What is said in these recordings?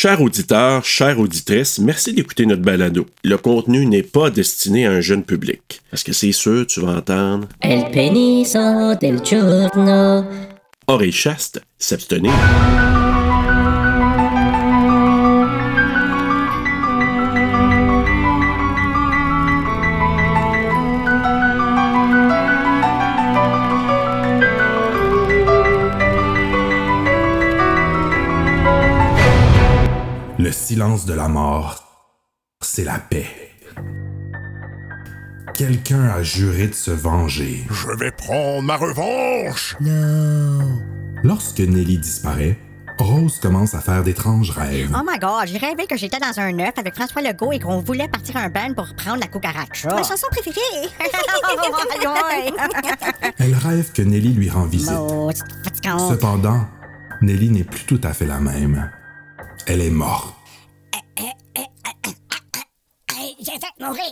Chers auditeurs, chères auditrices, merci d'écouter notre balado. Le contenu n'est pas destiné à un jeune public. Parce que c'est sûr, tu vas entendre El peniso del giorno. oreilles chastes, s'abstenir. Le silence de la mort, c'est la paix. Quelqu'un a juré de se venger. Je vais prendre ma revanche! Lorsque Nelly disparaît, Rose commence à faire d'étranges rêves. Oh my god, j'ai rêvé que j'étais dans un œuf avec François Legault et qu'on voulait partir un band pour prendre la cucaracha. Ma chanson préférée! Elle rêve que Nelly lui rend visite. Cependant, Nelly n'est plus tout à fait la même. Elle est morte. J'ai fait mourir!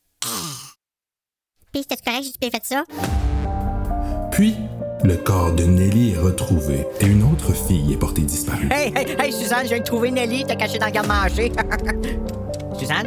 Puis, c'était correct, j'ai bien fait ça? Puis, le corps de Nelly est retrouvé et une autre fille est portée disparue. Hey, Suzanne, je viens de trouver Nelly, t'as caché dans le garde-manger. Suzanne?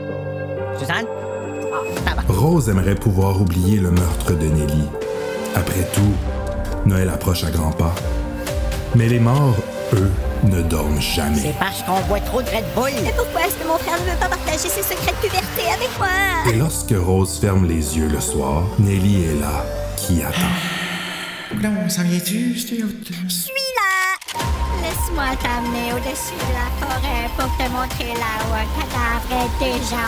Ça va. Rose aimerait pouvoir oublier le meurtre de Nelly. Après tout, Noël approche à grands pas. Mais les morts, eux, ne dorment jamais. C'est parce qu'on boit trop de Red Bull. Mais pourquoi est-ce que mon frère ne veut pas partager ses secrets de puberté avec moi? Et lorsque Rose ferme les yeux le soir, Nelly est là, qui attend. Je suis là! Laisse-moi t'amener au-dessus de la forêt pour te montrer là où un cadavre est déjà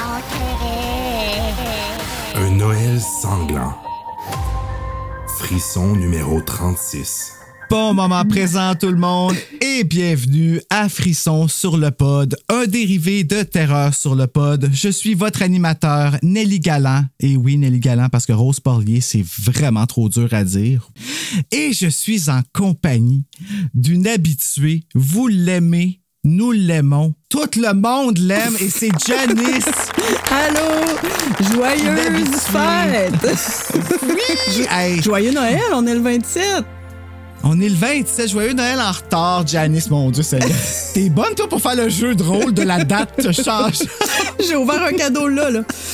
enterré. Un Noël sanglant. Frisson numéro 36. Bon moment présent tout le monde et bienvenue à Frisson sur le pod, un dérivé de Terreur sur le pod. Je suis votre animateur Nelly Galland. Et oui, Nelly Galland parce que Rose Porlier, c'est vraiment trop dur à dire. Et je suis en compagnie d'une habituée. Vous l'aimez, nous l'aimons. Tout le monde l'aime et c'est Janice. Allô! Joyeuse fête! Oui! Hey. Joyeux Noël, on est le 27! On est le 27, joyeux Noël en retard, Janice, mon Dieu, t'es bonne, toi, pour faire le jeu de rôle de la date te change. J'ai ouvert un cadeau là.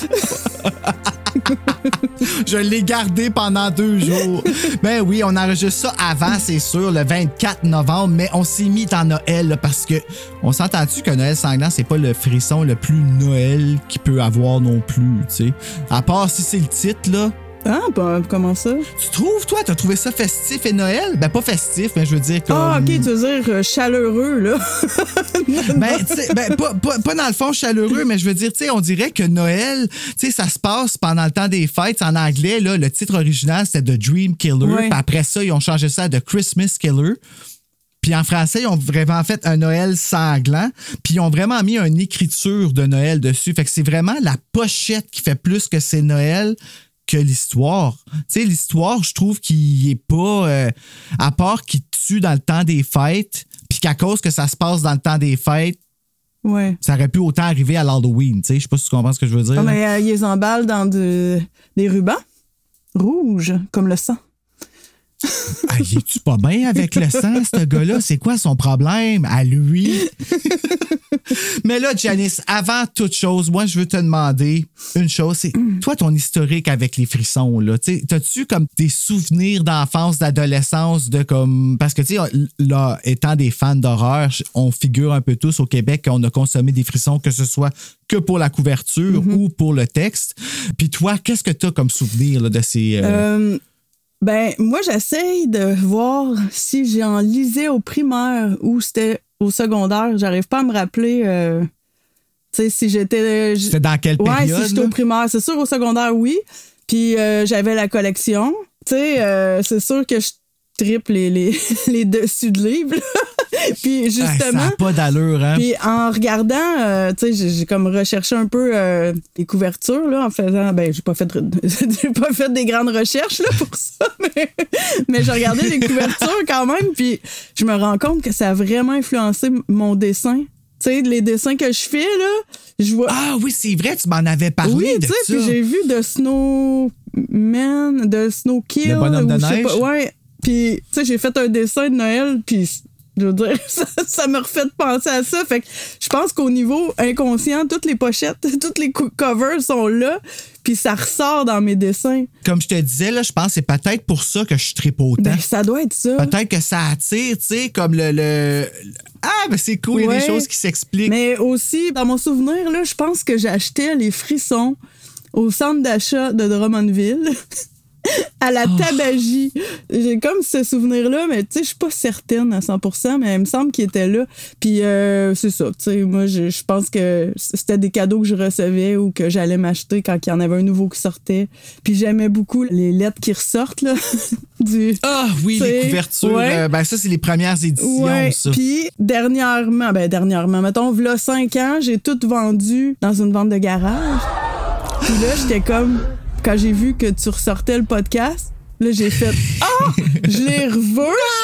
Je l'ai gardé pendant 2 jours. Ben oui, on enregistre ça avant, c'est sûr, le 24 novembre, mais on s'est mis dans Noël là, parce que on s'entend-tu que Noël sanglant, c'est pas le frisson le plus Noël qu'il peut avoir non plus, tu sais. À part si c'est le titre, là. Ah, ben, comment ça? Tu trouves, toi, t'as trouvé ça festif et Noël? Ben, pas festif, mais je veux dire comme... Ah, OK, tu veux dire chaleureux, là. Ben, tu sais, pas dans le fond chaleureux, mais je veux dire, tu sais, on dirait que Noël, tu sais, ça se passe pendant le temps des fêtes. En anglais, là, le titre original, c'était The Dream Killer. Ouais. Puis après ça, ils ont changé ça à The Christmas Killer. Puis en français, ils ont vraiment fait un Noël sanglant. Puis ils ont vraiment mis une écriture de Noël dessus. Fait que c'est vraiment la pochette qui fait plus que c'est Noël que l'histoire. Tu sais, l'histoire, je trouve qu'il est pas... à part qu'il tue dans le temps des fêtes, puis qu'à cause que ça se passe dans le temps des fêtes, ouais. Ça aurait pu autant arriver à l'Halloween. Tu sais, je sais pas si tu comprends ce que je veux dire. Ah, mais ils les emballent dans des rubans rouges, comme le sang. Ah, il est-tu pas bien avec le sang, ce gars-là? C'est quoi son problème à lui? Mais là, Janice, avant toute chose, moi, je veux te demander une chose. C'est, toi, ton historique avec les frissons, là, t'as-tu comme des souvenirs d'enfance, d'adolescence, de comme... Parce que, tu sais, là, étant des fans d'horreur, on figure un peu tous au Québec qu'on a consommé des frissons, que ce soit que pour la couverture ou pour le texte. Puis toi, qu'est-ce que t'as comme souvenir là, de ces... Ben, moi, j'essaye de voir si j'en lisais au primaire ou c'était au secondaire. J'arrive pas à me rappeler, tu sais, si j'étais... C'était dans quelle période? Ouais, si j'étais au primaire. C'est sûr, au secondaire, oui. Puis j'avais la collection. Tu sais, c'est sûr que je tripe les dessus de livres. Puis justement... Ça n'a pas d'allure, hein? Puis en regardant, tu sais, j'ai comme recherché un peu les couvertures, là, en faisant... Ben, j'ai pas fait des grandes recherches, là, pour ça, mais j'ai regardé les couvertures quand même, puis je me rends compte que ça a vraiment influencé mon dessin. Tu sais, les dessins que je fais, là, je vois... Ah oui, c'est vrai, tu m'en avais parlé oui, de ça. Oui, tu sais, puis j'ai vu de Snowman, de Snowkill. Le bonhomme de neige? Ouais, puis, tu sais, j'ai fait un dessin de Noël, puis Je veux dire, ça me refait penser à ça. Fait que je pense qu'au niveau inconscient, toutes les pochettes, toutes les covers sont là, puis ça ressort dans mes dessins. Comme je te disais, là, je pense que c'est peut-être pour ça que je trippe autant. Ben, ça doit être ça. Peut-être que ça attire, tu sais, comme le... Ah, ben c'est cool, il y a des choses qui s'expliquent. Mais aussi, dans mon souvenir, là, je pense que j'achetais les frissons au centre d'achat de Drummondville. À la tabagie. J'ai comme ce souvenir-là, mais tu sais, je suis pas certaine à 100%, mais il me semble qu'il était là. Puis c'est ça, tu sais, moi, je pense que c'était des cadeaux que je recevais ou que j'allais m'acheter quand il y en avait un nouveau qui sortait. Puis j'aimais beaucoup les lettres qui ressortent, là. Oui, les couvertures. Ouais. Ben ça, c'est les premières éditions, ça. Puis dernièrement, mettons, v'là 5 ans, j'ai tout vendu dans une vente de garage. Puis là, j'étais comme... Quand j'ai vu que tu ressortais le podcast, là, j'ai fait « Ah! Je les reveux! »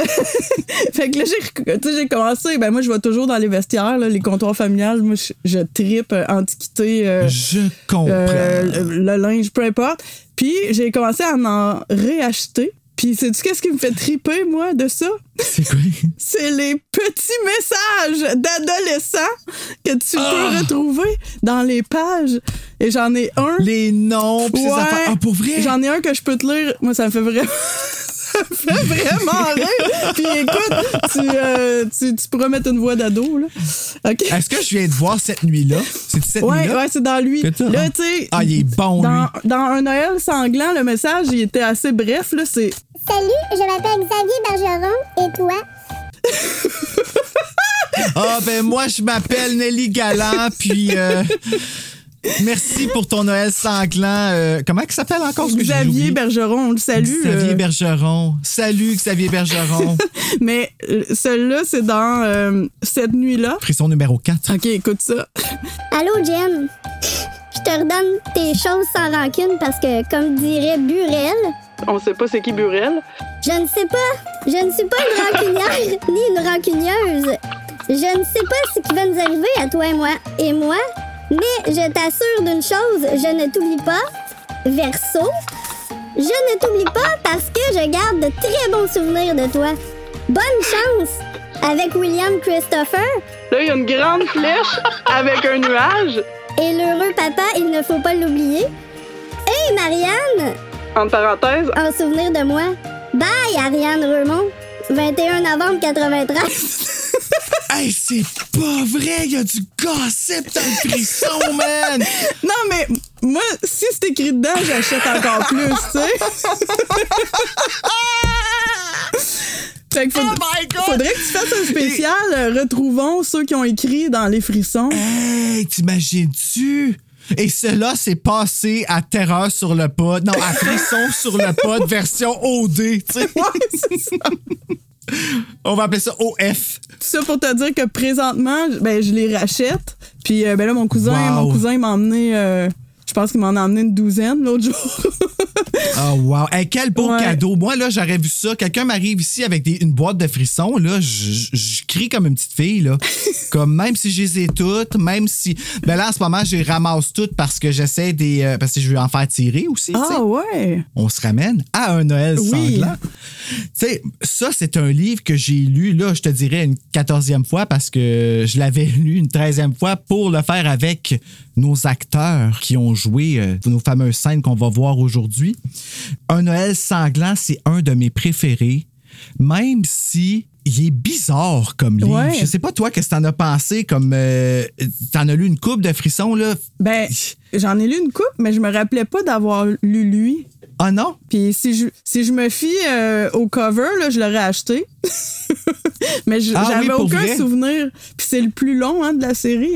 Fait que là, j'ai commencé... Ben moi, je vais toujours dans les vestiaires, là, les comptoirs familiales. Moi, je trippe antiquité. Je comprends. Le linge, peu importe. Puis, j'ai commencé à en réacheter. Puis, sais-tu qu'est-ce qui me fait triper, moi, de ça? C'est quoi? C'est les petits messages d'adolescents que tu peux retrouver dans les pages. Et j'en ai un. Les noms, pis ces affaires. Ah, pour vrai? J'en ai un que je peux te lire. Moi, ça me fait vraiment... ça me fait vraiment rire. Puis écoute, tu pourras mettre une voix d'ado, là. OK? Est-ce que je viens de voir cette nuit-là? C'est cette nuit-là? Ouais, c'est dans lui. Là, tu sais... Ah, il est bon, lui. Dans Un Noël sanglant, le message, il était assez bref, là. C'est... Salut, je m'appelle Xavier Bergeron. Et toi? Ben moi, je m'appelle Nelly Galland, puis... merci pour ton Noël sanglant. Comment il s'appelle encore? Xavier Bergeron, on le salue. Xavier Bergeron. Salut, Xavier Bergeron. Mais celui-là, c'est dans Cette nuit-là. Frisson numéro 4. OK, écoute ça. Allô, Jen. Je te redonne tes choses sans rancune parce que, comme dirait Burel... On sait pas c'est qui Burel. Je ne sais pas. Je ne suis pas une rancunière ni une rancunieuse. Je ne sais pas ce qui va nous arriver à toi et moi. Mais je t'assure d'une chose, je ne t'oublie pas. Verseau, je ne t'oublie pas parce que je garde de très bons souvenirs de toi. Bonne chance avec William Christopher. Là, il y a une grande flèche avec un nuage. Et l'heureux papa, il ne faut pas l'oublier. Hey, Marianne! Entre parenthèses. En souvenir de moi. Bye, Ariane Remond. 21 novembre 93. Hey, c'est pas vrai, il y a du gossip dans le frisson, man! Non, mais moi, si c'est écrit dedans, j'achète encore plus, tu sais. Fait que faudrait que tu fasses un spécial retrouvons ceux qui ont écrit dans les frissons. Hey, t'imagines-tu? Et cela s'est passé à Terreur sur le pod. Non, à Frisson sur le pod version OD, tu sais. Ouais, c'est ça. On va appeler ça OF. Ça pour te dire que présentement, ben, je les rachète. Puis ben là, mon cousin il m'a emmené... je pense qu'il m'en a emmené une 12aine l'autre jour. Oh wow. Hey, quel beau cadeau. Moi, là, j'aurais vu ça. Quelqu'un m'arrive ici avec une boîte de frissons. Là, je crie comme une petite fille. Là. Comme même si je les ai toutes, même si... Ben là, en ce moment, je les ramasse toutes parce que j'essaie des... parce que je veux en faire tirer aussi. Ah t'sais. Ouais. On se ramène à un Noël sanglant. Tu sais, ça, c'est un livre que j'ai lu, là, je te dirais une 14e fois parce que je l'avais lu une 13e fois pour le faire avec nos acteurs qui ont joué nos fameuses scènes qu'on va voir aujourd'hui. Un Noël sanglant, c'est un de mes préférés, même si il est bizarre comme livre. Ouais. Je sais pas, toi, qu'est-ce que t'en as pensé, comme t'en as lu une couple de frissons, là? Ben, j'en ai lu une couple, mais je me rappelais pas d'avoir lu lui. Ah non? Puis si je me fie au cover, là, je l'aurais acheté. Mais j'avais aucun souvenir. Puis c'est le plus long de la série,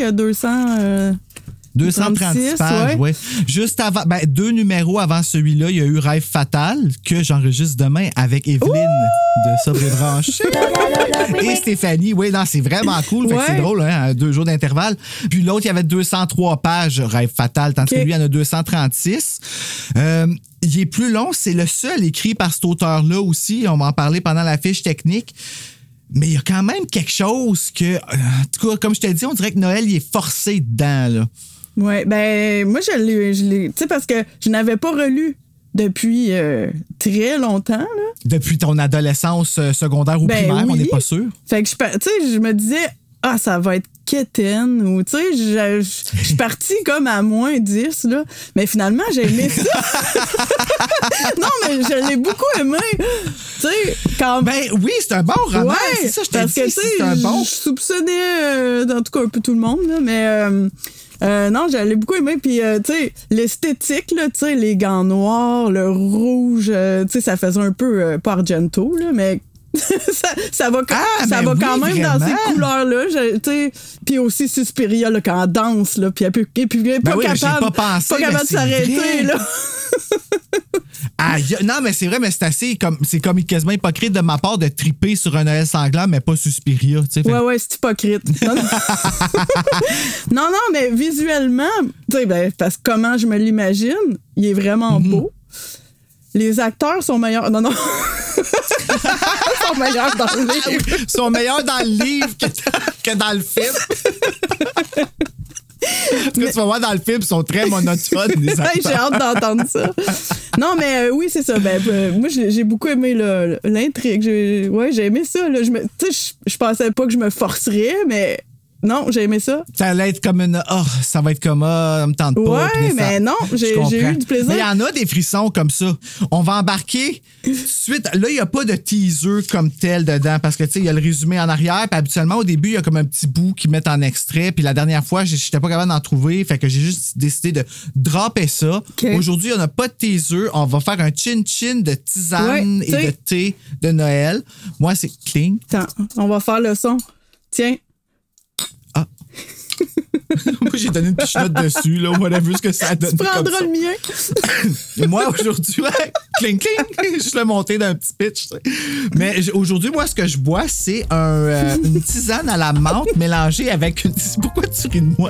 236 pages, ouais. Juste avant, 2 numéros avant celui-là, il y a eu Rêve fatal, que j'enregistre demain avec Evelyne de Sobre et Branché. Et Stéphanie, oui, non, c'est vraiment cool. Fait que c'est drôle, hein, 2 jours d'intervalle. Puis l'autre, il y avait 203 pages, Rêve fatal, tandis que lui, il y en a 236. Il est plus long, c'est le seul écrit par cet auteur-là aussi. On va en parler pendant la fiche technique. Mais il y a quand même quelque chose que, en tout cas, comme je t'ai dit, on dirait que Noël, il est forcé dedans, là. Ouais, ben, moi, je l'ai, tu sais, parce que je n'avais pas relu depuis très longtemps. Là. Depuis ton adolescence secondaire ou primaire, on n'est pas sûr. Fait que je me disais, ça va être quétaine, ou tu sais, je suis partie comme à moins 10, là. Mais finalement, j'ai aimé ça. Non, mais je l'ai beaucoup aimé. Tu sais, quand... Ben oui, c'est un bon roman. Ouais, c'est ça, je t'ai parce dit, que, c'est un bon... Je soupçonnais, en tout cas, un peu tout le monde, là, mais... non, j'allais beaucoup aimé. Puis, tu sais, l'esthétique, là, tu sais, les gants noirs, le rouge, tu sais, ça faisait un peu pas Argento, là, mais ça va, ça va quand même vraiment. dans ces couleurs-là. Tu sais, puis aussi Suspiria, là, quand elle danse, là, puis elle peut pas capable, pas capable de s'arrêter, là. Non, mais c'est vrai, mais c'est comme quasiment hypocrite de ma part de triper sur un Noël sanglant, mais pas Suspiria. Ouais, c'est hypocrite. Non, mais visuellement, tu sais, parce que comment je me l'imagine, il est vraiment beau. Les acteurs sont meilleurs. Non. Sont meilleurs dans le livre. Ils sont meilleurs dans le livre que dans le film. Ce que tu vas voir dans le film, ils sont très monotones, les acteurs. J'ai hâte d'entendre ça. Non, mais oui, c'est ça. Moi, j'ai beaucoup aimé l'intrigue. J'ai aimé ça. Là. Je pensais pas que je me forcerais, mais... Non, j'ai aimé ça. Ça allait être comme ça va être comme ça me tente pas. Ouais, mais non, j'ai eu du plaisir. Mais il y en a des frissons comme ça. On va embarquer tout de suite. Là, il n'y a pas de teaser comme tel dedans parce que, tu sais, il y a le résumé en arrière. Puis habituellement, au début, il y a comme un petit bout qu'ils mettent en extrait. Puis la dernière fois, j'étais pas capable d'en trouver. Fait que j'ai juste décidé de dropper ça. Okay. Aujourd'hui, on n'a pas de teaser. On va faire un chin-chin de tisane et de thé de Noël. Moi, c'est cling. Attends, on va faire le son. Tiens. Moi, j'ai donné une pichenote dessus, là. On a vu ce que ça a donné. Tu prendras le mien. Moi, aujourd'hui, cling, cling, je l'ai monté d'un petit pitch. Mais aujourd'hui, moi, ce que je bois, c'est une tisane à la menthe mélangée avec une... Pourquoi tu ris de moi?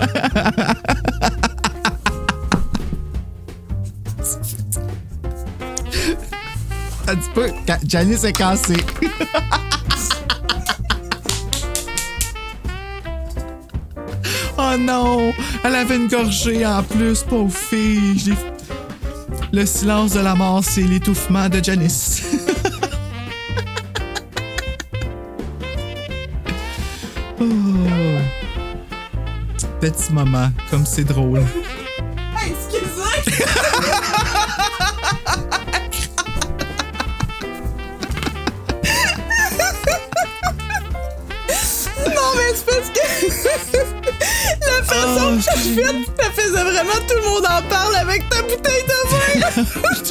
Ça dit pas... Janice est cassée. Oh non! Elle avait une gorgée en plus, pauvre fille. Le silence de la mort, c'est l'étouffement de Janice. Oh. Petit moment, comme c'est drôle. Hey, excusez! Non, mais c'est parce que... La façon que t'as fait, ça faisait vraiment tout le monde en parle avec ta bouteille de vin.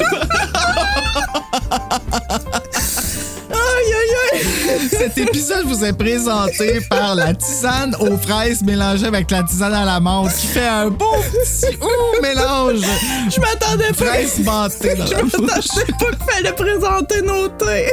Aïe, aïe, aïe. Cet épisode vous est présenté par la tisane aux fraises mélangée avec la tisane à la menthe qui fait un beau petit mélange. Je m'attendais pas. Fraises mentées dans la bouche. Je m'attendais pas qu'il fallait présenter nos thés.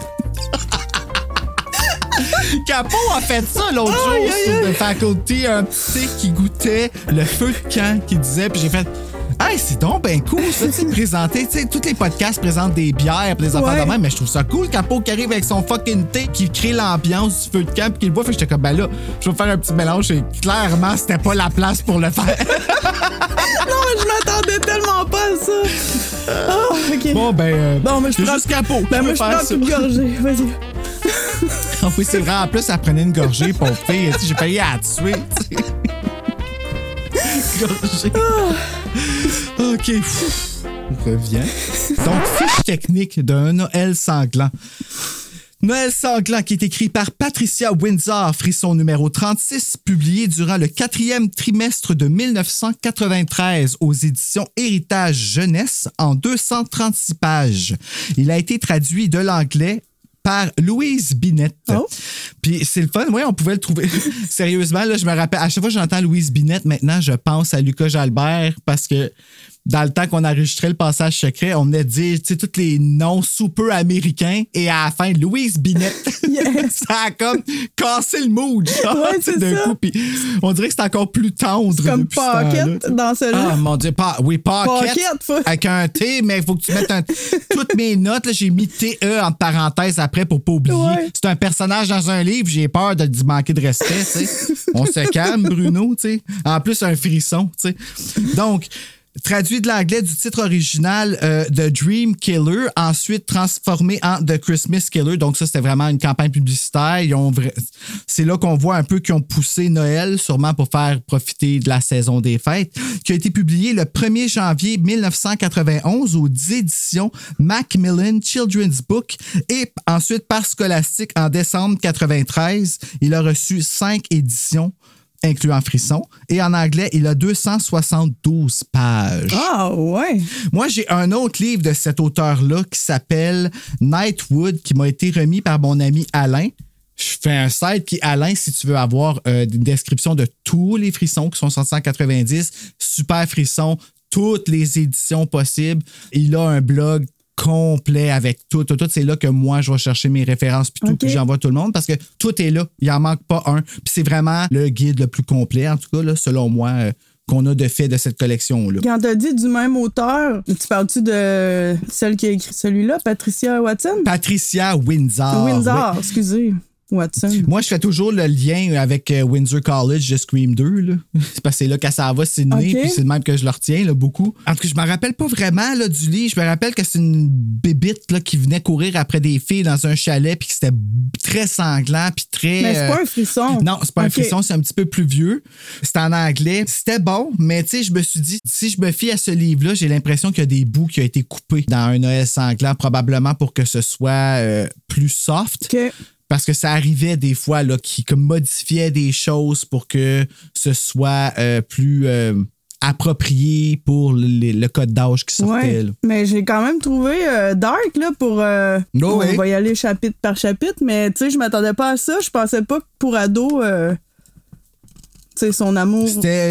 Capo a fait ça l'autre jour sur The Faculty, un petit thé qui goûtait le feu de camp qui disait, puis j'ai fait hey, c'est donc ben cool ça, tu sais, présenter, tu sais, tous les podcasts présentent des bières pis des affaires de même, mais je trouve ça cool, Capo qui arrive avec son fucking thé, qui crée l'ambiance du feu de camp pis qui le boit, fait que j'étais comme ben là, je vais faire un petit mélange et clairement c'était pas la place pour le faire. Non, mais je m'attendais tellement pas à ça. Oh, ok. Bon ben, mais je prends juste Capo. Ben moi je prends une gorgée, vas-y. Oui, c'est vrai. En plus, elle prenait une gorgée, pauvre fille. J'ai failli à la tuer. Gorgée. OK. On revient. Donc, fiche technique d'un Noël sanglant. Noël sanglant qui est écrit par Patricia Windsor, frisson numéro 36, publié durant le 4e trimestre de 1993 aux éditions Héritage Jeunesse en 236 pages. Il a été traduit de l'anglais par Louise Binette. Oh. Puis c'est le fun, oui, on pouvait le trouver. Sérieusement, là, je me rappelle, à chaque fois que j'entends Louise Binette, maintenant, je pense à Lucas Jalbert parce que dans le temps qu'on enregistrait le passage secret, on venait de dire, tu sais, tous les noms super américains et à la fin, Louise Binette. Yes. Ça a comme cassé le mood, genre, ouais, c'est d'un ça. coup. Puis on dirait que c'est encore plus tendre. C'est comme Pocket dans celui-là. Ah, mon Dieu, Pocket avec un T, mais il faut que tu mettes toutes mes notes, là, j'ai mis TE en parenthèse après pour pas oublier. Ouais. C'est un personnage dans un livre, j'ai peur de lui manquer de respect, tu sais. On se calme, Bruno, tu sais. En plus, un frisson, tu sais. Donc, Traduit de l'anglais du titre original The Dream Killer, ensuite transformé en The Christmas Killer. Donc ça, c'était vraiment une campagne publicitaire. C'est là qu'on voit un peu qu'ils ont poussé Noël, sûrement pour faire profiter de la saison des fêtes, qui a été publié le 1er janvier 1991 aux éditions Macmillan Children's Book et ensuite par Scholastic en décembre 1993. Il a reçu 5 éditions incluant Frisson. Et en anglais, il a 272 pages. Ah, ouais! Moi, j'ai un autre livre de cet auteur-là qui s'appelle Nightwood, qui m'a été remis par mon ami Alain. Je fais un site qui, Alain, si tu veux avoir une description de tous les Frissons qui sont sortis en 90, Super Frisson, toutes les éditions possibles. Il a un blog complet avec tout. C'est là que moi, je vais chercher mes références puis tout, puis j'envoie tout le monde parce que tout est là. Il n'en manque pas un. Puis c'est vraiment le guide le plus complet, en tout cas, là, selon moi, qu'on a de fait de cette collection-là. Quand tu as dit du même auteur, tu parles-tu de celle qui a écrit celui-là, Patricia Watson? Patricia Windsor. Windsor, oui. Excusez. Watson. Moi, je fais toujours le lien avec Windsor College de Scream 2. Là. C'est parce que c'est là qu'elle s'en va Sydney, puis c'est le même que je le retiens là, beaucoup. En tout cas, je me rappelle pas vraiment là, du livre. Je me rappelle que c'est une bébite là, qui venait courir après des filles dans un chalet, puis que c'était très sanglant, puis très... Mais c'est pas un frisson. Non, c'est pas un frisson, c'est un petit peu plus vieux. C'était en anglais. C'était bon, mais tu sais, je me suis dit, si je me fie à ce livre-là, j'ai l'impression qu'il y a des bouts qui ont été coupés dans un Noël sanglant, probablement pour que ce soit plus soft. Parce que ça arrivait des fois là, qui modifiaient des choses pour que ce soit plus approprié pour le code d'âge qui sortait. Ouais, mais j'ai quand même trouvé dark là, pour... on va y aller chapitre par chapitre, mais tu sais, je m'attendais pas à ça. Je pensais pas que pour ado... tu sais, son amour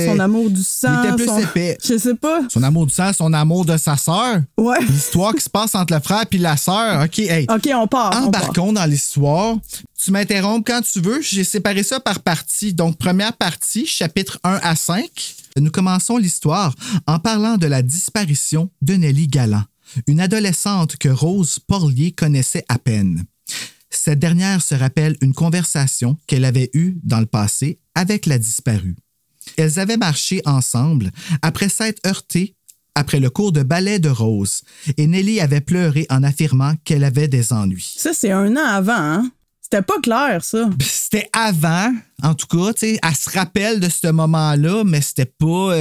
du sang. Il était plus épais. Je sais pas. Son amour du sang, son amour de sa sœur. Ouais. L'histoire qui se passe entre le frère et la sœur. OK, hey. OK, on part. Embarquons dans l'histoire. Tu m'interromps quand tu veux. J'ai séparé ça par parties. Donc, première partie, chapitres 1 à 5. Nous commençons l'histoire en parlant de la disparition de Nelly Galland, une adolescente que Rose Porlier connaissait à peine. Cette dernière se rappelle une conversation qu'elle avait eue dans le passé avec la disparue. Elles avaient marché ensemble après s'être heurtées après le cours de ballet de Rose et Nelly avait pleuré en affirmant qu'elle avait des ennuis. Ça, c'est 1 an avant, hein? C'était pas clair, ça. C'était avant, en tout cas, tu sais, elle se rappelle de ce moment-là, mais c'était pas...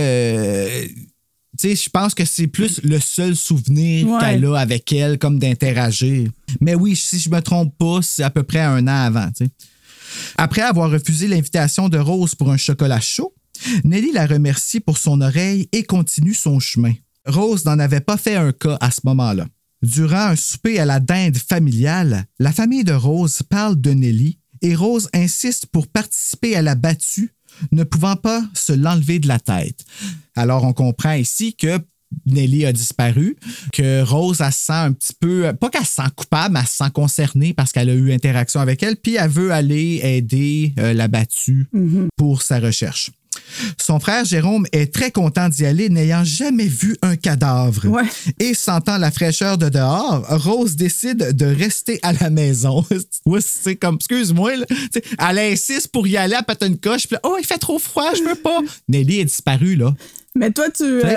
Tu sais, je pense que c'est plus le seul souvenir qu'elle a avec elle, comme d'interagir. Mais oui, si je me trompe pas, c'est à peu près 1 an avant, tu sais. Après avoir refusé l'invitation de Rose pour un chocolat chaud, Nelly la remercie pour son oreille et continue son chemin. Rose n'en avait pas fait un cas à ce moment-là. Durant un souper à la dinde familiale, la famille de Rose parle de Nelly et Rose insiste pour participer à la battue, ne pouvant pas se l'enlever de la tête. Alors, on comprend ici que Nelly a disparu, que Rose, elle se sent un petit peu, pas qu'elle se sent coupable, mais elle se sent concernée parce qu'elle a eu interaction avec elle, puis elle veut aller aider la battue pour sa recherche. Son frère Jérôme est très content d'y aller, n'ayant jamais vu un cadavre. Ouais. Et sentant la fraîcheur de dehors, Rose décide de rester à la maison. Ouais, c'est comme, excuse-moi, là, elle insiste pour y aller, elle pète une coche, puis il fait trop froid, je veux pas. Nelly est disparue, là. Mais toi,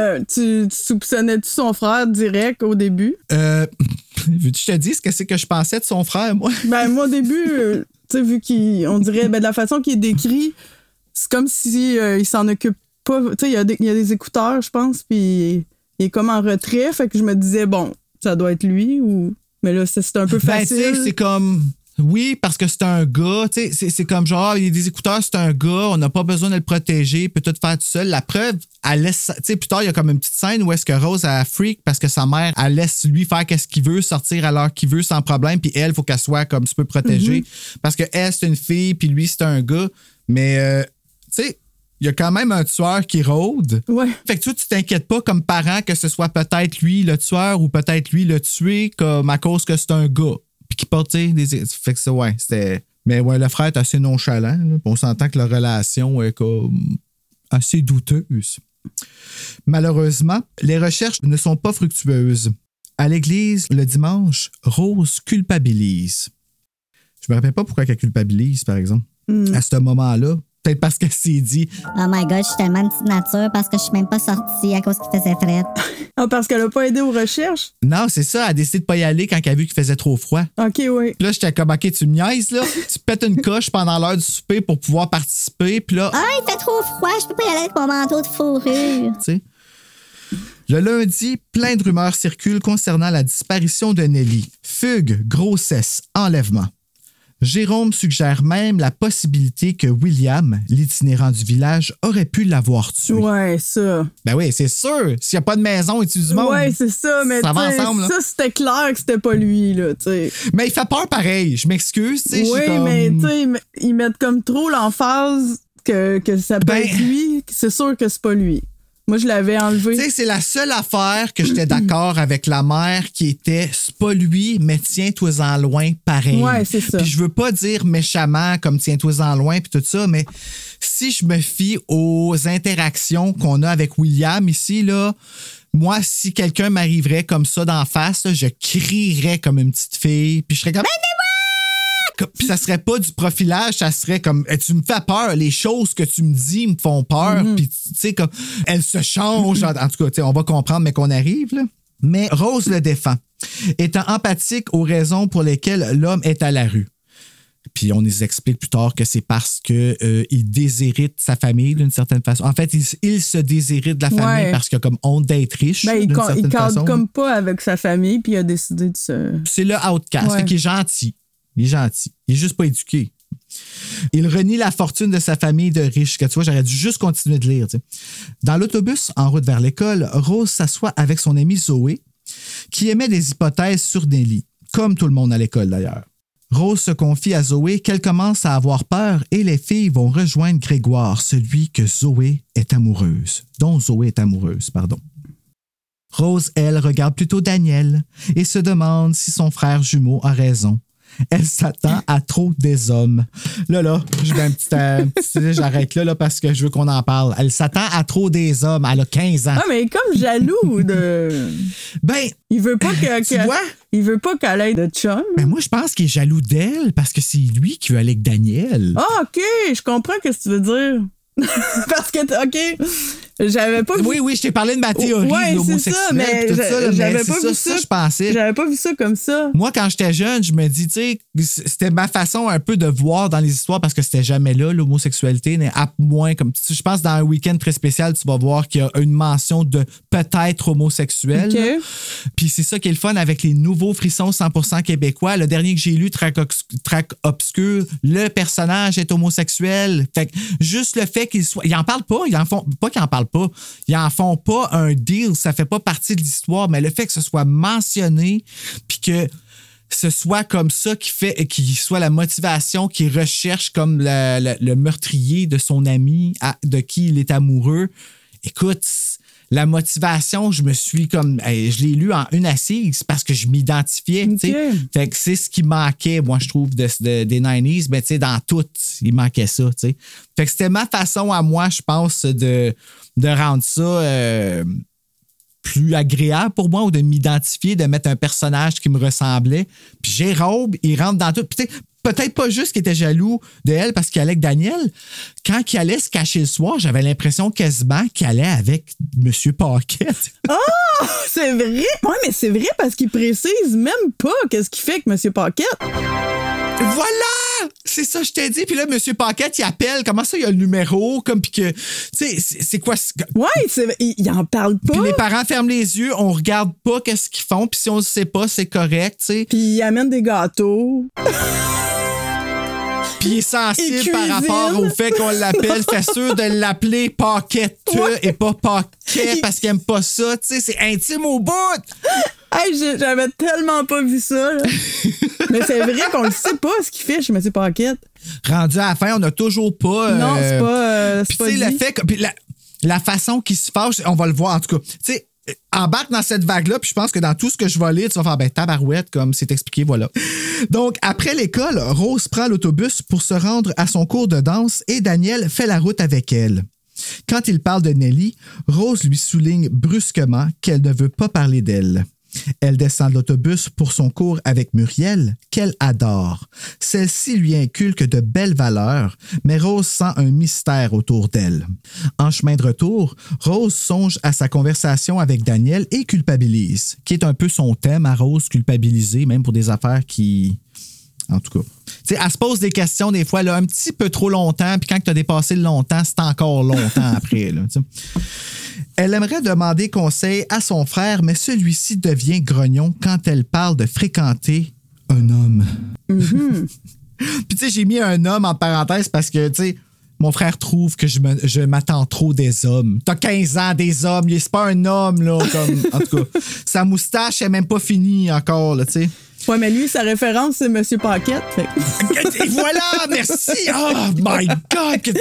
tu soupçonnais-tu son frère direct au début? Veux-tu que je te dise qu'est-ce que je pensais de son frère, moi? Ben, moi, au début, tu sais, vu qu'on dirait, de la façon qu'il est décrit, c'est comme si il s'en occupe pas. Tu sais, il y a des écouteurs, je pense, puis il est comme en retrait. Fait que je me disais, bon, ça doit être lui ou. Mais là, c'est un peu facile. Ben, tu sais, c'est comme. Oui, parce que c'est un gars. Tu sais, c'est comme genre, il y a des écouteurs, c'est un gars, on n'a pas besoin de le protéger, il peut tout faire tout seul. La preuve, elle laisse. Tu sais, plus tard, il y a comme une petite scène où est-ce que Rose a freak parce que sa mère, elle laisse lui faire qu'est-ce qu'il veut, sortir à l'heure qu'il veut sans problème, puis elle, il faut qu'elle soit comme un petit peu protégée. Parce que elle, c'est une fille, puis lui, c'est un gars. Mais. Tu sais, il y a quand même un tueur qui rôde. Ouais. Fait que toi, tu t'inquiètes pas comme parent que ce soit peut-être lui le tueur ou peut-être lui le tué comme à cause que c'est un gars. Puis qui porte des... Fait que ça, ouais, c'était... Mais ouais, le frère est assez nonchalant. Là. On s'entend que leur relation est comme assez douteuse. Malheureusement, les recherches ne sont pas fructueuses. À l'église, le dimanche, Rose culpabilise. Je me rappelle pas pourquoi elle culpabilise, par exemple. À ce moment-là, Peut-être parce qu'elle s'est dit... Oh my God, je suis tellement une petite nature parce que je suis même pas sortie à cause qu'il faisait fret. Ah, parce qu'elle a pas aidé aux recherches? Non, c'est ça, elle a décidé de pas y aller quand elle a vu qu'il faisait trop froid. OK, oui. Puis là, j'étais comme, OK, tu me niaises, là. Tu pètes une coche pendant l'heure du souper pour pouvoir participer. Puis là... Ah, il fait trop froid, je peux pas y aller avec mon manteau de fourrure. Tu sais. Le lundi, plein de rumeurs circulent concernant la disparition de Nelly. Fugue, grossesse, enlèvement. Jérôme suggère même la possibilité que William, l'itinérant du village, aurait pu l'avoir tué. Ouais, ça. Ben oui, c'est sûr. S'il n'y a pas de maison, il tue du monde. Ouais, c'est ça, mais ça va ensemble, là. Ça, c'était clair que c'était pas lui, là, tu sais. Mais il fait peur pareil. Je m'excuse, tu sais. Oui, comme... mais tu sais, ils mettent comme trop l'emphase que ça peut être lui. C'est sûr que c'est pas lui. Moi, je l'avais enlevé. Tu sais, c'est la seule affaire que j'étais d'accord avec la mère qui était, c'est pas lui, mais tiens-toi-en loin, pareil. Ouais, c'est ça. Puis je veux pas dire méchamment comme tiens-toi-en loin puis tout ça, mais si je me fie aux interactions qu'on a avec William ici, là, moi, si quelqu'un m'arriverait comme ça d'en face, là, je crierais comme une petite fille, puis je serais comme... Puis ça serait pas du profilage, ça serait comme tu me fais peur, les choses que tu me dis me font peur, puis tu sais comme elle se change, en tout cas, on va comprendre mais qu'on arrive là. Mais Rose le défend, étant empathique aux raisons pour lesquelles l'homme est à la rue. Puis on nous explique plus tard que c'est parce que il déshérite sa famille d'une certaine façon. En fait, il se déshérite de la famille parce qu'il a comme honte d'être riche. Ben, d'une certaine il cadre façon. comme pas avec sa famille, puis il a décidé de se... C'est le outcast, fait qu'il est gentil. Il est gentil. Il est juste pas éduqué. Il renie la fortune de sa famille de riches. Que tu vois, j'aurais dû juste continuer de lire. Tu sais. Dans l'autobus, en route vers l'école, Rose s'assoit avec son amie Zoé, qui émet des hypothèses sur Nelly, comme tout le monde à l'école d'ailleurs. Rose se confie à Zoé qu'elle commence à avoir peur et les filles vont rejoindre Grégoire, celui que Zoé est amoureuse, dont Zoé est amoureuse, pardon. Rose, elle, regarde plutôt Daniel et se demande si son frère jumeau a raison. Elle s'attend à trop des hommes. Là, je mets j'arrête là parce que je veux qu'on en parle. Elle s'attend à trop des hommes. Elle a 15 ans. Ah, mais comme jaloux de... Ben... Il veut pas tu vois? Il veut pas qu'elle ait de chum. Ben moi, je pense qu'il est jaloux d'elle parce que c'est lui qui veut aller avec Daniel. Ah, OK. Je comprends ce que tu veux dire. Parce que, OK, j'avais pas vu... Oui, je t'ai parlé de ma théorie de l'homosexuel. J'avais pas vu ça. Je pensais. J'avais pas vu ça comme ça. Moi, quand j'étais jeune, je me dis, tu sais, c'était ma façon un peu de voir dans les histoires parce que c'était jamais là, l'homosexualité, mais à moins comme... Je pense dans un week-end très spécial, tu vas voir qu'il y a une mention de peut-être homosexuel. Okay. Puis c'est ça qui est le fun avec les nouveaux frissons 100% québécois. Le dernier que j'ai lu, Trac Obscur, le personnage est homosexuel. Fait que juste le fait qu'ils soient... Ils en parlent pas, ils en font... Pas qu'ils en parlent pas, ils en font pas un deal, ça fait pas partie de l'histoire, mais le fait que ce soit mentionné, puis que ce soit comme ça qui soit la motivation qu'il recherche comme le meurtrier de son ami de qui il est amoureux. Écoute, la motivation, je me suis comme... je l'ai lu en une assise parce que je m'identifiais. Okay. Fait que c'est ce qui manquait, moi, je trouve, des 90s. Ben, tu sais, dans tout, il manquait ça. T'sais. Fait que c'était ma façon à moi, je pense, de rendre ça plus agréable pour moi ou de m'identifier, de mettre un personnage qui me ressemblait. Puis Jérôme, il rentre dans tout. Puis peut-être pas juste qu'il était jaloux de elle parce qu'il allait avec Daniel. Quand il allait se cacher le soir, j'avais l'impression quasiment qu'il allait avec M. Paquette. Oh, c'est vrai? Oui, mais c'est vrai parce qu'il précise même pas qu'est-ce qu'il fait avec M. Paquette. Voilà! C'est ça, je t'ai dit. Puis là, M. Paquette, il appelle. Comment ça, il y a le numéro? Comme, puis que, tu sais, c'est quoi? Ouais, il en parle pas. Puis les parents ferment les yeux, on regarde pas qu'est-ce qu'ils font. Puis si on le sait pas, c'est correct, tu sais. Puis il amène des gâteaux. Puis il est sensible par rapport au fait qu'on l'appelle. Fait sûr de l'appeler Paquette et pas Paquet parce qu'il aime pas ça. Tu sais, c'est intime au bout. Hey, j'avais tellement pas vu ça. Là. Mais c'est vrai qu'on le sait pas ce qu'il fait chez M. Paquette. Rendu à la fin, on n'a toujours pas... Non, c'est pas... Puis tu sais, le fait que... Puis la façon qu'il se fâche, on va le voir en tout cas. Tu sais, embarque dans cette vague-là, puis je pense que dans tout ce que je vais lire, tu vas faire tabarouette, comme c'est expliqué, voilà. Donc, après l'école, Rose prend l'autobus pour se rendre à son cours de danse et Daniel fait la route avec elle. Quand il parle de Nelly, Rose lui souligne brusquement qu'elle ne veut pas parler d'elle. Elle descend de l'autobus pour son cours avec Muriel, qu'elle adore. Celle-ci lui inculque de belles valeurs, mais Rose sent un mystère autour d'elle. En chemin de retour, Rose songe à sa conversation avec Daniel et culpabilise, qui est un peu son thème à Rose, culpabiliser, même pour des affaires qui... En tout cas, tu sais, elle se pose des questions des fois là, un petit peu trop longtemps, puis quand tu as dépassé le longtemps, c'est encore longtemps après. Là, t'sais. Elle aimerait demander conseil à son frère, mais celui-ci devient grognon quand elle parle de fréquenter un homme. Mm-hmm. Puis tu sais, j'ai mis un homme en parenthèse parce que, tu sais, mon frère trouve que je m'attends trop des hommes. T'as 15 ans, des hommes, c'est pas un homme, là, comme... En tout cas, sa moustache est même pas finie encore, là, tu sais. Ouais, mais lui, sa référence, c'est Monsieur Paquette. Et voilà, merci! Oh my God!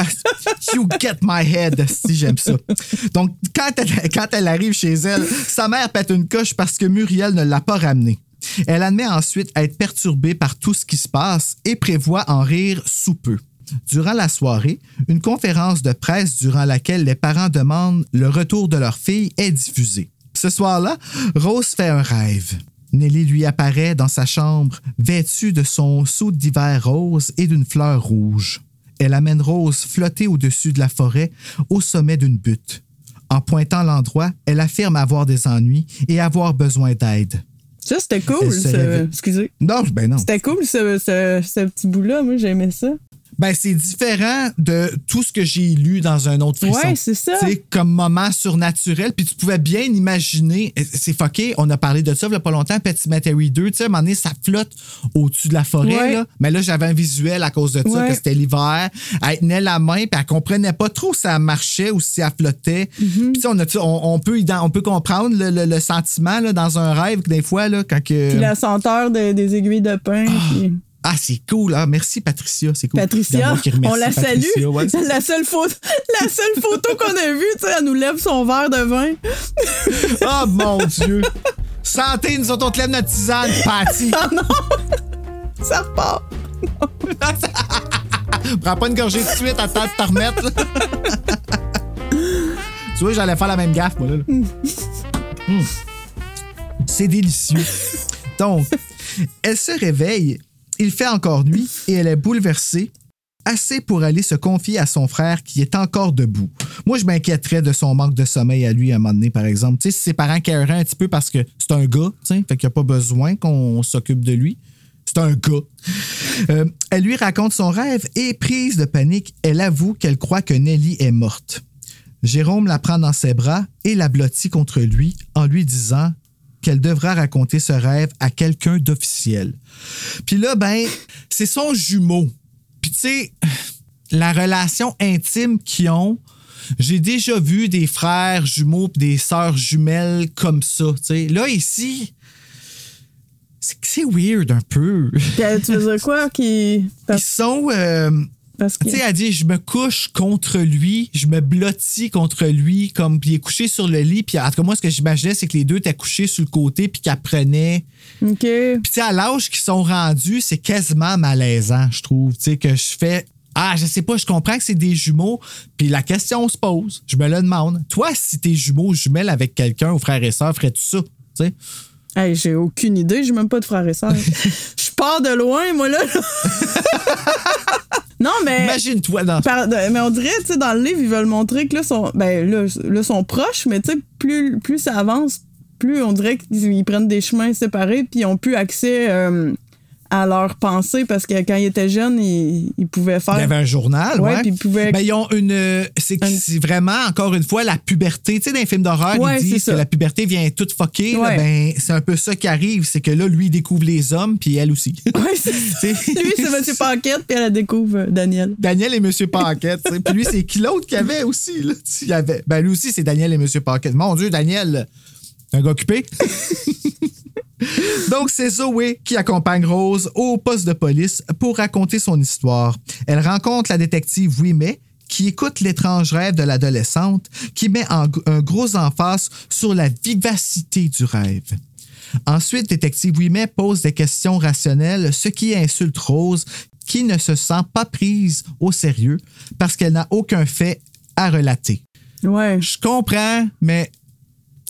You get my head. Si, j'aime ça. Donc, quand elle arrive chez elle, sa mère pète une coche parce que Muriel ne l'a pas ramenée. Elle admet ensuite être perturbée par tout ce qui se passe et prévoit en rire sous peu. Durant la soirée, une conférence de presse durant laquelle les parents demandent le retour de leur fille est diffusée. Ce soir-là, Rose fait un rêve. Nelly lui apparaît dans sa chambre, vêtue de son sou d'hiver rose et d'une fleur rouge. Elle amène Rose flotter au-dessus de la forêt, au sommet d'une butte. En pointant l'endroit, elle affirme avoir des ennuis et avoir besoin d'aide. Ça, c'était cool. Excusez. Non, ben non. C'était cool, ce petit bout-là. Moi, j'aimais ça. Ben, c'est différent de tout ce que j'ai lu dans un autre frisson. Ouais, c'est ça. C'est comme moment surnaturel. Puis tu pouvais bien imaginer, c'est fucké, on a parlé de ça il y a pas longtemps, Petit Materi 2, tu sais, à un moment donné, ça flotte au-dessus de la forêt. Ouais. Là. Mais là, j'avais un visuel à cause de ça, que c'était l'hiver. Elle tenait la main, puis elle comprenait pas trop si ça marchait ou si elle flottait. Mm-hmm. Puis on peut comprendre le sentiment là, dans un rêve, des fois, là, quand que... Puis la senteur des aiguilles de pin. Puis... Ah, c'est cool. Ah, merci, Patricia. C'est cool. Patricia, on la salue. Ouais. La seule photo qu'on a vue, tu sais, elle nous lève son verre de vin. Oh, mon Dieu. Santé, nous autres, on te lève notre tisane, Patty. Ah non! Ça repart. Prends pas une gorgée de suite, attends de te remettre. Tu vois, j'allais faire la même gaffe, moi, là. C'est délicieux. Donc, elle se réveille. Il fait encore nuit et elle est bouleversée, assez pour aller se confier à son frère qui est encore debout. Moi, je m'inquiéterais de son manque de sommeil à lui à un moment donné, par exemple. Tu sais, si ses parents carreraient un petit peu parce que c'est un gars, tu sais, fait qu'il n'y a pas besoin qu'on s'occupe de lui. C'est un gars. Elle lui raconte son rêve et, prise de panique, elle avoue qu'elle croit que Nelly est morte. Jérôme la prend dans ses bras et la blottit contre lui en lui disant qu'elle devra raconter ce rêve à quelqu'un d'officiel. Puis là, ben, c'est son jumeau. Puis tu sais, la relation intime qu'ils ont, j'ai déjà vu des frères jumeaux pis des sœurs jumelles comme ça, tu sais. Là, ici, c'est weird un peu. Tu veux dire quoi? Ils sont... Tu sais, elle dit, je me couche contre lui, je me blottis contre lui, comme, puis il est couché sur le lit, puis en tout cas, moi, ce que j'imaginais, c'est que les deux étaient couchés sur le côté, puis qu'ils apprenaient. OK. Puis tu sais, à l'âge qu'ils sont rendus, c'est quasiment malaisant, je trouve, tu sais, que je fais... Ah, je sais pas, je comprends que c'est des jumeaux, puis la question se pose, je me le demande. Toi, si t'es jumeaux jumelles avec quelqu'un, ou frère et sœur, ferais-tu ça, tu sais? Hey, j'ai aucune idée, j'ai même pas de frères et sœurs. Je pars de loin, moi, là. Non, mais... Imagine-toi dans... Mais on dirait, tu sais, dans le livre, ils veulent montrer que là, sont proches, mais tu sais, plus ça avance, plus on dirait qu'ils prennent des chemins séparés, puis ils ont plus accès à leurs pensées, parce que quand ils étaient jeunes, ils pouvaient faire... Il y avait un journal, ouais. Puis ils pouvaient... Ben, ils ont c'est vraiment, encore une fois, la puberté. Tu sais, dans les films d'horreur, ils disent que la puberté vient toute fucker. Ouais. Là, ben, c'est un peu ça qui arrive. C'est que là, lui, il découvre les hommes, puis elle aussi. Oui, c'est ça. Lui, c'est M. Paquette, puis elle découvre Daniel. Daniel et M. Paquette. Puis lui, c'est qui l'autre qu'il y avait aussi? Là? Il y avait... Ben, lui aussi, c'est Daniel et M. Paquette. Mon Dieu, Daniel, un gars occupé. Donc, c'est Zoé qui accompagne Rose au poste de police pour raconter son histoire. Elle rencontre la détective Ouimet, qui écoute l'étrange rêve de l'adolescente, qui met un gros emphase sur la vivacité du rêve. Ensuite, détective Ouimet pose des questions rationnelles, ce qui insulte Rose, qui ne se sent pas prise au sérieux parce qu'elle n'a aucun fait à relater. Ouais. Je comprends, mais...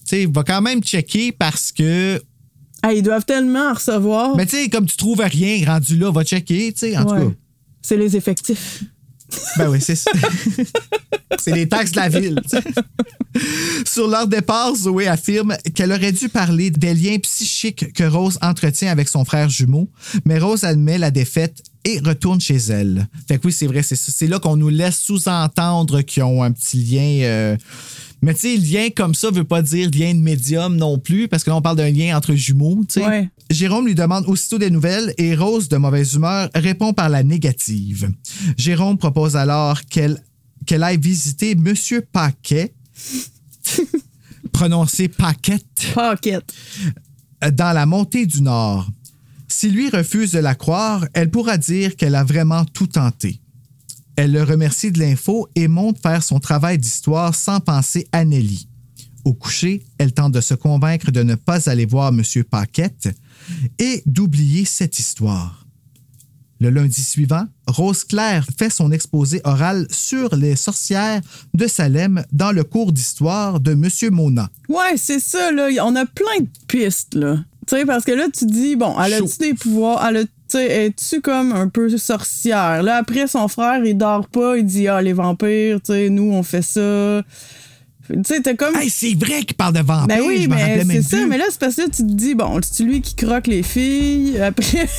sais, va quand même checker parce que... Ah, ils doivent tellement en recevoir. Mais tu sais, comme tu trouves rien rendu là, va checker, tu sais, en tout cas. C'est les effectifs. Ben oui, c'est ça. C'est les taxes de la ville. T'sais. Sur leur départ, Zoé affirme qu'elle aurait dû parler des liens psychiques que Rose entretient avec son frère jumeau, mais Rose admet la défaite et retourne chez elle. Fait que oui, c'est vrai, c'est ça. C'est là qu'on nous laisse sous-entendre qu'ils ont un petit lien... Mais tu sais, lien comme ça veut pas dire lien de médium non plus, parce que là, on parle d'un lien entre jumeaux, tu sais. Ouais. Jérôme lui demande aussitôt des nouvelles et Rose, de mauvaise humeur, répond par la négative. Jérôme propose alors qu'elle aille visiter Monsieur Paquet, prononcé Paquette, dans la montée du Nord. Si lui refuse de la croire, elle pourra dire qu'elle a vraiment tout tenté. Elle le remercie de l'info et monte faire son travail d'histoire sans penser à Nelly. Au coucher, elle tente de se convaincre de ne pas aller voir M. Paquette et d'oublier cette histoire. Le lundi suivant, Rose Claire fait son exposé oral sur les sorcières de Salem dans le cours d'histoire de M. Mona. Ouais, c'est ça, là. On a plein de pistes, là. Tu sais, parce que là, tu dis, bon, elle a-tu des pouvoirs? Es-tu comme un peu sorcière? Là, après, son frère, il dort pas, il dit, les vampires, tu sais, nous, on fait ça. Tu sais, t'es comme... Hey, c'est vrai qu'il parle de vampires, ben oui, je m'en rappelais même c'est ça, plus. mais là, c'est parce que là, tu te dis, bon, c'est lui qui croque les filles, après...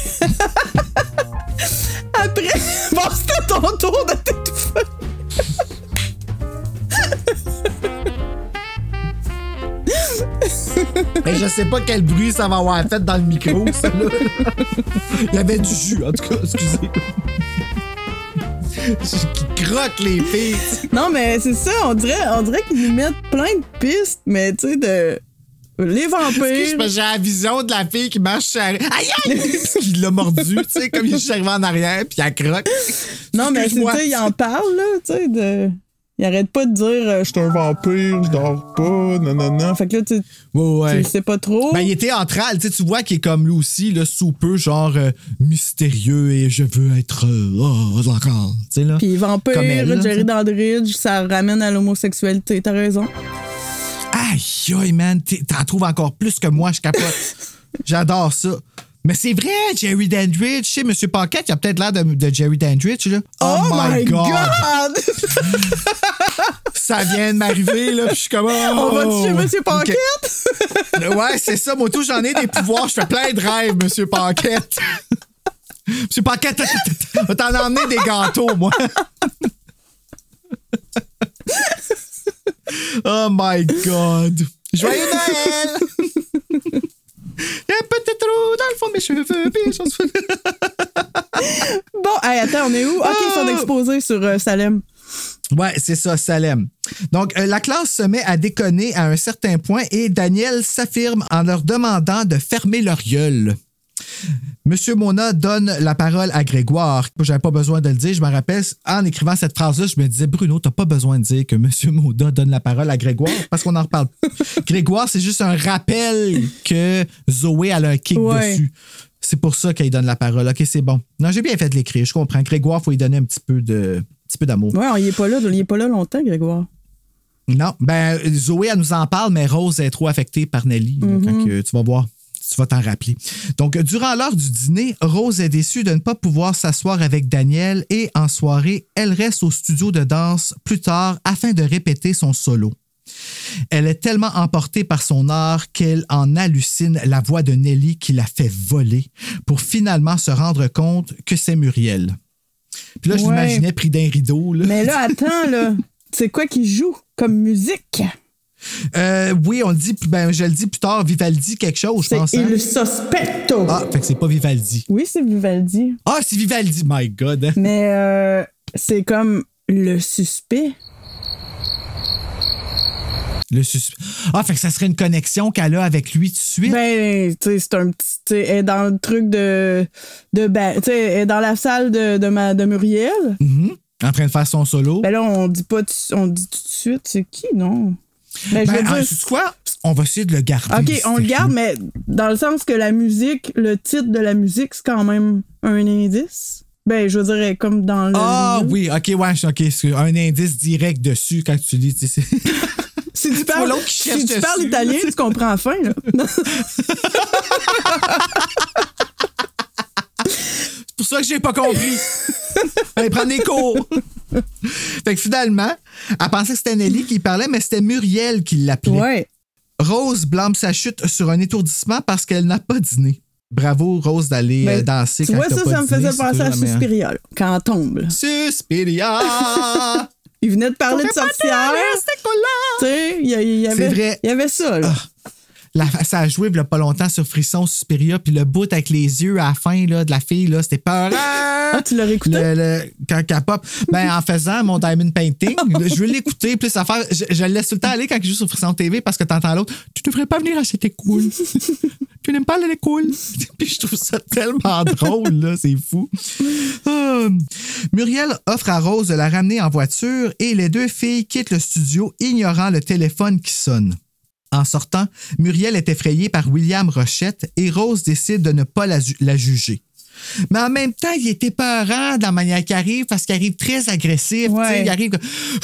après, bon, c'était ton tour de t'étouffer. Et je sais pas quel bruit ça va avoir fait dans le micro, ça, là. Il y avait du jus, en tout cas, excusez. Qui croque les filles. Non, mais c'est ça, on dirait qu'ils nous mettent plein de pistes, mais tu sais, de... Les vampires... J'ai la vision de la fille qui marche sur... Aïe, aïe! Qui l'a mordu, tu sais, comme il est arrivé en arrière, puis elle croque. Non, mais tu sais, il en parle, là, tu sais, de... Il arrête pas de dire « Je suis un vampire, je dors pas, nanana ». Fait que là, tu le sais pas trop. Ben, il est théâtral, tu vois qu'il est comme lui aussi, là, sous peu, genre mystérieux et je veux être encore, tu sais, là. Puis vampire, elle, Jerry Dandridge, ça ramène à l'homosexualité, t'as raison. Aïe, aïe, man, t'en trouves encore plus que moi, je capote. J'adore ça. Mais c'est vrai, Jerry Dandridge, tu sais, M. Paquette, il a peut-être l'air de Jerry Dandridge, là. Oh my God! Ça vient de m'arriver, là, puis je suis comme... On va chez M. Paquette? Okay. Ouais, c'est ça, moi, tout, j'en ai des pouvoirs, je fais plein de rêves, M. Paquette. M. Paquette, on va t'en emmener des gâteaux, moi. Oh my God! Joyeux Noël! Il y a un petit trou dans le fond de mes cheveux. Bon, hey, attends, on est où? OK, ils sont exposés sur Salem. Ouais, c'est ça, Salem. Donc, la classe se met à déconner à un certain point et Daniel s'affirme en leur demandant de fermer leur gueule. Monsieur Mona donne la parole à Grégoire. J'avais pas besoin de le dire. Je me rappelle, en écrivant cette phrase-là, je me disais, Bruno, t'as pas besoin de dire que Monsieur Mona donne la parole à Grégoire parce qu'on en reparle. Grégoire, c'est juste un rappel que Zoé a un kick dessus. C'est pour ça qu'elle donne la parole. OK, c'est bon. Non, j'ai bien fait de l'écrire. Je comprends. Grégoire, il faut lui donner un petit peu d'amour. Ouais, il est pas là longtemps, Grégoire. Non, ben Zoé, elle nous en parle, mais Rose est trop affectée par Nelly. Quand tu vas voir. Tu vas t'en rappeler. Donc, durant l'heure du dîner, Rose est déçue de ne pas pouvoir s'asseoir avec Daniel et en soirée, elle reste au studio de danse plus tard afin de répéter son solo. Elle est tellement emportée par son art qu'elle en hallucine la voix de Nelly qui la fait voler pour finalement se rendre compte que c'est Muriel. Puis là, je l'imaginais pris d'un rideau. Là. Mais là, attends, là. C'est quoi qui joue comme musique? Oui, on le dit, je le dis plus tard, Vivaldi quelque chose, je pense. C'est Il Sospetto. Ah, fait que c'est pas Vivaldi. Oui, c'est Vivaldi. Ah, c'est Vivaldi, my God. Hein? Mais c'est comme le suspect. Le suspect. Ah, fait que ça serait une connexion qu'elle a avec lui tout de suite. Ben, tu sais, c'est un petit. Elle est dans le truc de tu sais, elle est dans la salle de Muriel. Mm-hmm. En train de faire son solo. Ben là, on dit tout de suite, c'est qui, non? Ben, je veux dire... sais-tu quoi? On va essayer de le garder. OK, on le garde, mais dans le sens que la musique, le titre de la musique, c'est quand même un indice. Ben, je veux dire, comme dans le... Ah oui, OK, ouais, OK. Un indice direct dessus quand tu dis... Si Si tu parles, l'autre qui cherche si tu parles dessus. italien, tu comprends à la fin, là. C'est pour ça que j'ai pas compris. Allez prendre des cours. Fait que finalement, elle pensait que c'était Nelly qui parlait, mais c'était Muriel qui l'appelait. Ouais. Rose blâme sa chute sur un étourdissement parce qu'elle n'a pas dîné. Bravo, Rose, d'aller Ben, danser tu quand vois, t'as ça, pas ça me dîné, faisait c'est penser à toujours la meilleure. Suspiria, là, quand elle tombe. Là. Suspiria! Il venait de parler de sorcière. Tu sais, il y avait, C'est vrai. il y avait ça. Là. Ça a joué il y a pas longtemps sur Frisson, Suspiria, puis le bout avec les yeux à la fin là, de la fille, là, c'était peur. Ah, tu l'as réécouté? Quand elle pop. Ben, en faisant mon diamond painting, je veux l'écouter, plus à faire. Je le laisse tout le temps aller quand je joue sur Frisson TV parce que t'entends l'autre. Tu devrais pas venir à cette école. Tu n'aimes pas l'école. Puis je trouve ça tellement drôle, là, c'est fou. Muriel offre à Rose de la ramener en voiture et les deux filles quittent le studio, ignorant le téléphone qui sonne. En sortant, Muriel est effrayée par William Rochette et Rose décide de ne pas la juger. Mais en même temps, il est épeurant dans la manière qu'il arrive parce qu'il arrive très agressif. Ouais. Il arrive comme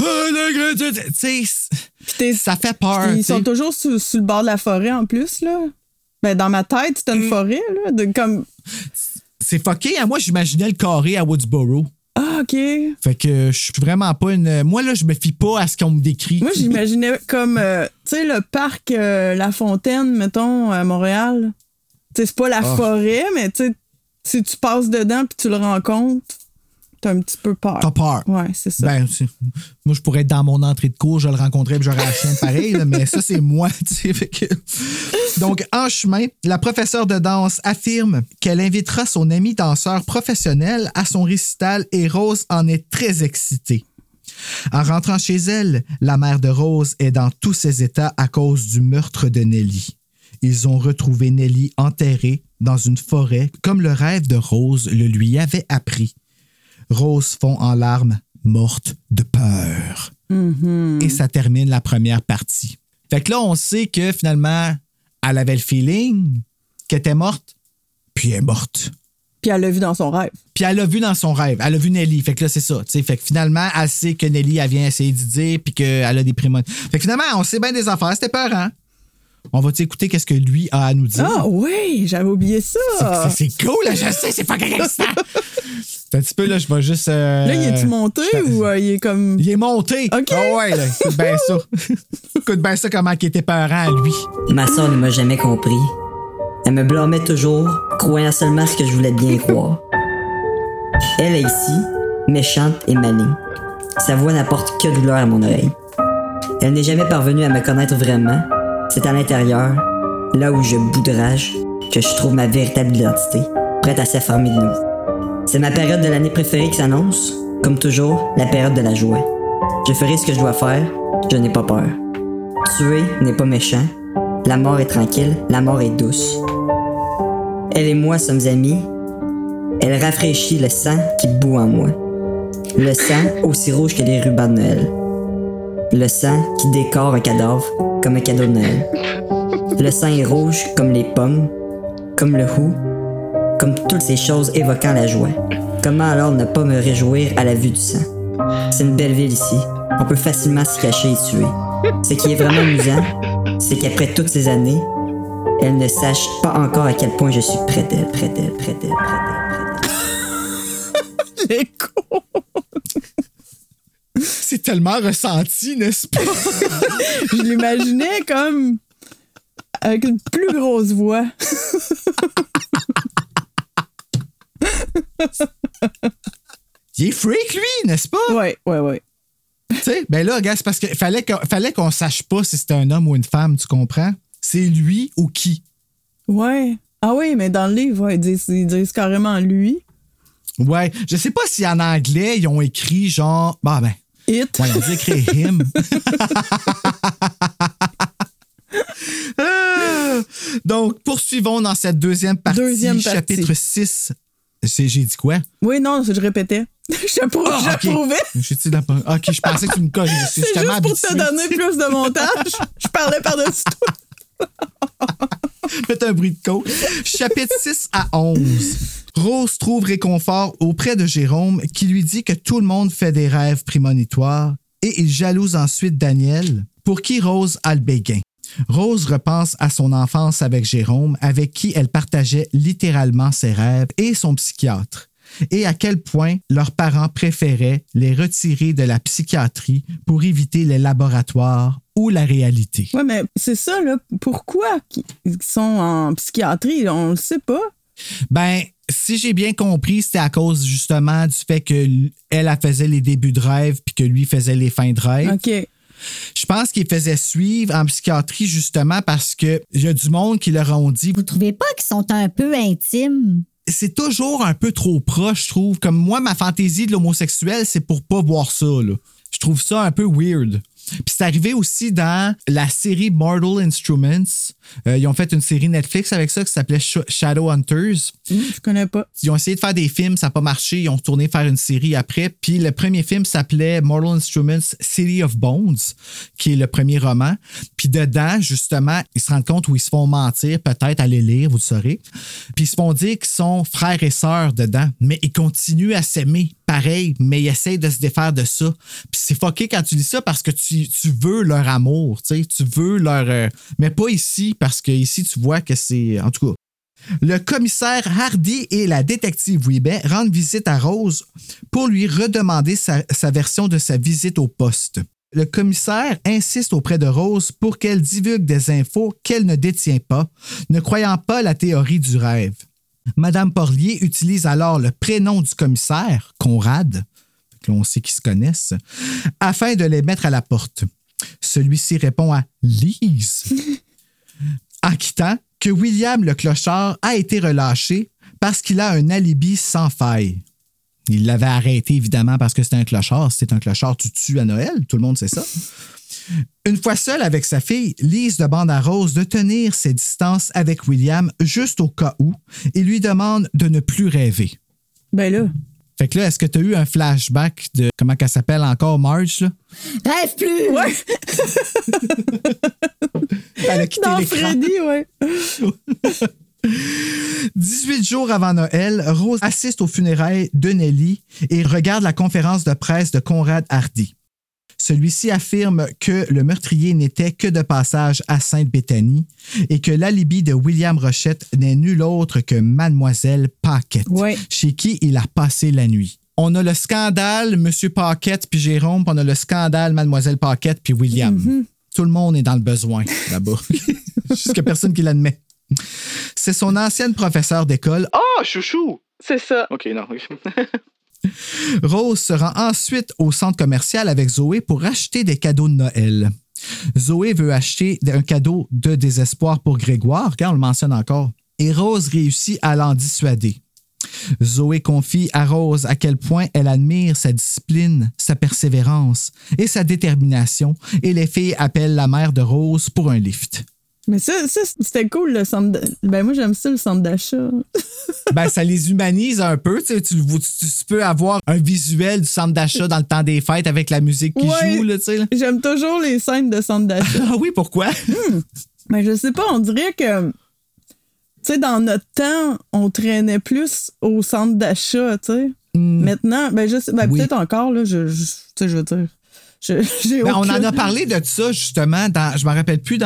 ça fait peur. Ils sont toujours sur le bord de la forêt en plus. Là. Ben, dans ma tête, c'était une forêt. Là, comme... C'est fucké. Moi, j'imaginais le carré à Woodsboro. Ah, OK. Fait que je suis vraiment pas une... Moi, là, je me fie pas à ce qu'on me décrit. Moi, j'imaginais comme, tu sais, le parc La Fontaine, mettons, à Montréal. Tu sais, c'est pas la forêt, mais tu sais, si tu passes dedans puis tu le rencontres, t'as un petit peu peur. T'as peur. Ouais, c'est ça. Ben, moi, je pourrais être dans mon entrée de cours, je le rencontrais et j'aurais la chienne pareil, là, mais ça, c'est moi. Fait que... Donc, en chemin, la professeure de danse affirme qu'elle invitera son ami danseur professionnel à son récital et Rose en est très excitée. En rentrant chez elle, la mère de Rose est dans tous ses états à cause du meurtre de Nelly. Ils ont retrouvé Nelly enterrée dans une forêt comme le rêve de Rose le lui avait appris. Rose fond en larmes, morte de peur. Mm-hmm. Et ça termine la première partie. Fait que là, on sait que finalement, elle avait le feeling qu'elle était morte, puis elle est morte. Puis elle l'a vu dans son rêve. Puis elle l'a vu dans son rêve. Elle a vu Nelly. Fait que là, c'est ça. T'sais. Fait que finalement, elle sait que Nelly, elle vient essayer d'y dire, puis qu'elle a des prémonitions. Fait que finalement, on sait bien des affaires. C'était peurant. On va écouter qu'est-ce que lui a à nous dire. Ah oui, j'avais oublié ça. C'est cool, là, je sais, c'est pas ça. Un petit peu, là, je vais juste... Là, il est-tu monté ou il est comme... Il est monté. OK. Oh ouais, là, écoute bien ça. Écoute bien ça, comment il était peurant, lui. Ma sœur ne m'a jamais compris. Elle me blâmait toujours, croyant seulement ce que je voulais bien croire. Elle est ici, méchante et maligne. Sa voix n'apporte que douleur à mon oreille. Elle n'est jamais parvenue à me connaître vraiment. C'est à l'intérieur, là où je boudrage, que je trouve ma véritable identité, prête à s'affermer de nouveau. C'est ma période de l'année préférée qui s'annonce, comme toujours, la période de la joie. Je ferai ce que je dois faire, je n'ai pas peur. Tuer n'est pas méchant, la mort est tranquille, la mort est douce. Elle et moi sommes amis, elle rafraîchit le sang qui bout en moi. Le sang aussi rouge que des rubans de Noël. Le sang qui décore un cadavre comme un cadeau de Noël. Le sang est rouge comme les pommes, comme le hou, comme toutes ces choses évoquant la joie. Comment alors ne pas me réjouir à la vue du sang? C'est une belle ville ici. On peut facilement s'y cacher et tuer. Ce qui est vraiment amusant, c'est qu'après toutes ces années, elle ne sache pas encore à quel point je suis près d'elle, près d'elle, près d'elle, près d'elle, près d'elle. Les cons. C'est tellement ressenti, n'est-ce pas? Je l'imaginais comme avec une plus grosse voix. Il est freak, lui, n'est-ce pas? Ouais. Tu sais, ben là, gars, c'est parce qu'il fallait qu'on sache pas si c'était un homme ou une femme, tu comprends? C'est lui ou qui? Ouais. Ah oui, mais dans le livre, ouais, ils disent carrément lui. Ouais. Je sais pas si en anglais, ils ont écrit genre... Bah ben... It. Ouais, ils ont dû écrire him. Donc, poursuivons dans cette deuxième partie. Chapitre 6. J'ai dit quoi? Oui, non, je répétais. J'approuvais. OK, je pensais que tu me corrigeais. C'est juste pour te donner plus de montage. Je parlais par-dessus toi. Faites un bruit de côte. Chapitre 6 à 11. Rose trouve réconfort auprès de Jérôme qui lui dit que tout le monde fait des rêves prémonitoires et il jalouse ensuite Daniel pour qui Rose a le béguin. Rose repense à son enfance avec Jérôme, avec qui elle partageait littéralement ses rêves, et son psychiatre, et à quel point leurs parents préféraient les retirer de la psychiatrie pour éviter les laboratoires ou la réalité. Ouais, mais c'est ça, là. Pourquoi ils sont en psychiatrie? On le sait pas. Ben, si j'ai bien compris, c'était à cause justement du fait qu'elle faisait les débuts de rêve puis que lui faisait les fins de rêve. OK. Je pense qu'il faisait suivre en psychiatrie justement parce que il y a du monde qui leur ont dit... Vous trouvez pas qu'ils sont un peu intimes? C'est toujours un peu trop proche, je trouve. Comme moi, ma fantaisie de l'homosexuel, c'est pour pas voir ça, là. Je trouve ça un peu weird. Puis c'est arrivé aussi dans la série Mortal Instruments. Ils ont fait une série Netflix avec ça qui s'appelait Shadowhunters. Je connais pas. Ils ont essayé de faire des films, ça n'a pas marché. Ils ont retourné faire une série après. Puis le premier film s'appelait Mortal Instruments City of Bones, qui est le premier roman. Puis dedans, justement, ils se rendent compte où ils se font mentir. Peut-être aller lire, vous le saurez. Puis ils se font dire qu'ils sont frères et sœurs dedans. Mais ils continuent à s'aimer. Pareil, mais ils essayent de se défaire de ça. Puis c'est fucké quand tu lis ça parce que tu veux leur amour, tu sais, tu veux leur... mais pas ici, parce que ici, tu vois que c'est... En tout cas, le commissaire Hardy et la détective Weber rendent visite à Rose pour lui redemander sa version de sa visite au poste. Le commissaire insiste auprès de Rose pour qu'elle divulgue des infos qu'elle ne détient pas, ne croyant pas la théorie du rêve. Madame Porlier utilise alors le prénom du commissaire, Conrad, on sait qu'ils se connaissent, afin de les mettre à la porte. Celui-ci répond à Lise, en quittant que William le clochard a été relâché parce qu'il a un alibi sans faille. Il l'avait arrêté, évidemment, parce que c'était un clochard. Si c'est un clochard, tu tues à Noël. Tout le monde sait ça. Une fois seule avec sa fille, Lise demande à Rose de tenir ses distances avec William juste au cas où et lui demande de ne plus rêver. Ben là. Fait que là, est-ce que tu as eu un flashback de comment qu'elle s'appelle encore, Marge, là? Rêve plus! Ouais! Elle a quitté dans l'écran. Freddy, ouais. 18 jours avant Noël, Rose assiste aux funérailles de Nelly et regarde la conférence de presse de Conrad Hardy. Celui-ci affirme que le meurtrier n'était que de passage à Sainte-Béthanie et que l'alibi de William Rochette n'est nul autre que Mademoiselle Paquette, chez qui il a passé la nuit. On a le scandale M. Paquette puis Jérôme, puis on a le scandale Mademoiselle Paquette puis William. Mm-hmm. Tout le monde est dans le besoin là-bas. Jusqu'à personne qui l'admet. C'est son ancienne professeure d'école. Ah, chouchou! C'est ça. OK, non. Rose se rend ensuite au centre commercial avec Zoé pour acheter des cadeaux de Noël. Zoé veut acheter un cadeau de désespoir pour Grégoire, car on le mentionne encore, et Rose réussit à l'en dissuader. Zoé confie à Rose à quel point elle admire sa discipline, sa persévérance et sa détermination, et les filles appellent la mère de Rose pour un lift. Mais ça c'était cool, le centre Ben, moi, j'aime ça, le centre d'achat. Ben, ça les humanise un peu. Tu peux avoir un visuel du centre d'achat dans le temps des fêtes avec la musique qui joue. Là, là. J'aime toujours les scènes de centre d'achat. Ah oui, pourquoi? Ben, je sais pas, on dirait que... Tu sais, dans notre temps, on traînait plus au centre d'achat, tu sais. Maintenant, ben, je sais, ben, oui. Peut-être encore, là, je veux dire... On en a parlé de ça, justement, je me rappelle plus,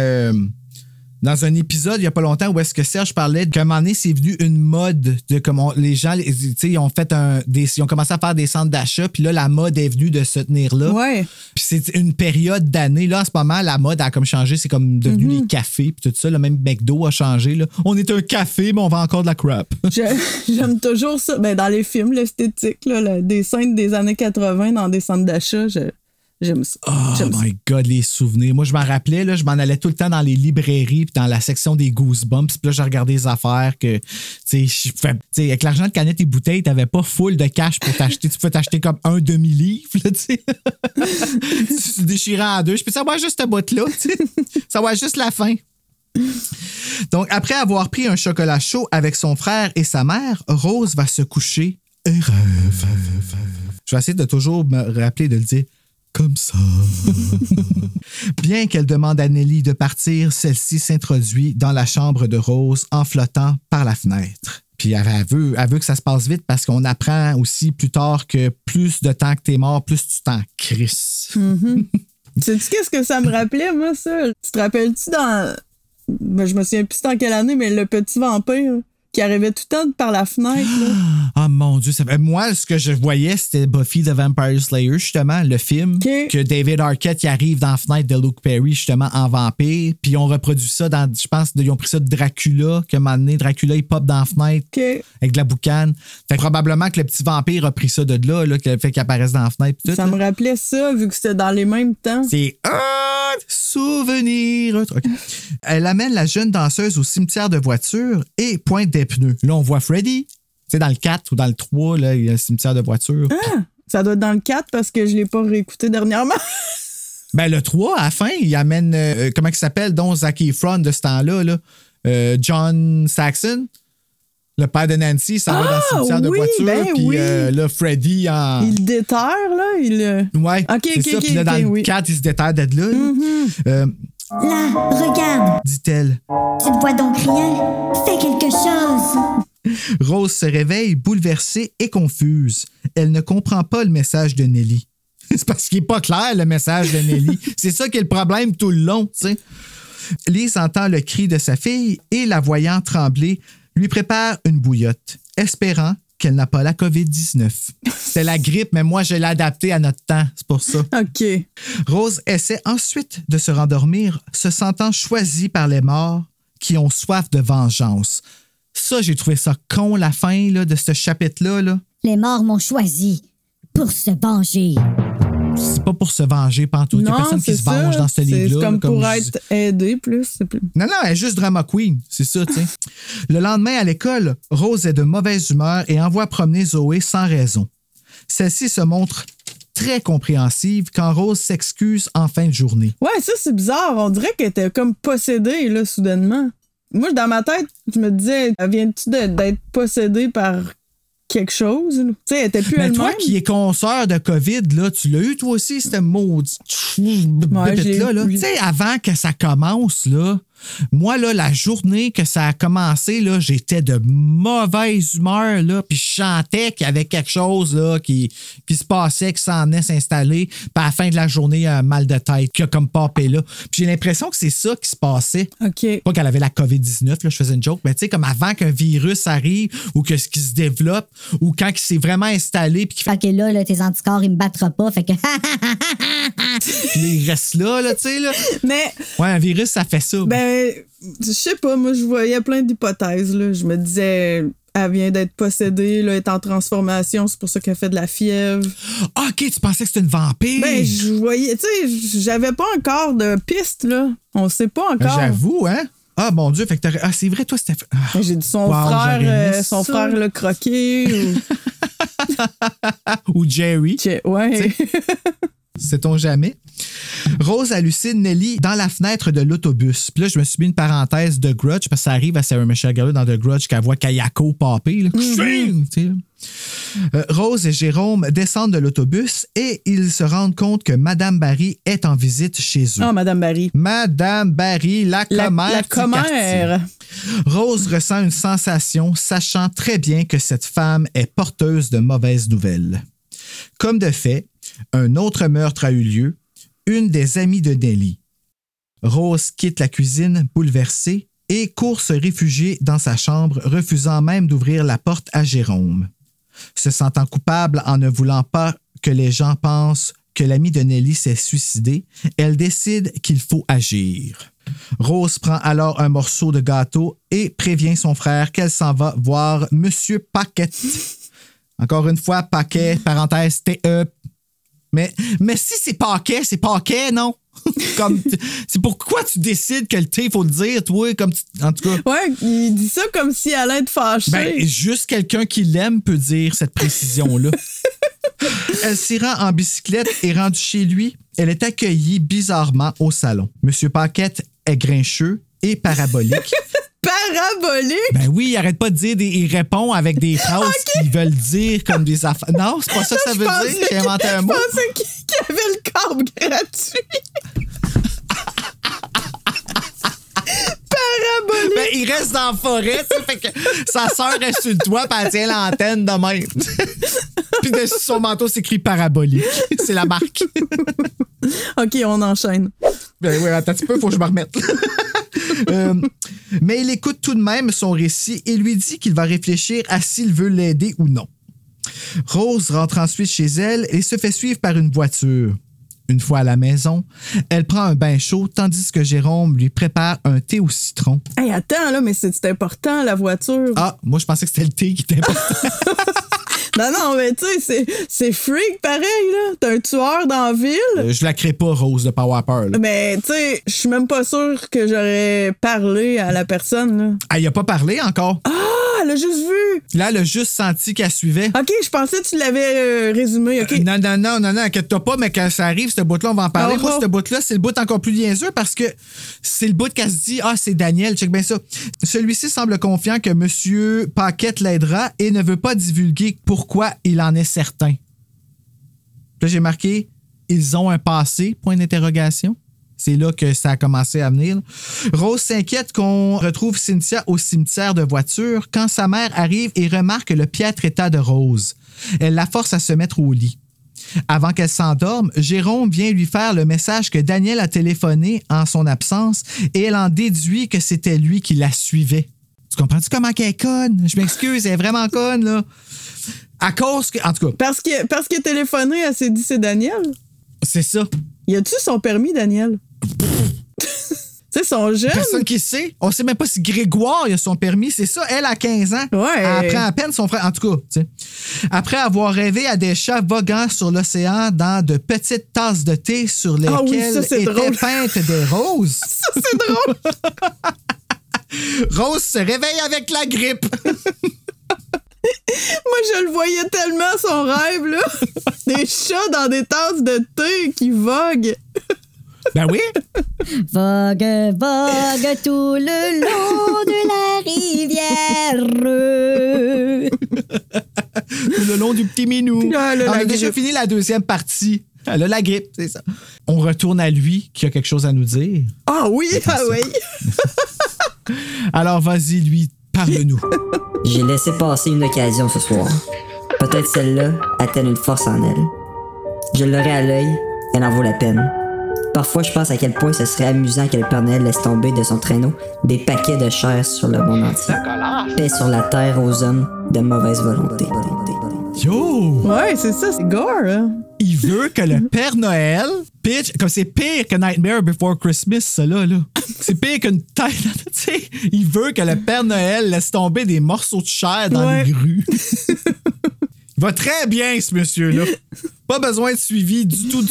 dans un épisode il n'y a pas longtemps où est-ce que Serge parlait qu'à un moment donné, c'est venu une mode de comment les gens, ils ont fait ils ont commencé à faire des centres d'achat, puis là, la mode est venue de se tenir là. Ouais. Puis c'est une période d'années. Là, en ce moment, la mode a comme changé, c'est comme devenu les cafés, puis tout ça. Le même McDo a changé. Là. On est un café, mais on vend encore de la crap. J'aime toujours ça. Ben, dans les films, l'esthétique, là, des scènes des années 80 dans des centres d'achat, j'aime ça. Oh my God, les souvenirs. Moi, je m'en rappelais, là, je m'en allais tout le temps dans les librairies puis dans la section des Goosebumps. Puis là, je regardais les affaires que, tu sais, avec l'argent de canettes et bouteilles, t'avais pas full de cash pour t'acheter. Tu pouvais t'acheter comme un demi-livre, là, tu sais. Tu déchirais en deux. Je peux savoir juste cette boîte-là, tu sais. Savoir juste la fin. Donc, après avoir pris un chocolat chaud avec son frère et sa mère, Rose va se coucher et rêve. Je vais essayer de toujours me rappeler de le dire. Comme ça. Bien qu'elle demande à Nelly de partir, celle-ci s'introduit dans la chambre de Rose en flottant par la fenêtre. Puis elle veut que ça se passe vite parce qu'on apprend aussi plus tard que plus de temps que t'es mort, plus tu t'en crisses. Sais-tu qu'est-ce que ça me rappelait, moi, ça? Tu te rappelles-tu dans... Ben, je me souviens plus dans quelle année, mais le petit vampire qui arrivait tout le temps par la fenêtre. Là. Ah, mon Dieu. Moi, ce que je voyais, c'était Buffy the Vampire Slayer, justement, le film. Que David Arquette qui arrive dans la fenêtre de Luke Perry, justement, en vampire. Puis ils ont reproduit ça dans, je pense, ils ont pris ça de Dracula, qu'à un moment donné, Dracula, il pop dans la fenêtre avec de la boucane. Fait que probablement que le petit vampire a pris ça de là, qui a fait qu'il apparaisse dans la fenêtre. Tout, ça me rappelait ça, vu que c'était dans les mêmes temps. C'est souvenir. Okay. Elle amène la jeune danseuse au cimetière de voitures et pointe des pneus. Là, on voit Freddy. Tu sais, dans le 4 ou dans le 3, là, il y a le cimetière de voitures. Ah, ça doit être dans le 4 parce que je ne l'ai pas réécouté dernièrement. Ben, le 3, à la fin, il amène, comment il s'appelle, donc Zac Efron de ce temps-là, là, John Saxon. Le père de Nancy s'en va dans le cimetière de voiture. Puis là, Freddy en... Il déterre, là. Ouais, c'est ça. Puis là, dans le 4, il se déterre d'être là. Là, regarde, dit-elle. Tu ne vois donc rien? Fais quelque chose. Rose se réveille bouleversée et confuse. Elle ne comprend pas le message de Nelly. C'est parce qu'il n'est pas clair, le message de Nelly. C'est ça qui est le problème tout le long, tu sais. Lise entend le cri de sa fille et, la voyant trembler, lui prépare une bouillotte, espérant qu'elle n'a pas la COVID-19. C'est la grippe, mais moi, je l'ai adapté à notre temps. C'est pour ça. OK. Rose essaie ensuite de se rendormir, se sentant choisie par les morts qui ont soif de vengeance. Ça, j'ai trouvé ça con, la fin là, de ce chapitre-là. Là. Les morts m'ont choisi pour se venger. C'est pas pour se venger, pantoute. Il y a personne qui se venge dans ce livre-là. C'est comme pour être aidé plus. Non, elle est juste drama queen. C'est ça, tu sais. Le lendemain, à l'école, Rose est de mauvaise humeur et envoie promener Zoé sans raison. Celle-ci se montre très compréhensive quand Rose s'excuse en fin de journée. Ouais, ça, c'est bizarre. On dirait qu'elle était comme possédée, là, soudainement. Moi, dans ma tête, je me disais, viens-tu d'être possédée par quelque chose? Tu sais, elle était plus elle-même. Mais toi qui es consoeur de COVID, là, tu l'as eu toi aussi, cette maudite bébête-là. Tu sais, avant que ça commence, là, moi, là, la journée que ça a commencé, là, j'étais de mauvaise humeur, là, puis je chantais qu'il y avait quelque chose, là, qui se passait, qui s'en venait s'installer, puis à la fin de la journée, il y a un mal de tête qui a comme popé là. Puis j'ai l'impression que c'est ça qui se passait. OK. Pas qu'elle avait la COVID-19, là, je faisais une joke, mais tu sais, comme avant qu'un virus arrive ou que ce qui se développe ou quand il s'est vraiment installé. Puis OK, là, tes anticorps, ils me battront pas, fait que... Puis il reste là, tu sais, là. Mais... Ouais, un virus, ça fait ça. Ben, je sais pas, moi, je voyais plein d'hypothèses, là. Je me disais, elle vient d'être possédée, là, elle est en transformation, c'est pour ça qu'elle fait de la fièvre. OK, tu pensais que c'était une vampire? Ben, je voyais, tu sais, j'avais pas encore de piste, là. On sait pas encore. J'avoue, hein? Ah, mon Dieu, fait que t'aurais... Ah, c'est vrai, toi, c'était... Ah. J'ai dit son frère l'a croqué. Ou Jerry. Ouais. Sait-on jamais? Rose hallucine Nelly dans la fenêtre de l'autobus. Puis là, je me suis mis une parenthèse de Grudge parce que ça arrive à Sarah Michelle Gellar dans The Grudge qu'elle voit Kayako popper. Rose et Jérôme descendent de l'autobus et ils se rendent compte que Madame Barry est en visite chez eux. Ah, Madame Barry. Madame Barry, la commère. La commère. Rose ressent une sensation, sachant très bien que cette femme est porteuse de mauvaises nouvelles. Comme de fait, un autre meurtre a eu lieu, une des amies de Nelly. Rose quitte la cuisine bouleversée et court se réfugier dans sa chambre, refusant même d'ouvrir la porte à Jérôme. Se sentant coupable en ne voulant pas que les gens pensent que l'amie de Nelly s'est suicidée, elle décide qu'il faut agir. Rose prend alors un morceau de gâteau et prévient son frère qu'elle s'en va voir Monsieur Paquette. Encore une fois, Paquet, parenthèse, T-E. Mais si c'est Paquet, non? Comme, c'est pourquoi tu décides que le T, il faut le dire, toi, comme en tout cas. Ouais, il dit ça comme si elle allait être fâchée. Ben, juste quelqu'un qui l'aime peut dire cette précision-là. Elle s'y rend en bicyclette et rendue chez lui, elle est accueillie bizarrement au salon. Monsieur Paquette est grincheux et parabolique. Parabolique? Ben oui, il arrête pas de dire il répond avec des phrases qui veulent dire comme des affaires. Non, c'est pas ça que ça veut dire. J'ai inventé un mot. Je pensais qu'il y avait le câble gratuit. Parabolique. Ben, il reste dans la forêt, tu sais, fait que sa sœur reste sur le toit, puis elle tient l'antenne de même. Puis dessus son manteau, c'est écrit parabolique. C'est la marque. OK, on enchaîne. Ben oui, attends un petit peu, faut que je me remette. Mais il écoute tout de même son récit et lui dit qu'il va réfléchir à s'il veut l'aider ou non. Rose rentre ensuite chez elle et se fait suivre par une voiture. Une fois à la maison, elle prend un bain chaud tandis que Jérôme lui prépare un thé au citron. Hey, attends, là, mais c'est important, la voiture. Ah, moi, je pensais que c'était le thé qui était important. Non, mais tu sais, c'est freak pareil, là. T'as un tueur dans la ville. Je la crée pas, Rose, de Power Peur. Mais tu sais, je suis même pas sûre que j'aurais parlé à la personne, là. Elle a pas parlé encore. Ah, elle a juste vu. Là, elle a juste senti qu'elle suivait. OK, je pensais que tu l'avais résumé, OK. Non, inquiète-toi pas, mais quand ça arrive, ce bout-là, on va en parler. Moi, ce bout-là, c'est le bout encore plus liaiseux parce que c'est le bout qu'elle se dit, c'est Daniel, check bien ça. Celui-ci semble confiant que M. Paquette l'aidera et ne veut pas divulguer pourquoi il en est certain. Là, j'ai marqué, ils ont un passé, point d'interrogation. C'est là que ça a commencé à venir. Rose s'inquiète qu'on retrouve Cynthia au cimetière de voiture quand sa mère arrive et remarque le piètre état de Rose. Elle la force à se mettre au lit. Avant qu'elle s'endorme, Jérôme vient lui faire le message que Daniel a téléphoné en son absence et elle en déduit que c'était lui qui la suivait. Tu comprends-tu comment qu'elle est conne? Je m'excuse, elle est vraiment conne, là. À cause que... En tout cas... Parce qu'il a téléphoné, elle s'est dit c'est Daniel? C'est ça. Y a-tu son permis, Daniel? Tu sais, son jeune. Personne qui sait. On sait même pas si Grégoire a son permis. C'est ça, elle a 15 ans. Ouais. Elle apprend à peine son frère. En tout cas, tu sais. Après avoir rêvé à des chats voguant sur l'océan dans de petites tasses de thé sur lesquelles étaient peintes des roses. Ça, c'est drôle. Rose se réveille avec la grippe. Moi, je le voyais tellement, son rêve, là. Des chats dans des tasses de thé qui voguent. Ben oui. Vogue, vogue tout le long de la rivière. Tout le long du petit minou. On a déjà fini la deuxième partie. Elle a la grippe, c'est ça. On retourne à lui, qui a quelque chose à nous dire. Ah oui, oui. Alors, vas-y, lui, parle-nous. J'ai laissé passer une occasion ce soir. Peut-être celle-là a-t-elle une force en elle. Je l'aurai à l'œil, elle en vaut la peine. Parfois, je pense à quel point ce serait amusant que le Père Noël laisse tomber de son traîneau des paquets de chair sur le monde entier. Paix sur la terre aux hommes de mauvaise volonté. Yo! Ouais, c'est ça, c'est gore, hein? Il veut que le Père Noël pitch, comme c'est pire que Nightmare Before Christmas, ça là. C'est pire qu'une tête. Tu sais, il veut que le Père Noël laisse tomber des morceaux de chair dans les grues. Il va très bien, ce monsieur-là. Pas besoin de suivi du tout.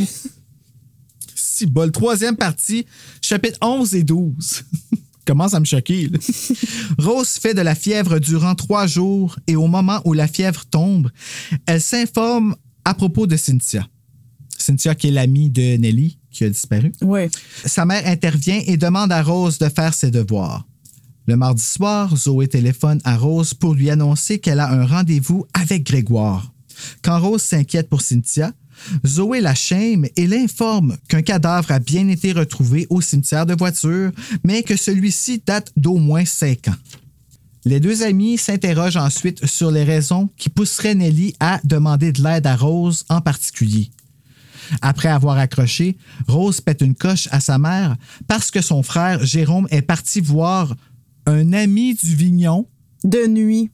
Si bol. Troisième partie, chapitres 11 et 12. Commence à me choquer, là. Rose fait de la fièvre durant 3 jours et au moment où la fièvre tombe, elle s'informe à propos de Cynthia. Cynthia qui est l'amie de Nelly, qui a disparu. Ouais. Sa mère intervient et demande à Rose de faire ses devoirs. Le mardi soir, Zoé téléphone à Rose pour lui annoncer qu'elle a un rendez-vous avec Grégoire. Quand Rose s'inquiète pour Cynthia, Zoé la shame et l'informe qu'un cadavre a bien été retrouvé au cimetière de voiture, mais que celui-ci date d'au moins 5 ans. Les deux amis s'interrogent ensuite sur les raisons qui pousseraient Nelly à demander de l'aide à Rose en particulier. Après avoir accroché, Rose pète une coche à sa mère parce que son frère Jérôme est parti voir un ami du Vignon de nuit.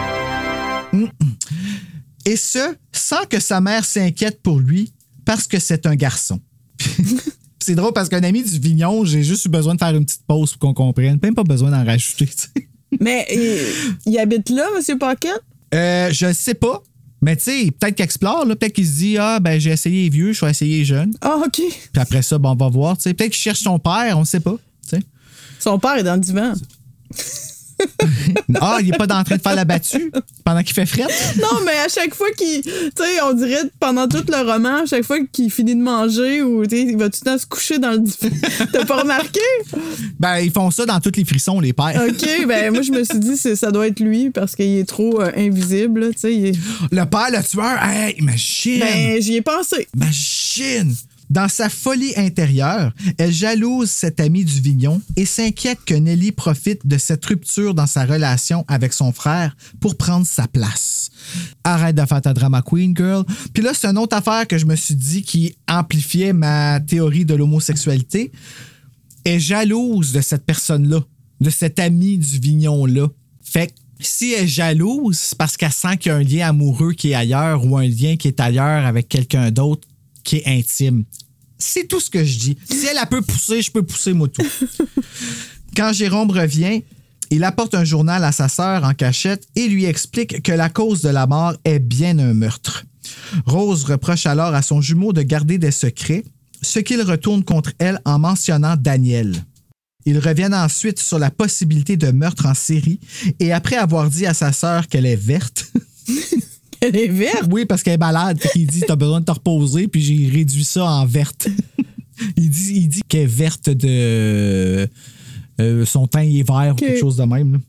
Et ce, sans que sa mère s'inquiète pour lui, parce que c'est un garçon. C'est drôle parce qu'un ami du Vignon, j'ai juste eu besoin de faire une petite pause pour qu'on comprenne. Même pas besoin d'en rajouter. T'sais. Mais il habite là, M. Paquette? Je sais pas. Mais tu sais, peut-être qu'il explore. Là. Peut-être qu'il se dit, j'ai essayé les vieux, je vais essayer les jeunes. Ah, OK. Puis après ça, on va voir. T'sais. Peut-être qu'il cherche son père, on sait pas. T'sais. Son père est dans le divan. Il est pas en train de faire la battue pendant qu'il fait fret? Non, mais à chaque fois qu'il... Tu sais, on dirait pendant tout le roman, à chaque fois qu'il finit de manger ou il va tout le temps se coucher dans le divan. T'as pas remarqué? Ils font ça dans tous les frissons, les pères. OK, moi je me suis dit ça doit être lui parce qu'il est trop invisible. Tu sais, Le père, le tueur, hey, imagine! J'y ai pensé. Imagine! Dans sa folie intérieure, elle jalouse cette amie du Vignon et s'inquiète que Nelly profite de cette rupture dans sa relation avec son frère pour prendre sa place. Arrête de faire ta drama queen, girl. Puis là, c'est une autre affaire que je me suis dit qui amplifiait ma théorie de l'homosexualité. Elle est jalouse de cette personne-là, de cette amie du Vignon-là. Fait que si elle est jalouse, c'est parce qu'elle sent qu'il y a un lien amoureux qui est ailleurs ou un lien qui est ailleurs avec quelqu'un d'autre qui est intime. C'est tout ce que je dis. Si elle peut pousser, je peux pousser moi tout. Quand Jérôme revient, il apporte un journal à sa sœur en cachette et lui explique que la cause de la mort est bien un meurtre. Rose reproche alors à son jumeau de garder des secrets, ce qu'il retourne contre elle en mentionnant Daniel. Ils reviennent ensuite sur la possibilité de meurtre en série et après avoir dit à sa sœur qu'elle est verte... Elle est verte? Oui, parce qu'elle est malade. Il dit, t'as besoin de te reposer, puis j'ai réduit ça en verte. il dit qu'elle est verte de... son teint est vert ou quelque chose de même.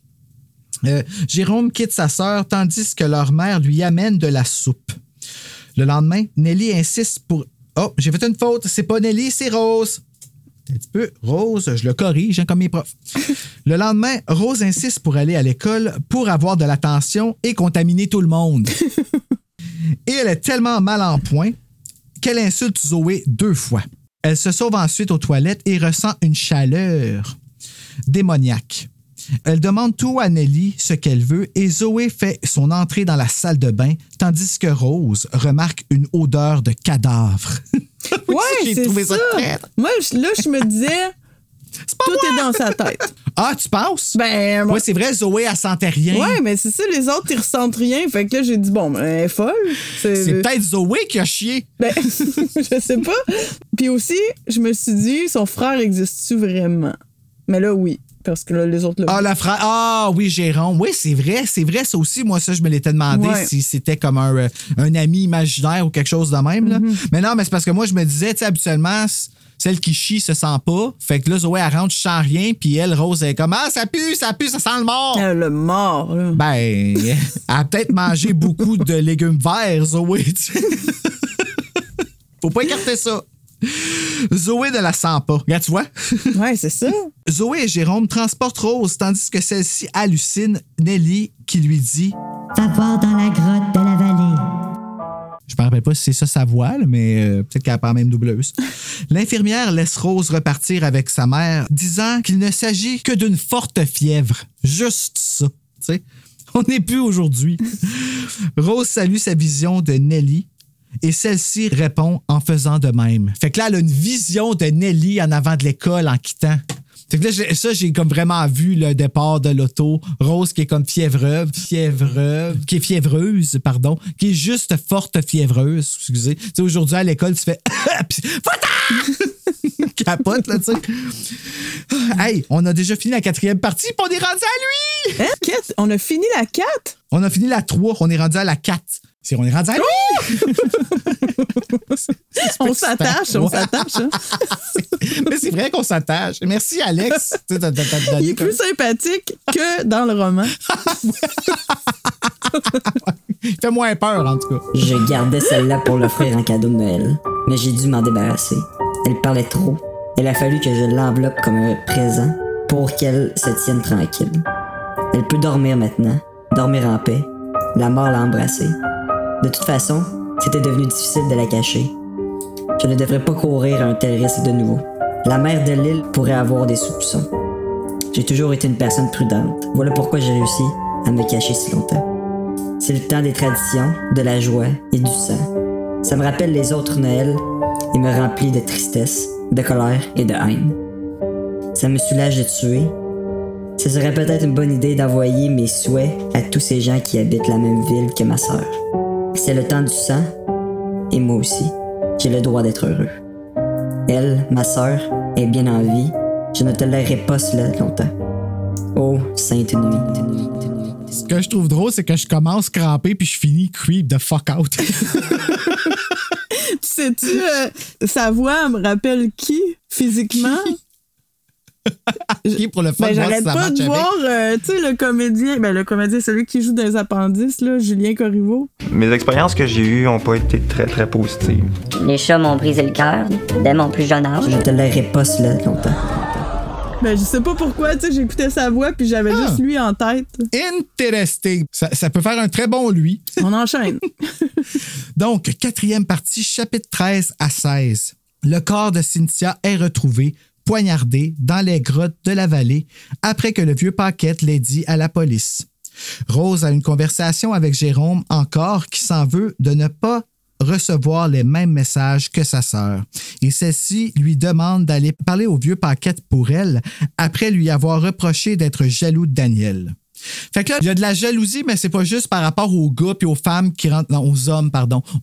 Jérôme quitte sa sœur tandis que leur mère lui amène de la soupe. Le lendemain, Nelly insiste pour... Oh, j'ai fait une faute. C'est pas Nelly, c'est Rose. Un petit peu. Rose, je le corrige, hein, comme mes profs. Le lendemain, Rose insiste pour aller à l'école pour avoir de l'attention et contaminer tout le monde. Et elle est tellement mal en point qu'elle insulte Zoé 2 fois. Elle se sauve ensuite aux toilettes et ressent une chaleur démoniaque. Elle demande tout à Nelly ce qu'elle veut et Zoé fait son entrée dans la salle de bain tandis que Rose remarque une odeur de cadavre. Ouais, c'est ça. Moi, là, je me disais, tout est dans sa tête. Ah, tu penses? Ben, ouais, c'est vrai, Zoé, elle sentait rien. Ouais, mais c'est ça, les autres, ils ressentent rien. Fait que là, j'ai dit, bon, ben, elle est folle. C'est peut-être Zoé qui a chié. Ben, je sais pas. Puis aussi, je me suis dit, son frère existe-tu vraiment? Mais là, oui. Parce que là, les autres... Ah, le frère... Ah, oui, Jérôme. Oui, c'est vrai, ça aussi. Moi, ça, je me l'étais demandé si c'était comme un ami imaginaire ou quelque chose de même. Là. Mais non, mais c'est parce que moi, je me disais, tu sais, habituellement, celle qui chie se sent pas. Fait que là, Zoé, elle rentre, je sens rien. Puis elle, Rose, elle est comme, ah, ça pue, ça sent le mort. Le mort, là. Ben, elle a peut-être mangé beaucoup de légumes verts, Zoé. Faut pas écarter ça. Zoé ne la sent pas. Regarde, tu vois? Ouais, c'est ça. Zoé et Jérôme transportent Rose, tandis que celle-ci hallucine Nelly qui lui dit « Va voir dans la grotte de la vallée. » Je me rappelle pas si c'est ça sa voix, là, mais peut-être qu'elle a pas même doubleuse. L'infirmière laisse Rose repartir avec sa mère, disant qu'il ne s'agit que d'une forte fièvre. Juste ça, tu sais. On n'est plus aujourd'hui. Rose salue sa vision de Nelly. Et celle-ci répond en faisant de même. Fait que là, elle a une vision de Nelly en avant de l'école en quittant. Fait que là, j'ai comme vraiment vu le départ de l'auto. Rose qui est comme qui est fiévreuse, pardon, qui est juste forte fiévreuse, excusez. Tu sais, aujourd'hui, à l'école, tu fais capote, là, tu sais. Hey, on a déjà fini la 4e partie, puis on est rendu à lui! Hein? On a fini la 4? On a fini la 3, on est rendu à la 4. On est rendu à lui! On s'attache. Hein? Mais c'est vrai qu'on s'attache. Merci, Alex. Il est plus sympathique que dans le roman. Il fait moins peur, en tout cas. Je gardais celle-là pour l'offrir en cadeau de Noël, mais j'ai dû m'en débarrasser. Elle parlait trop. Il a fallu que je l'enveloppe comme un présent pour qu'elle se tienne tranquille. Elle peut dormir maintenant, dormir en paix. La mort l'a embrassée. De toute façon, c'était devenu difficile de la cacher. Je ne devrais pas courir un tel risque de nouveau. La mère de Lille pourrait avoir des soupçons. J'ai toujours été une personne prudente. Voilà pourquoi j'ai réussi à me cacher si longtemps. C'est le temps des traditions, de la joie et du sang. Ça me rappelle les autres Noëls et me remplit de tristesse, de colère et de haine. Ça me soulage de tuer. Ce serait peut-être une bonne idée d'envoyer mes souhaits à tous ces gens qui habitent la même ville que ma sœur. C'est le temps du sang, et moi aussi, j'ai le droit d'être heureux. Elle, ma sœur, est bien en vie, je ne tolérerai pas cela longtemps. Oh, sainte nuit. Ce que je trouve drôle, c'est que je commence crampé puis je finis creep the fuck out. Tu sais-tu, sa voix me rappelle qui, physiquement? Qui pour le fun, Ben, voir si j'arrête ça pas match de avec. voir, tu sais, le comédien, celui qui joue dans les appendices, là, Julien Corriveau. Mes expériences que j'ai eues n'ont pas été très, très positives. Les chats m'ont brisé le cœur dès mon plus jeune âge. Je ne tolérerai pas cela longtemps. Ben, je sais pas pourquoi, tu sais, j'écoutais sa voix puis j'avais juste lui en tête. Interesting. Ça peut faire un très bon lui. On enchaîne. Donc, 4e partie, chapitre 13 à 16. Le corps de Cynthia est retrouvé, poignardé, dans les grottes de la vallée, après que le vieux Paquette l'ait dit à la police. Rose a une conversation avec Jérôme encore qui s'en veut de ne pas recevoir les mêmes messages que sa sœur. Et celle-ci lui demande d'aller parler au vieux Paquette pour elle, après lui avoir reproché d'être jaloux de Daniel. Fait que là, il y a de la jalousie, mais c'est pas juste par rapport aux gars et aux femmes qui rentrent, non, aux hommes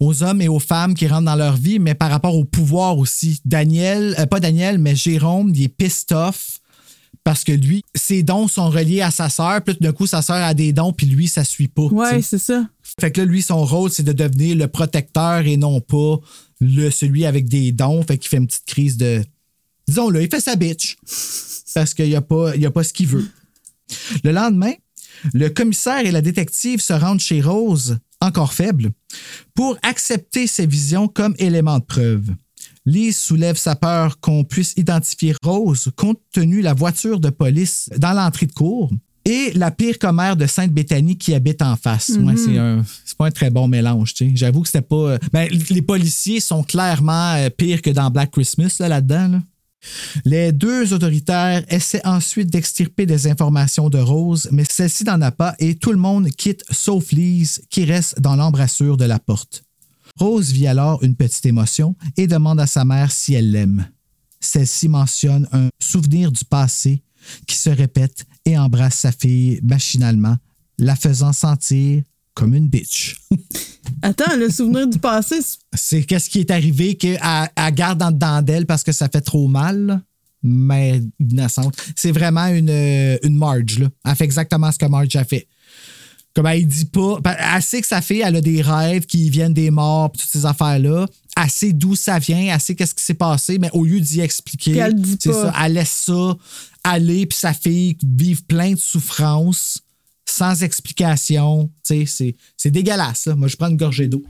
et aux femmes qui rentrent dans leur vie, mais par rapport au pouvoir aussi. Pas Daniel, mais Jérôme, il est pissed off parce que lui, ses dons sont reliés à sa sœur, puis d'un coup, sa sœur a des dons, puis lui, ça suit pas. Ouais, c'est ça. Fait que là, lui, son rôle, c'est de devenir le protecteur et non pas celui avec des dons. Fait qu'il fait une petite crise de... Disons-le, il fait sa bitch. Parce qu'il n'y a pas ce qu'il veut. Le lendemain, le commissaire et la détective se rendent chez Rose, encore faible, pour accepter ses visions comme élément de preuve. Lise soulève sa peur qu'on puisse identifier Rose compte tenu de la voiture de police dans l'entrée de cour et la pire commère de Sainte-Béthanie qui habite en face. Ouais, c'est pas un très bon mélange. Tu sais. J'avoue que c'était pas... les policiers sont clairement pires que dans Black Christmas là-dedans. Là. Les deux autoritaires essaient ensuite d'extirper des informations de Rose, mais celle-ci n'en a pas et tout le monde quitte sauf Lise qui reste dans l'embrasure de la porte. Rose vit alors une petite émotion et demande à sa mère si elle l'aime. Celle-ci mentionne un souvenir du passé qui se répète et embrasse sa fille machinalement, la faisant sentir comme une bitch. Attends, le souvenir du passé... C'est qu'est-ce qui est arrivé qu'elle garde en dedans d'elle parce que ça fait trop mal, là. Mais innocente. C'est vraiment une Marge, là. Elle fait exactement ce que Marge a fait. Comme elle dit pas... Elle sait que sa fille, elle a des rêves qui viennent des morts pis toutes ces affaires-là. Elle sait d'où ça vient, elle sait qu'est-ce qui s'est passé, mais au lieu d'y expliquer, elle dit pas. Ça, elle laisse ça aller puis sa fille vivre plein de souffrances sans explication. C'est dégueulasse, là. Moi, je prends une gorgée d'eau.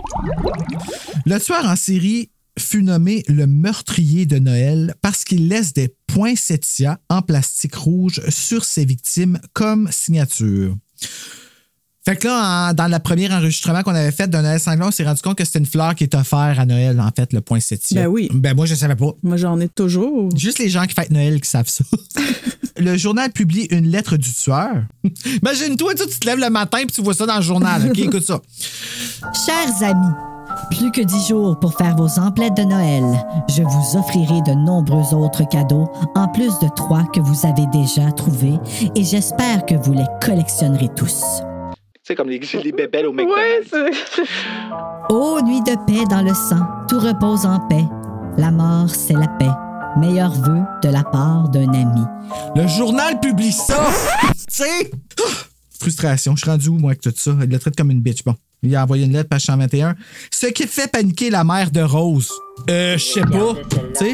Le tueur en série fut nommé le meurtrier de Noël parce qu'il laisse des poinsettias en plastique rouge sur ses victimes comme signature. Fait que là, dans le premier enregistrement qu'on avait fait de Noël sanglant, on s'est rendu compte que c'était une fleur qui est offerte à Noël, en fait, le poinsettia. Ben oui. Ben moi, je savais pas. Moi, j'en ai toujours. Juste les gens qui fêtent Noël qui savent ça. Le journal publie une lettre du tueur. Imagine-toi, tu te lèves le matin et tu vois ça dans le journal. OK, écoute ça. Chers amis, plus que 10 jours pour faire vos emplettes de Noël. Je vous offrirai de nombreux autres cadeaux, en plus de 3 que vous avez déjà trouvés, et j'espère que vous les collectionnerez tous. C'est comme les bébelles au McDonald's. Ouais, Ô nuit de paix dans le sang, tout repose en paix. La mort, c'est la paix. Meilleur vœu de la part d'un ami. Le journal publie ça! Tu sais? Frustration. Je suis rendu où, moi, avec tout ça? Il le traite comme une bitch. Bon. Il a envoyé une lettre, page 121. Ce qui fait paniquer la mère de Rose. Je sais pas. Tu sais?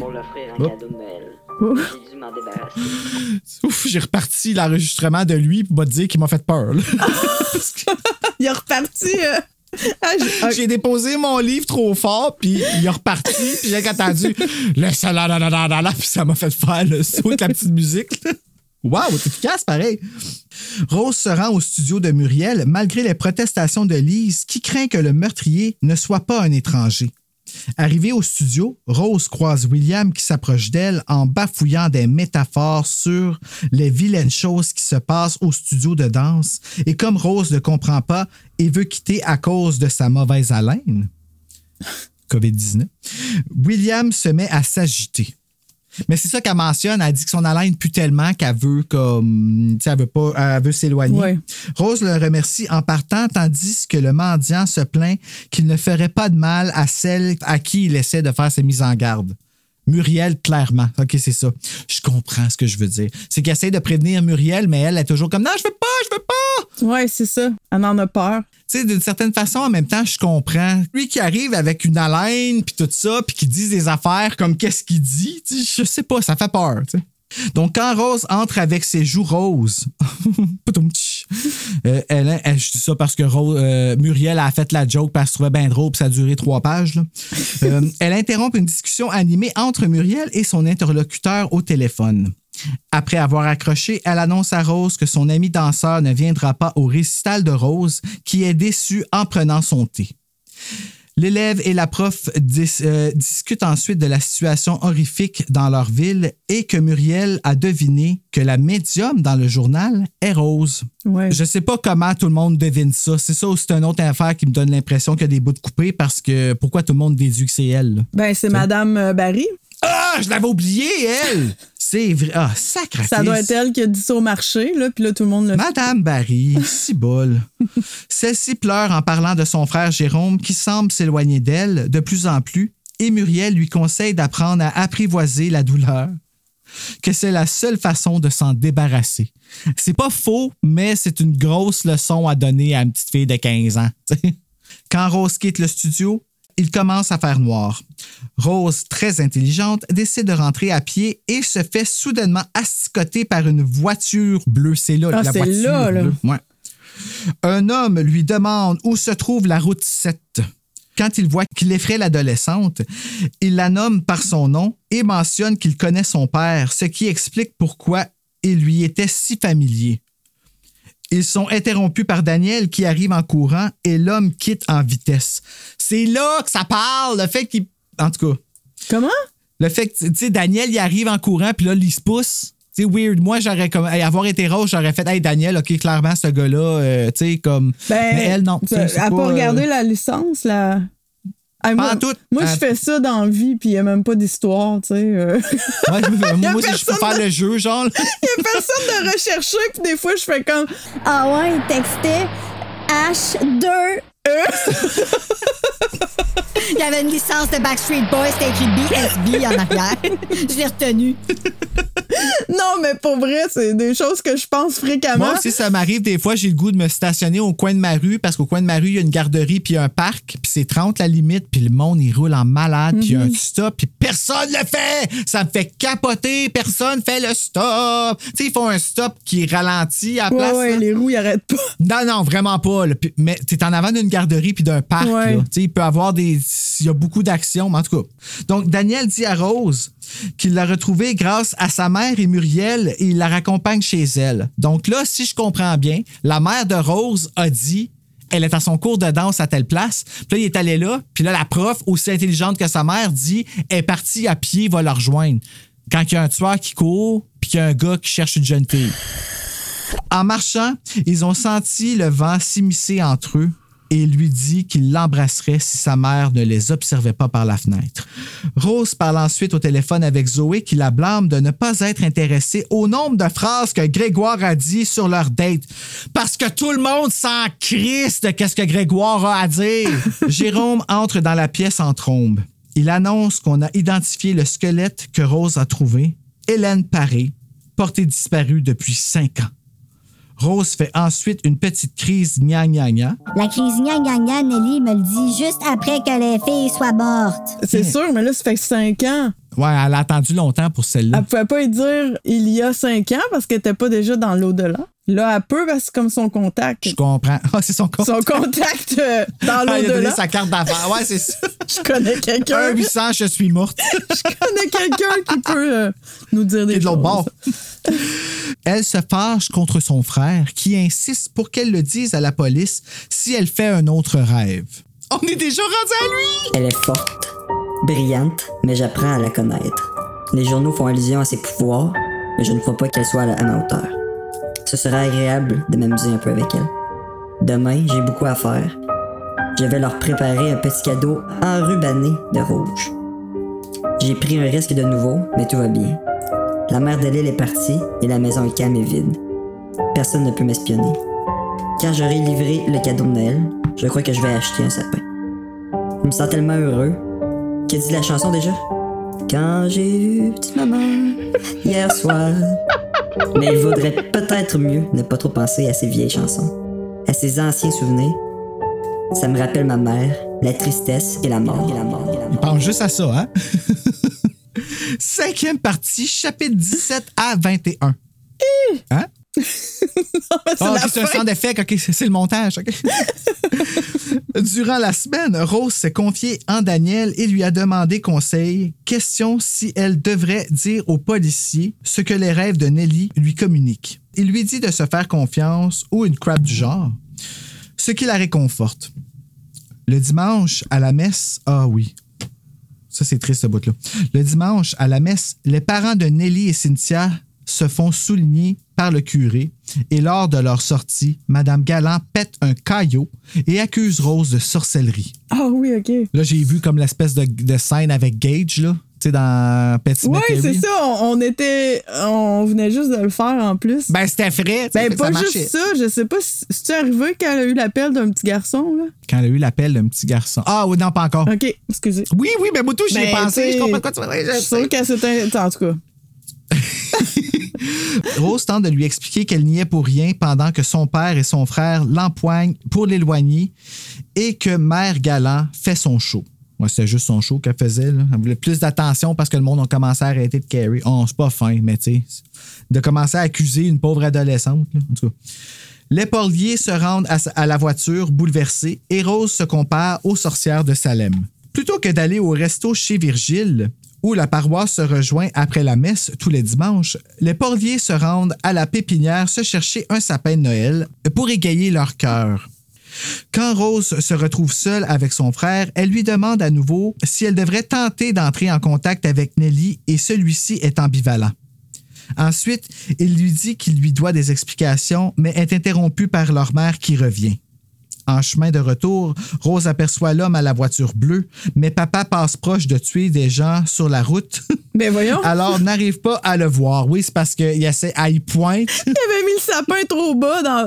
Ouf, j'ai reparti l'enregistrement de lui pour me dire qu'il m'a fait peur. Il est reparti. J'ai déposé mon livre trop fort, puis il est reparti, puis j'ai entendu le saladadadadada, puis ça m'a fait faire le saut avec la petite musique. Wow, c'est efficace, pareil. Rose se rend au studio de Muriel malgré les protestations de Lise qui craint que le meurtrier ne soit pas un étranger. Arrivée au studio, Rose croise William qui s'approche d'elle en bafouillant des métaphores sur les vilaines choses qui se passent au studio de danse et comme Rose ne comprend pas et veut quitter à cause de sa mauvaise haleine, COVID-19, William se met à s'agiter. Mais c'est ça qu'elle mentionne. Elle dit que son haleine pue tellement qu'elle veut comme, tu sais, elle veut s'éloigner. Ouais. Rose le remercie en partant, tandis que le mendiant se plaint qu'il ne ferait pas de mal à celle à qui il essaie de faire ses mises en garde. Muriel, clairement. OK, c'est ça. Je comprends ce que je veux dire. C'est qu'il essaie de prévenir Muriel, mais elle est toujours comme « Non, je veux pas! » Ouais, c'est ça. Elle en a peur. Tu sais, d'une certaine façon, en même temps, je comprends. Lui qui arrive avec une haleine, puis tout ça, puis qui dit des affaires comme qu'est-ce qu'il dit, je sais pas, ça fait peur, tu sais. Donc, quand Rose entre avec ses joues roses, je dis ça parce que Muriel a fait la joke parce qu'elle se trouvait bien drôle puis ça a duré 3 pages. Là. Elle interrompt une discussion animée entre Muriel et son interlocuteur au téléphone. Après avoir accroché, elle annonce à Rose que son ami danseur ne viendra pas au récital de Rose, qui est déçue en prenant son thé. L'élève et la prof discutent ensuite de la situation horrifique dans leur ville et que Muriel a deviné que la médium dans le journal est Rose. Ouais. Je sais pas comment tout le monde devine ça. C'est ça ou c'est une autre affaire qui me donne l'impression qu'il y a des bouts de coupés parce que pourquoi tout le monde déduit que c'est elle? Là? Ben, c'est Madame Barry. Ah, je l'avais oublié, elle! C'est vrai. Ah, sacrifice. Ça doit être elle qui a dit ça au marché, là, puis là, tout le monde le Madame Barry, si bol. Celle-ci pleure en parlant de son frère Jérôme qui semble s'éloigner d'elle de plus en plus et Muriel lui conseille d'apprendre à apprivoiser la douleur, que c'est la seule façon de s'en débarrasser. C'est pas faux, mais c'est une grosse leçon à donner à une petite fille de 15 ans. Quand Rose quitte le studio, il commence à faire noir. Rose, très intelligente, décide de rentrer à pied et se fait soudainement asticoter par une voiture bleue. C'est là, la voiture bleue. Ouais. Un homme lui demande où se trouve la route 7. Quand il voit qu'il effraie l'adolescente, il la nomme par son nom et mentionne qu'il connaît son père, ce qui explique pourquoi il lui était si familier. Ils sont interrompus par Daniel qui arrive en courant et l'homme quitte en vitesse. C'est là que ça parle, le fait qu'il... En tout cas. Comment? Le fait que, tu sais, Daniel, il arrive en courant puis là, il se pousse. C'est weird. Moi, j'aurais comme... avoir été Rose, j'aurais fait « Hey, Daniel, OK, clairement, ce gars-là, tu sais, comme... » Mais elle, non. Elle n'a pas regardé la licence, là. Hey, moi, je fais ça dans la vie, puis il n'y a même pas d'histoire, tu sais. Ouais, moi aussi, je peux faire le jeu, genre. Il n'y a personne de rechercher, puis des fois, je fais comme... Ah ouais, il textait H2E. Il y avait une licence de Backstreet Boys, c'était écrit BSB en arrière. Je l'ai retenu. Non, mais pour vrai, c'est des choses que je pense fréquemment. Moi aussi, ça m'arrive des fois, j'ai le goût de me stationner au coin de ma rue parce qu'au coin de ma rue, il y a une garderie puis un parc, puis c'est 30 la limite, puis le monde, il roule en malade, puis il y a un stop, puis personne le fait! Ça me fait capoter, personne fait le stop! Tu sais, ils font un stop qui ralentit à la place. Ouais, les roues, ils arrêtent pas. Non, vraiment pas. Là. Mais t'es en avant d'une garderie puis d'un parc. Ouais. Tu sais, il peut avoir des... Il y a beaucoup d'actions, mais en tout cas. Donc, Daniel dit à Rose qu'il l'a retrouvée grâce à sa mère et Muriel et il la raccompagne chez elle. Donc là, si je comprends bien, la mère de Rose a dit elle est à son cours de danse à telle place. Puis là, il est allé là. Puis là, la prof, aussi intelligente que sa mère, dit elle est partie à pied, va la rejoindre. Quand il y a un tueur qui court puis qu'il y a un gars qui cherche une jeune fille. En marchant, ils ont senti le vent s'immiscer entre eux et lui dit qu'il l'embrasserait si sa mère ne les observait pas par la fenêtre. Rose parle ensuite au téléphone avec Zoé qui la blâme de ne pas être intéressée au nombre de phrases que Grégoire a dit sur leur date. Parce que tout le monde s'en crisse de qu'est-ce que Grégoire a à dire. Jérôme entre dans la pièce en trombe. Il annonce qu'on a identifié le squelette que Rose a trouvé, Hélène Paré, portée disparue depuis 5 ans. Rose fait ensuite une petite crise gna-gna-gna. La crise gna-gna-gna, Nelly me le dit juste après que les filles soient mortes. C'est sûr, mais là, ça fait 5 ans. Ouais, elle a attendu longtemps pour celle-là. Elle pouvait pas y dire il y a 5 ans parce qu'elle était pas déjà dans l'au-delà. Là, elle peut parce que c'est comme son contact. Je comprends. Ah, c'est son contact. Son contact dans l'au-delà. Il a donné sa carte d'affaires. Ouais, c'est ça. Je connais quelqu'un. 1-800, je suis morte. Je connais quelqu'un qui peut nous dire des choses. De l'autre bord. Elle se fâche contre son frère qui insiste pour qu'elle le dise à la police si elle fait un autre rêve. On est déjà rendu à lui! Elle est forte, brillante, mais j'apprends à la connaître. Les journaux font allusion à ses pouvoirs, mais je ne crois pas qu'elle soit à ma hauteur. Ce serait agréable de m'amuser un peu avec elle. Demain, j'ai beaucoup à faire. Je vais leur préparer un petit cadeau enrubanné de rouge. J'ai pris un risque de nouveau, mais tout va bien. La mère de Lille est partie et la maison est calme et vide. Personne ne peut m'espionner. Quand j'aurai livré le cadeau de Noël, je crois que je vais acheter un sapin. Je me sens tellement heureux. Qu'a dit la chanson déjà? Quand j'ai vu petite maman hier soir. Mais il vaudrait peut-être mieux ne pas trop penser à ces vieilles chansons, à ces anciens souvenirs. Ça me rappelle ma mère, la tristesse et la mort. Il pense juste à ça, hein? 5e partie, chapitre 17 à 21. Hein? Non, c'est un sound effect, OK, c'est le montage. OK. Durant la semaine, Rose s'est confiée en Daniel et lui a demandé conseil, question si elle devrait dire aux policiers ce que les rêves de Nelly lui communiquent. Il lui dit de se faire confiance ou une crap du genre, ce qui la réconforte. Le dimanche, à la messe, ah oui, ça c'est triste ce bout-là. Le dimanche, à la messe, les parents de Nelly et Cynthia se font souligner par le curé et lors de leur sortie, Mme Galland pète un caillot et accuse Rose de sorcellerie. Ah oui, OK. Là, j'ai vu comme l'espèce de scène avec Gage, là, tu sais, dans Petit Metairie. Oui, c'est ça. On venait juste de le faire en plus. Ben, c'était frais. Ben, pas juste ça. Je sais pas si c'est arrivé quand elle a eu l'appel d'un petit garçon, là. Quand elle a eu l'appel d'un petit garçon. Ah oui, non, pas encore. OK, excusez. Oui, mais moi, tout, j'y ai pensé. Je comprends quoi tu veux dire. Je suis sûre qu'elle s'était... En tout cas... Rose tente de lui expliquer qu'elle n'y est pour rien pendant que son père et son frère l'empoignent pour l'éloigner et que Mère Galland fait son show. Ouais, c'était juste son show qu'elle faisait. Là. Elle voulait plus d'attention parce que le monde a commencé à arrêter de Carrie. Oh, c'est pas fin, mais tu sais, de commencer à accuser une pauvre adolescente. Là. En tout cas. Les porliers se rendent à la voiture bouleversés et Rose se compare aux sorcières de Salem. Plutôt que d'aller au resto chez Virgile, où la paroisse se rejoint après la messe tous les dimanches, les porliers se rendent à la pépinière se chercher un sapin de Noël pour égayer leur cœur. Quand Rose se retrouve seule avec son frère, elle lui demande à nouveau si elle devrait tenter d'entrer en contact avec Nelly et celui-ci est ambivalent. Ensuite, il lui dit qu'il lui doit des explications, mais est interrompu par leur mère qui revient. En chemin de retour, Rose aperçoit l'homme à la voiture bleue, mais papa passe proche de tuer des gens sur la route. Ben voyons. Alors n'arrive pas à le voir. Oui, c'est parce qu'il essaie, il pointe. Il avait mis le sapin trop bas dans...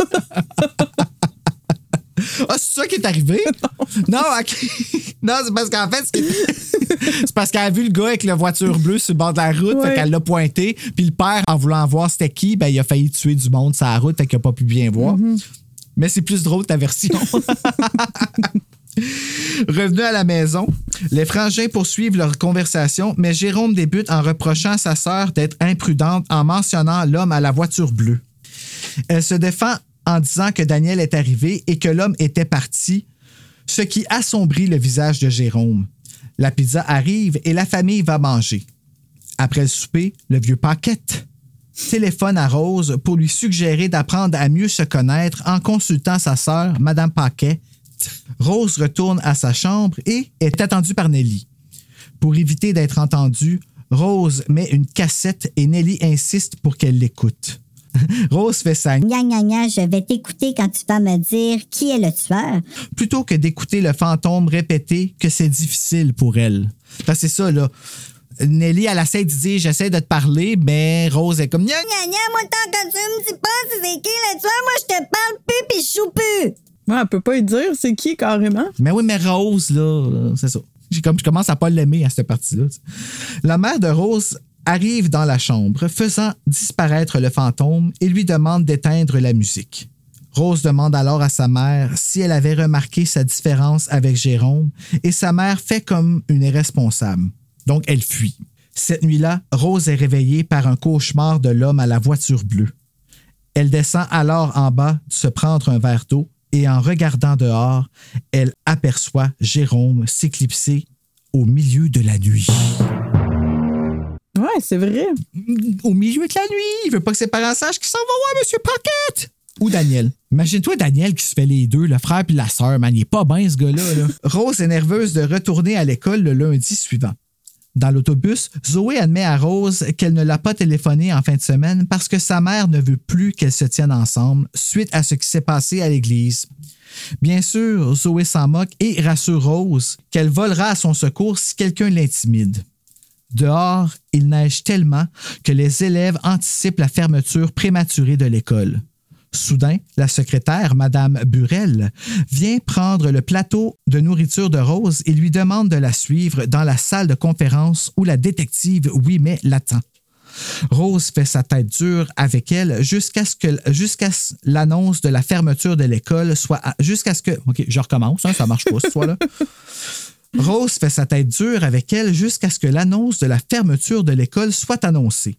Ah, c'est ça qui est arrivé? Non, OK. Non, c'est parce qu'en fait, c'est parce qu'elle a vu le gars avec la voiture bleue sur le bord de la route, fait qu'elle l'a pointé. Puis le père, en voulant voir c'était qui, ben il a failli tuer du monde sur la route, fait qu'il n'a pas pu bien voir. Mm-hmm. Mais c'est plus drôle ta version. Revenu à la maison, les frangins poursuivent leur conversation, mais Jérôme débute en reprochant à sa sœur d'être imprudente en mentionnant l'homme à la voiture bleue. Elle se défend en disant que Daniel est arrivé et que l'homme était parti, ce qui assombrit le visage de Jérôme. La pizza arrive et la famille va manger. Après le souper, le vieux Paquette téléphone à Rose pour lui suggérer d'apprendre à mieux se connaître en consultant sa sœur, Madame Paquet. Rose retourne à sa chambre et est attendue par Nelly. Pour éviter d'être entendue, Rose met une cassette et Nelly insiste pour qu'elle l'écoute. Rose fait ça. Gna gna gna, je vais t'écouter quand tu vas me dire qui est le tueur. Plutôt que d'écouter le fantôme répéter que c'est difficile pour elle. Parce que c'est ça, là. Nelly, elle essaie de dire, j'essaie de te parler, mais Rose est comme... Gna gna gna, moi, tant que tu me dis pas si c'est qui le tueur, moi, je te parle plus pis je joue plus. Ouais, elle peut pas lui dire c'est qui, carrément. Mais oui, mais Rose, là, c'est ça. Je commence à pas l'aimer à cette partie-là. La mère de Rose arrive dans la chambre, faisant disparaître le fantôme et lui demande d'éteindre la musique. Rose demande alors à sa mère si elle avait remarqué sa différence avec Jérôme et sa mère fait comme une irresponsable. Donc, elle fuit. Cette nuit-là, Rose est réveillée par un cauchemar de l'homme à la voiture bleue. Elle descend alors en bas se prendre un verre d'eau et en regardant dehors, elle aperçoit Jérôme s'éclipser au milieu de la nuit. Ouais, c'est vrai. Au milieu de la nuit. Il veut pas que ses parents sachent qu'ils s'en vont voir M. Pocket. Ou Daniel. Imagine-toi Daniel qui se fait les deux, le frère puis la sœur. Man, il est pas bien, ce gars-là. Là. Rose est nerveuse de retourner à l'école le lundi suivant. Dans l'autobus, Zoé admet à Rose qu'elle ne l'a pas téléphoné en fin de semaine parce que sa mère ne veut plus qu'elles se tiennent ensemble suite à ce qui s'est passé à l'église. Bien sûr, Zoé s'en moque et rassure Rose qu'elle volera à son secours si quelqu'un l'intimide. Dehors, il neige tellement que les élèves anticipent la fermeture prématurée de l'école. Soudain, la secrétaire, Mme Burel, vient prendre le plateau de nourriture de Rose et lui demande de la suivre dans la salle de conférence où la détective Ouimet l'attend. Rose fait sa tête dure avec elle jusqu'à l'annonce de la fermeture de l'école soit... OK, je recommence, hein, ça marche pas cette fois-là. Rose fait sa tête dure avec elle jusqu'à ce que l'annonce de la fermeture de l'école soit annoncée.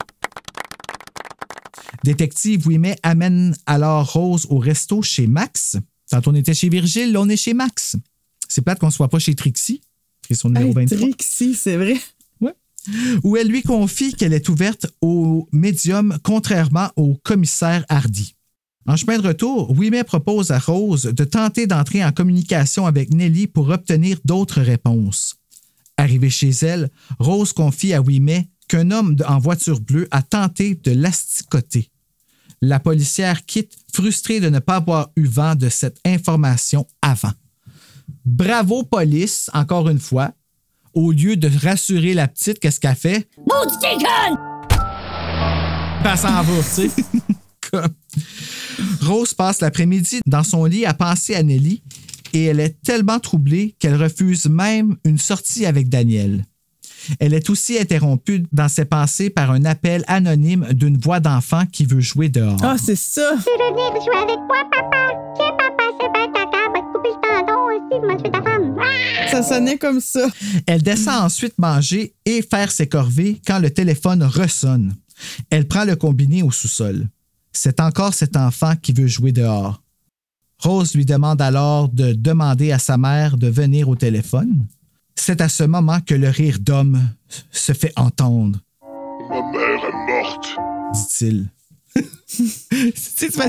Détective Ouimet amène alors Rose au resto chez Max. Quand on était chez Virgile, là, on est chez Max. C'est plate qu'on ne soit pas chez Trixie, qui est son numéro 23. Trixie, c'est vrai. Ouais. Où elle lui confie qu'elle est ouverte au médium, contrairement au commissaire Hardy. En chemin de retour, Ouimet propose à Rose de tenter d'entrer en communication avec Nelly pour obtenir d'autres réponses. Arrivée chez elle, Rose confie à Ouimet qu'un homme en voiture bleue a tenté de l'asticoter. La policière quitte, frustrée de ne pas avoir eu vent de cette information avant. Bravo, police, encore une fois. Au lieu de rassurer la petite, qu'est-ce qu'elle fait? Maudit conne! Elle s'en va, tu sais. Rose passe l'après-midi dans son lit à penser à Nelly et elle est tellement troublée qu'elle refuse même une sortie avec Daniel. Elle est aussi interrompue dans ses pensées par un appel anonyme d'une voix d'enfant qui veut jouer dehors. Ah, c'est ça! Tu veux venir jouer avec moi, papa? Tiens, papa, c'est bien caca, va te couper le tendon aussi, je m'en suis ta femme. Ça sonnait comme ça. Elle descend ensuite manger et faire ses corvées quand le téléphone ressonne. Elle prend le combiné au sous-sol. C'est encore cet enfant qui veut jouer dehors. Rose lui demande alors de demander à sa mère de venir au téléphone. C'est à ce moment que le rire d'homme se fait entendre. Ma mère est morte, dit-il. C'est qui?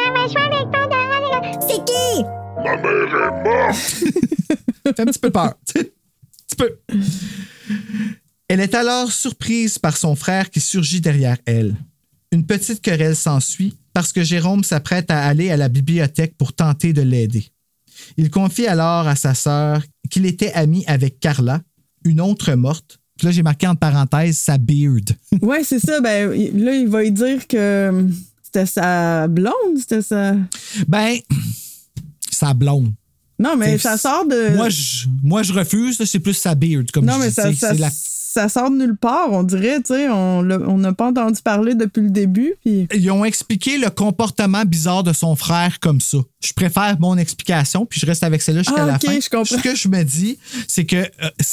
ma mère est morte. Un petit peu peur. Un petit peu. Elle est alors surprise par son frère qui surgit derrière elle. Une petite querelle s'ensuit parce que Jérôme s'apprête à aller à la bibliothèque pour tenter de l'aider. Il confie alors à sa sœur qu'il était ami avec Carla, une autre morte. Puis là, j'ai marqué entre parenthèses sa beard. Ouais, c'est ça. Ben, là, il va lui dire que c'était sa blonde, c'était sa... Ben, sa blonde. Non, mais ça sort de... Moi, je refuse. Là, c'est plus sa beard, comme non, je mais dis. Ça sort de nulle part, on dirait. Tu sais, on n'a pas entendu parler depuis le début. Puis... Ils ont expliqué le comportement bizarre de son frère comme ça. Je préfère mon explication, puis je reste avec celle-là jusqu'à la fin. Je comprends. Ce que je me dis, c'est que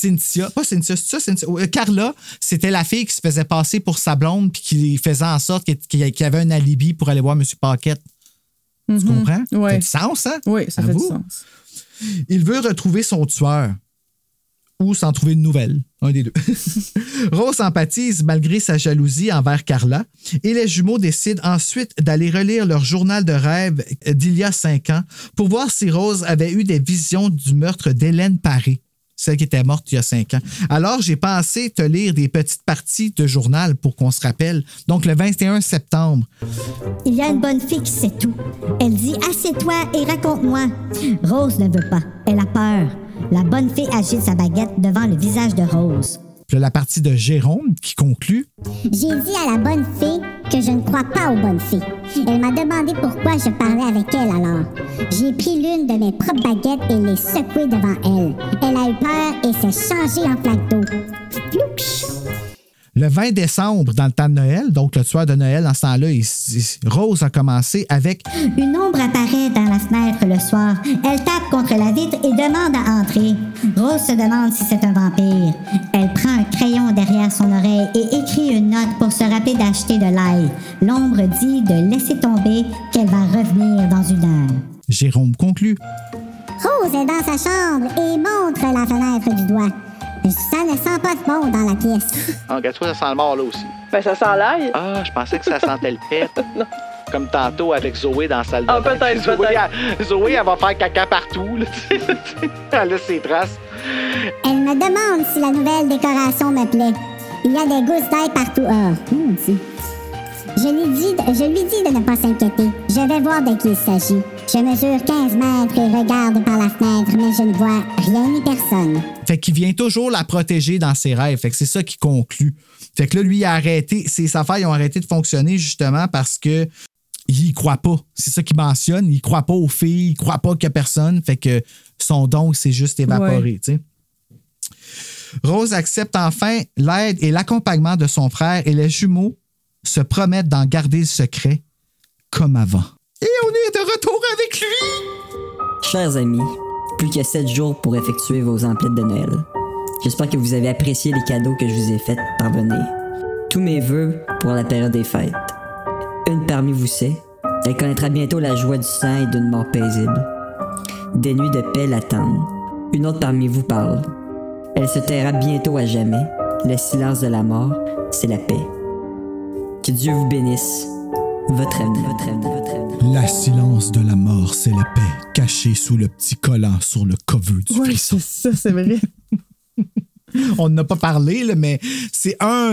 Carla, c'était la fille qui se faisait passer pour sa blonde, puis qui faisait en sorte qu'il y avait un alibi pour aller voir M. Paquette. Tu comprends? Ouais. Ça fait du sens, hein? Oui, ça fait du sens. Il veut retrouver son tueur. Ou s'en trouver une nouvelle. Un des deux. Rose empathise malgré sa jalousie envers Carla et les jumeaux décident ensuite d'aller relire leur journal de rêve d'il y a 5 ans pour voir si Rose avait eu des visions du meurtre d'Hélène Paré, celle qui était morte il y a 5 ans. Alors, j'ai pensé te lire des petites parties de journal pour qu'on se rappelle. Donc, le 21 septembre. Il y a une bonne fille qui sait tout. Elle dit « Assieds-toi et raconte-moi ». Rose ne veut pas. Elle a peur. La bonne fille agite sa baguette devant le visage de Rose. Puis la partie de Jérôme qui conclut. J'ai dit à la bonne fille que je ne crois pas aux bonnes filles. Elle m'a demandé pourquoi je parlais avec elle alors. J'ai pris l'une de mes propres baguettes et l'ai secouée devant elle. Elle a eu peur et s'est changée en flaque d'eau. Plouch! Le 20 décembre, dans le temps de Noël, donc le tueur de Noël, en ce temps-là, Rose a commencé avec... Une ombre apparaît dans la fenêtre le soir. Elle tape contre la vitre et demande à entrer. Rose se demande si c'est un vampire. Elle prend un crayon derrière son oreille et écrit une note pour se rappeler d'acheter de l'ail. L'ombre dit de laisser tomber qu'elle va revenir dans 1 heure. Jérôme conclut. Rose est dans sa chambre et montre la fenêtre du doigt. Ça ne sent pas bon dans la pièce. Ah, regarde-toi, ça sent le mort là aussi. Ben, ça sent l'ail. Ah, je pensais que ça sentait le pet. Non. Comme tantôt avec Zoé dans la salle de bain. Ah, peut-être. Zoé, elle va faire caca partout. Là, elle a ses traces. Elle me demande si la nouvelle décoration me plaît. Il y a des gousses d'ail partout. Je lui dis de ne pas s'inquiéter. Je vais voir de qui il s'agit. Je mesure 15 mètres et regarde par la fenêtre, mais je ne vois rien ni personne. Fait qu'il vient toujours la protéger dans ses rêves. Fait que c'est ça qui conclut. Fait que là, lui, il a arrêté. Ses affaires ont arrêté de fonctionner justement parce que il y croit pas. C'est ça qu'il mentionne. Il croit pas aux filles. Il croit pas qu'il y a personne. Fait que son don s'est juste évaporé. Ouais. Rose accepte enfin l'aide et l'accompagnement de son frère et les jumeaux se promettent d'en garder le secret comme avant. Et on est de retour avec lui! Chers amis, Plus que 7 jours pour effectuer vos emplettes de Noël. J'espère que vous avez apprécié les cadeaux que je vous ai fait parvenir. Tous mes vœux pour la période des fêtes. Une parmi vous sait, elle connaîtra bientôt la joie du sang et d'une mort paisible. Des nuits de paix l'attendent. Une autre parmi vous parle. Elle se taira bientôt à jamais. Le silence de la mort, c'est la paix. Que Dieu vous bénisse. Votre avenir, votre avenir, votre avenir. La silence de la mort, c'est la paix, cachée sous le petit collant sur le cover du frisson. C'est ça, c'est vrai. On n'a pas parlé, là, mais c'est une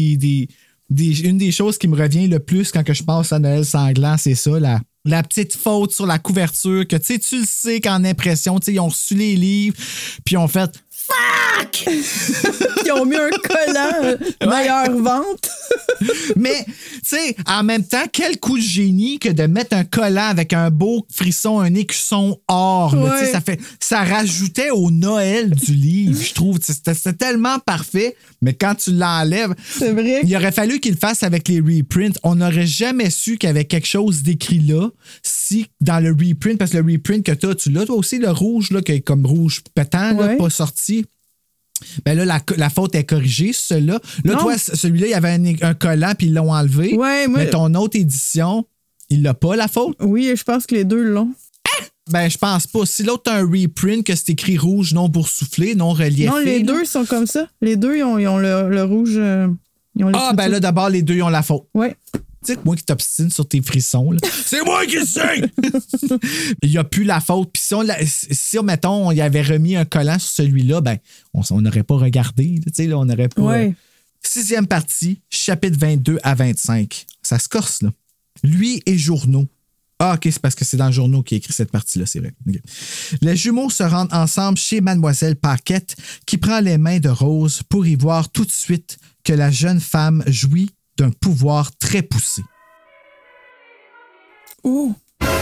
des choses qui me revient le plus quand que je pense à Noël sanglant, c'est ça, la petite faute sur la couverture, que tu le sais qu'en impression, ils ont reçu les livres, puis ils ont fait fuck! Ils ont mis un collant, meilleure vente. Mais, tu sais, en même temps, quel coup de génie que de mettre un collant avec un beau frisson, un écusson or. Ouais. Là, ça rajoutait au Noël du livre, je trouve. C'était tellement parfait, mais quand tu l'enlèves, c'est vrai. Il aurait fallu qu'il le fasse avec les reprints. On n'aurait jamais su qu'il y avait quelque chose d'écrit là, si dans le reprint, parce que le reprint que tu l'as, toi aussi, le rouge, là, qui est comme rouge pétant, là, pas sorti. Ben là, la faute est corrigée, celui-là. Là, toi, celui-là, il y avait un collant, puis ils l'ont enlevé. Ouais, mais ton autre édition, il l'a pas, la faute? Oui, je pense que les deux l'ont. Ben, je pense pas. Si l'autre a un reprint, que c'est écrit rouge, non boursouflé, non reliefé. Non, les deux sont comme ça. Les deux, ils ont le rouge. Ben là, d'abord, les deux, ils ont la faute. Ouais. Tu sais que moi qui t'obstine sur tes frissons, là. C'est moi qui sais! Il n'y a plus la faute. Puis si, mettons, on y avait remis un collant sur celui-là, ben, on n'aurait pas regardé. Tu sais, là, on n'aurait pas. Ouais. 6e partie, chapitre 22 à 25. Ça se corse, là. Lui et Journaux. Ah, OK, c'est parce que c'est dans le journaux qu'il a écrit cette partie-là, c'est vrai. Okay. Les jumeaux se rendent ensemble chez Mademoiselle Paquette, qui prend les mains de Rose pour y voir tout de suite que la jeune femme jouit d'un pouvoir très poussé. Oh!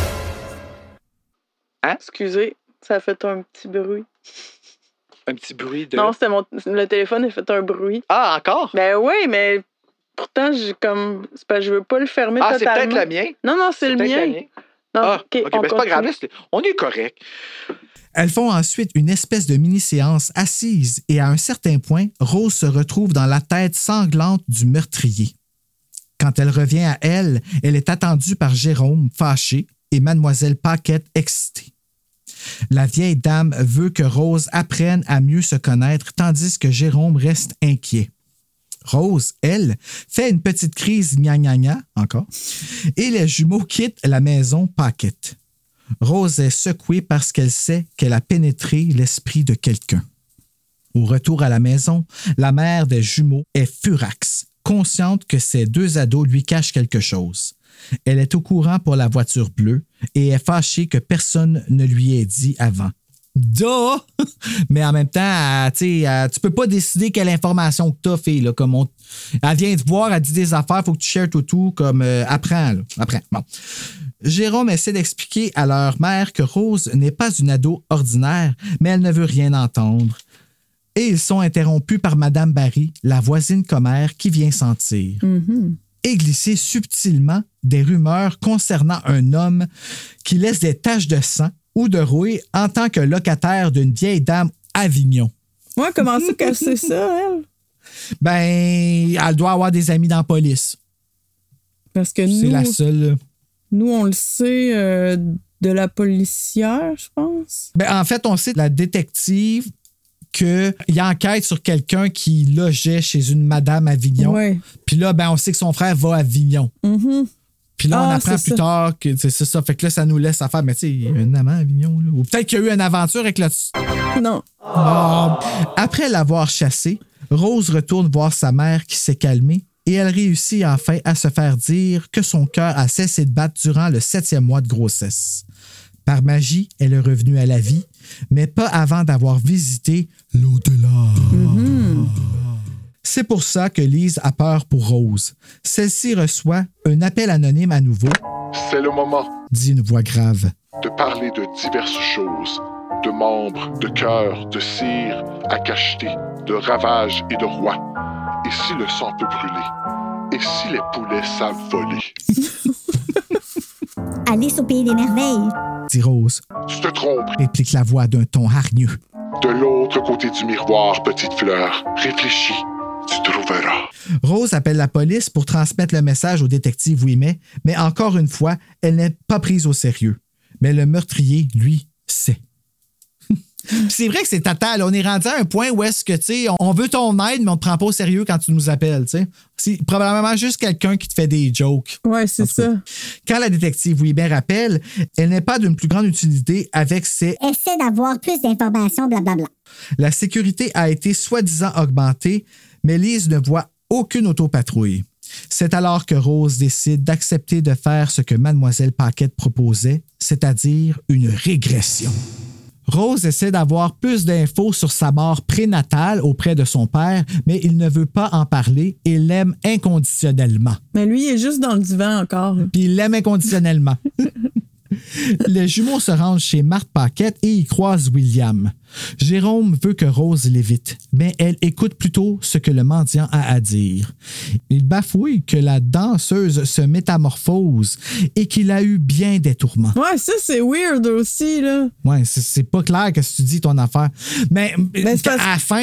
Hein? Excusez, ça a fait un petit bruit. Un petit bruit de... Non, c'était le téléphone a fait un bruit. Ah, encore? Ben oui, mais pourtant, c'est parce que je veux pas le fermer totalement. Ah, c'est peut-être le mien? Non, c'est le mien. Non, OK, ben c'est pas grave, on est correct. Elles font ensuite une espèce de mini-séance assise et à un certain point, Rose se retrouve dans la tête sanglante du meurtrier. Quand elle revient à elle, elle est attendue par Jérôme, fâché, et Mademoiselle Paquette, excitée. La vieille dame veut que Rose apprenne à mieux se connaître, tandis que Jérôme reste inquiet. Rose, elle, fait une petite crise gna-gna-gna, encore, et les jumeaux quittent la maison Paquette. Rose est secouée parce qu'elle sait qu'elle a pénétré l'esprit de quelqu'un. Au retour à la maison, la mère des jumeaux est furax, consciente que ces deux ados lui cachent quelque chose. Elle est au courant pour la voiture bleue et est fâchée que personne ne lui ait dit avant. Duh! Mais en même temps, tu peux pas décider quelle information que t'as, fille. Là, comme elle vient te voir, elle dit des affaires, faut que tu shares tout, comme apprends. Là, apprends. Bon. Jérôme essaie d'expliquer à leur mère que Rose n'est pas une ado ordinaire, mais elle ne veut rien entendre. Et ils sont interrompus par Madame Barry, la voisine commère, qui vient sentir. Mm-hmm. Et glisser subtilement des rumeurs concernant un homme qui laisse des taches de sang ou de rouille en tant que locataire d'une vieille dame à Avignon. Ouais, comment ça qu'elle sait ça, elle? Ben, elle doit avoir des amis dans la police. Parce que nous... C'est la seule... Nous, on le sait de la policière, je pense. Ben, en fait, on sait de la détective qu'il enquête sur quelqu'un qui logeait chez une madame à Avignon. Ouais. Puis là, ben, on sait que son frère va à Avignon. Mm-hmm. Puis là, on apprend plus tard que c'est ça. Fait que là, ça nous laisse à faire. Mais tu sais, il y a un amant à Avignon. Là. Ou peut-être qu'il y a eu une aventure avec le... Non. Après l'avoir chassé, Rose retourne voir sa mère qui s'est calmée et elle réussit enfin à se faire dire que son cœur a cessé de battre durant le 7e mois de grossesse. Par magie, elle est revenue à la vie, mais pas avant d'avoir visité l'au-delà. Mm-hmm. C'est pour ça que Lise a peur pour Rose. Celle-ci reçoit un appel anonyme à nouveau. C'est le moment, dit une voix grave. De parler de diverses choses, de membres, de cœurs, de cire à cacheter, de ravages et de rois. Et si le sang peut brûler? Et si les poulets savent voler? Alice au pays des merveilles, dit Rose. Tu te trompes. Réplique la voix d'un ton hargneux. De l'autre côté du miroir, petite fleur, réfléchis, tu trouveras. Rose appelle la police pour transmettre le message au détective Ouimet, mais encore une fois, elle n'est pas prise au sérieux. Mais le meurtrier, lui, sait. C'est vrai que c'est total. On est rendu à un point où est-ce que, tu sais, on veut ton aide, mais on te prend pas au sérieux quand tu nous appelles, tu sais. C'est probablement juste quelqu'un qui te fait des jokes. Ouais, c'est ça. Quand la détective Weber appelle, elle n'est pas d'une plus grande utilité avec ses... Essaie d'avoir plus d'informations, blablabla. La sécurité a été soi-disant augmentée, mais Lise ne voit aucune autopatrouille. C'est alors que Rose décide d'accepter de faire ce que Mademoiselle Paquette proposait, c'est-à-dire une régression. Rose essaie d'avoir plus d'infos sur sa mort prénatale auprès de son père, mais il ne veut pas en parler et l'aime inconditionnellement. Mais lui, il est juste dans le divan encore. Puis il l'aime inconditionnellement. Les jumeaux se rendent chez Marthe Paquette et y croisent William. Jérôme veut que Rose l'évite, mais elle écoute plutôt ce que le mendiant a à dire. Il bafouille que la danseuse se métamorphose et qu'il a eu bien des tourments. Ouais, ça, c'est weird aussi, là. Ouais, c'est pas clair ce que tu dis, ton affaire. Mais à la fin,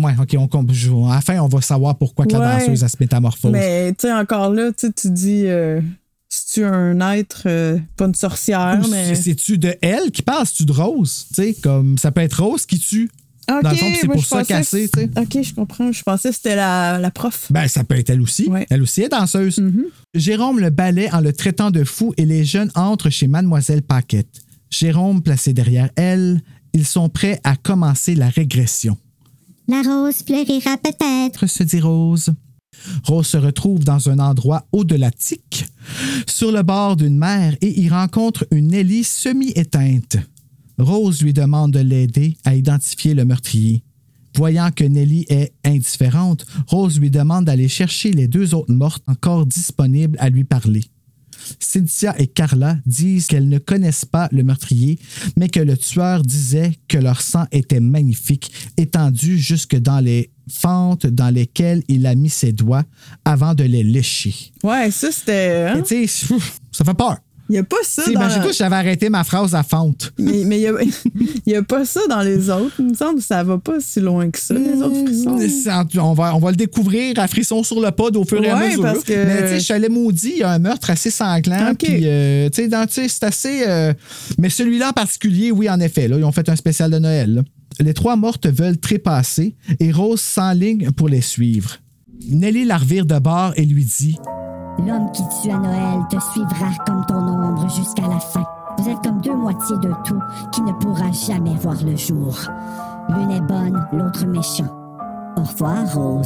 à la fin, on va savoir pourquoi que la danseuse elle se métamorphose. Mais, tu sais, encore là, tu dis... C'est-tu un être, pas une sorcière, mais... C'est-tu de elle qui parle? C'est-tu de Rose? Tu sais, comme ça peut être Rose qui tue. Okay, dans le fond, c'est pour ça qu'elle sait, tu sais. OK, je comprends. Je pensais que c'était la prof. Ben, ça peut être elle aussi. Ouais. Elle aussi est danseuse. Mm-hmm. Jérôme le balaie en le traitant de fou et les jeunes entrent chez Mademoiselle Paquette. Jérôme placé derrière elle, ils sont prêts à commencer la régression. La rose fleurira peut-être, se dit Rose. Rose se retrouve dans un endroit au-delà-tique, sur le bord d'une mer, et y rencontre une Nelly semi-éteinte. Rose lui demande de l'aider à identifier le meurtrier. Voyant que Nelly est indifférente, Rose lui demande d'aller chercher les 2 autres mortes encore disponibles à lui parler. Cynthia et Carla disent qu'elles ne connaissent pas le meurtrier, mais que le tueur disait que leur sang était magnifique, étendu jusque dans les fentes dans lesquelles il a mis ses doigts avant de les lécher. Ouais, ça, c'était... Hein? Tu sais, ça fait peur. Il n'y a pas ça dans... Imagine-toi, j'avais arrêté ma phrase à fente. Mais il n'y a pas ça dans les autres. Il me semble que ça va pas si loin que ça, les autres frissons. On va le découvrir à frisson sur le pod au fur et à mesure. Parce que... Mais tu sais, Chalet Maudit, il y a un meurtre assez sanglant. Puis, tu sais, c'est assez... Mais celui-là en particulier, oui, en effet. Là, ils ont fait un spécial de Noël. Là. Les 3 mortes veulent trépasser et Rose s'enligne pour les suivre. Nelly la revire de bord et lui dit... L'homme qui tue à Noël te suivra comme ton ombre jusqu'à la fin. Vous êtes comme 2 moitiés de tout qui ne pourra jamais voir le jour. L'une est bonne, l'autre méchant. Au revoir, Rose.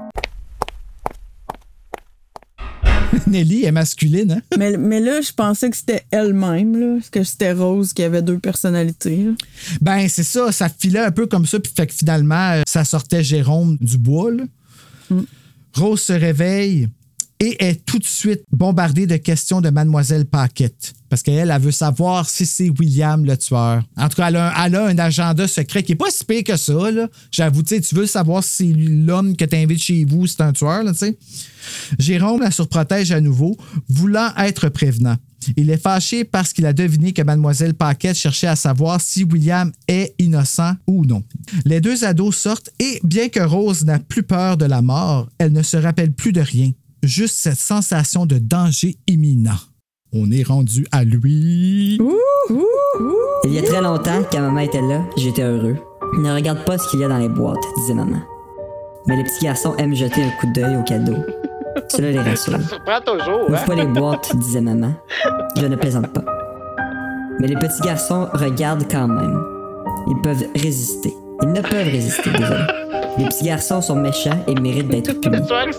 Nelly est masculine, hein? Mais là, je pensais que c'était elle-même, là, que c'était Rose qui avait 2 personnalités. Là. Ben, c'est ça, ça filait un peu comme ça, puis fait que finalement, ça sortait Jérôme du bois, là. Rose se réveille et est tout de suite bombardée de questions de Mademoiselle Paquette. Parce qu'elle, elle veut savoir si c'est William le tueur. En tout cas, elle a un agenda secret qui n'est pas si pire que ça, là. J'avoue, tu veux savoir si l'homme que tu invites chez vous, c'est un tueur, là, tu sais. Jérôme la surprotège à nouveau, voulant être prévenant. Il est fâché parce qu'il a deviné que Mademoiselle Paquette cherchait à savoir si William est innocent ou non. Les 2 ados sortent et, bien que Rose n'a plus peur de la mort, elle ne se rappelle plus de rien. Juste cette sensation de danger imminent. On est rendu à lui. Il y a très longtemps, quand maman était là, j'étais heureux. Ne regarde pas ce qu'il y a dans les boîtes, disait maman. Mais les petits garçons aiment jeter un coup d'œil aux cadeaux. Cela les rassure. Ça surprend toujours, Ouvre pas les boîtes, disait maman. Je ne plaisante pas. Mais les petits garçons regardent quand même. Ils peuvent résister. Ils ne peuvent résister, désolé. Les petits garçons sont méchants et méritent d'être punis.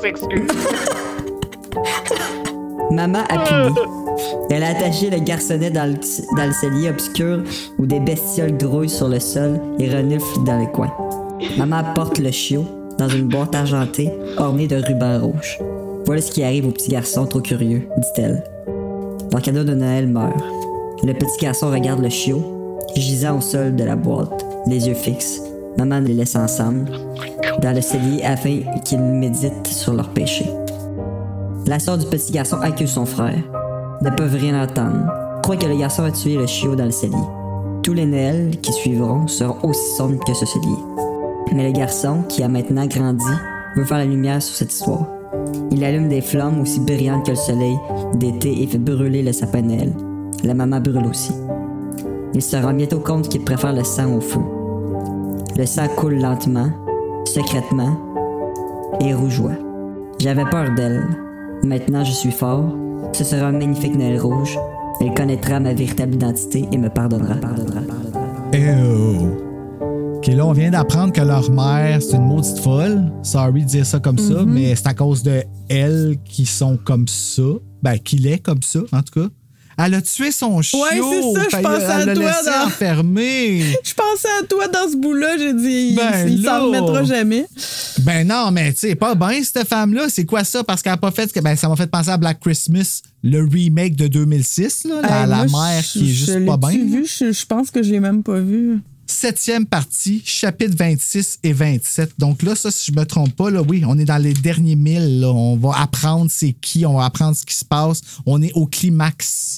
Maman a puni. Elle a attaché le garçonnet dans le cellier obscur où des bestioles grouillent sur le sol et reniflent dans les coins. Maman porte le chiot dans une boîte argentée ornée de rubans rouges. Voilà ce qui arrive aux petits garçons trop curieux, dit-elle. Leur cadeau de Noël meurt. Le petit garçon regarde le chiot, gisant au sol de la boîte, les yeux fixes. Maman les laisse ensemble, dans le cellier afin qu'ils méditent sur leur péché. La sœur du petit garçon accuse son frère. Ne peuvent rien entendre. Croit que le garçon a tué le chiot dans le cellier. Tous les Noëls qui suivront seront aussi sombres que ce cellier. Mais le garçon, qui a maintenant grandi, veut faire la lumière sur cette histoire. Il allume des flammes aussi brillantes que le soleil d'été et fait brûler le sapin de Noël. La maman brûle aussi. Il se rend bientôt compte qu'il préfère le sang au feu. Le sang coule lentement, secrètement et rougeoie. J'avais peur d'elle. Maintenant je suis fort. Ce sera un magnifique Noël rouge. Elle connaîtra ma véritable identité et me pardonnera. OK, là, on vient d'apprendre que leur mère, c'est une maudite folle. Sorry de dire ça comme ça, mais c'est à cause de elles qui sont comme ça. Ben, qu'il est comme ça, en tout cas. Elle a tué son chiot. Ouais, c'est ça, je pensais à toi. Elle l'a laissé enfermé. Je pensais à toi dans ce bout-là. J'ai dit, il s'en remettra jamais. Ben non, mais tu sais, pas bien, cette femme-là. C'est quoi ça? Parce qu'elle n'a pas fait... Ben, ça m'a fait penser à Black Christmas, le remake de 2006, là, la mère qui est juste pas bien. Je pense que je l'ai même pas vu. 7e partie, chapitres 26 et 27. Donc là, ça, si je me trompe pas, là, oui, on est dans les derniers 1000. Là. On va apprendre c'est qui, on va apprendre ce qui se passe. On est au climax.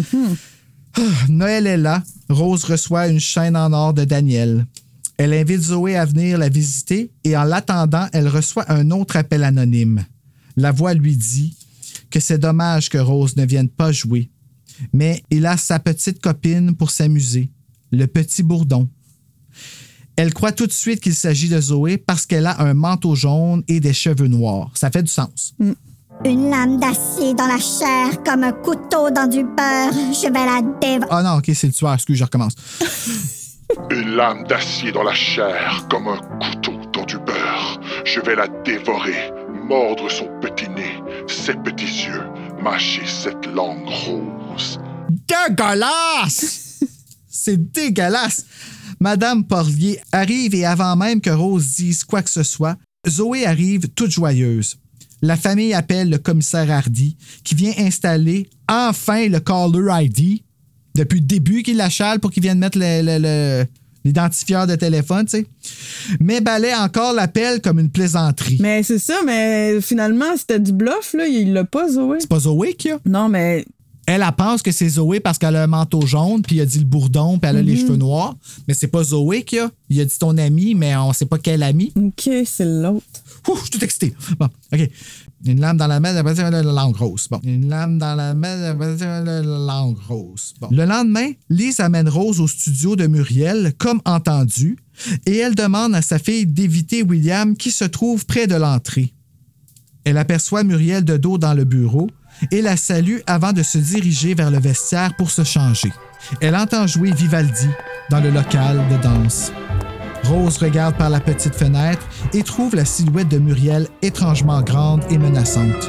Noël est là. Rose reçoit une chaîne en or de Daniel. Elle invite Zoé à venir la visiter et en l'attendant, elle reçoit un autre appel anonyme. La voix lui dit que c'est dommage que Rose ne vienne pas jouer, mais il a sa petite copine pour s'amuser, le petit bourdon. Elle croit tout de suite qu'il s'agit de Zoé parce qu'elle a un manteau jaune et des cheveux noirs. Ça fait du sens. Une lame d'acier dans la chair comme un couteau dans du beurre. Je vais la dévorer. Ah non, OK, c'est le tueur. Excuse, je recommence. Une lame d'acier dans la chair comme un couteau dans du beurre. Je vais la dévorer, mordre son petit nez, ses petits yeux, mâcher cette langue rose. Dégueulasse! C'est dégueulasse! Madame Porlier arrive et avant même que Rose dise quoi que ce soit, Zoé arrive toute joyeuse. La famille appelle le commissaire Hardy qui vient installer enfin le caller ID depuis le début qu'il l'achale pour qu'il vienne mettre l'identifieur de téléphone, tu sais. Mais balaie encore l'appel comme une plaisanterie. Mais c'est ça, mais finalement, c'était du bluff, là. Il l'a pas, Zoé. C'est pas Zoé qui a? Non, mais... Elle pense que c'est Zoé parce qu'elle a un manteau jaune, puis il a dit le bourdon, puis elle a les cheveux noirs. Mais c'est pas Zoé qui a. Il a dit ton ami, mais on sait pas quel ami. OK, c'est l'autre. Ouh, je suis tout excité. Bon, OK. Une lame dans la main, la langue rose. Bon. Une lame dans la main, la langue rose. Bon. Le lendemain, Lise amène Rose au studio de Muriel, comme entendu, et elle demande à sa fille d'éviter William qui se trouve près de l'entrée. Elle aperçoit Muriel de dos dans le bureau et la salue avant de se diriger vers le vestiaire pour se changer. Elle entend jouer Vivaldi dans le local de danse. Rose regarde par la petite fenêtre et trouve la silhouette de Muriel étrangement grande et menaçante.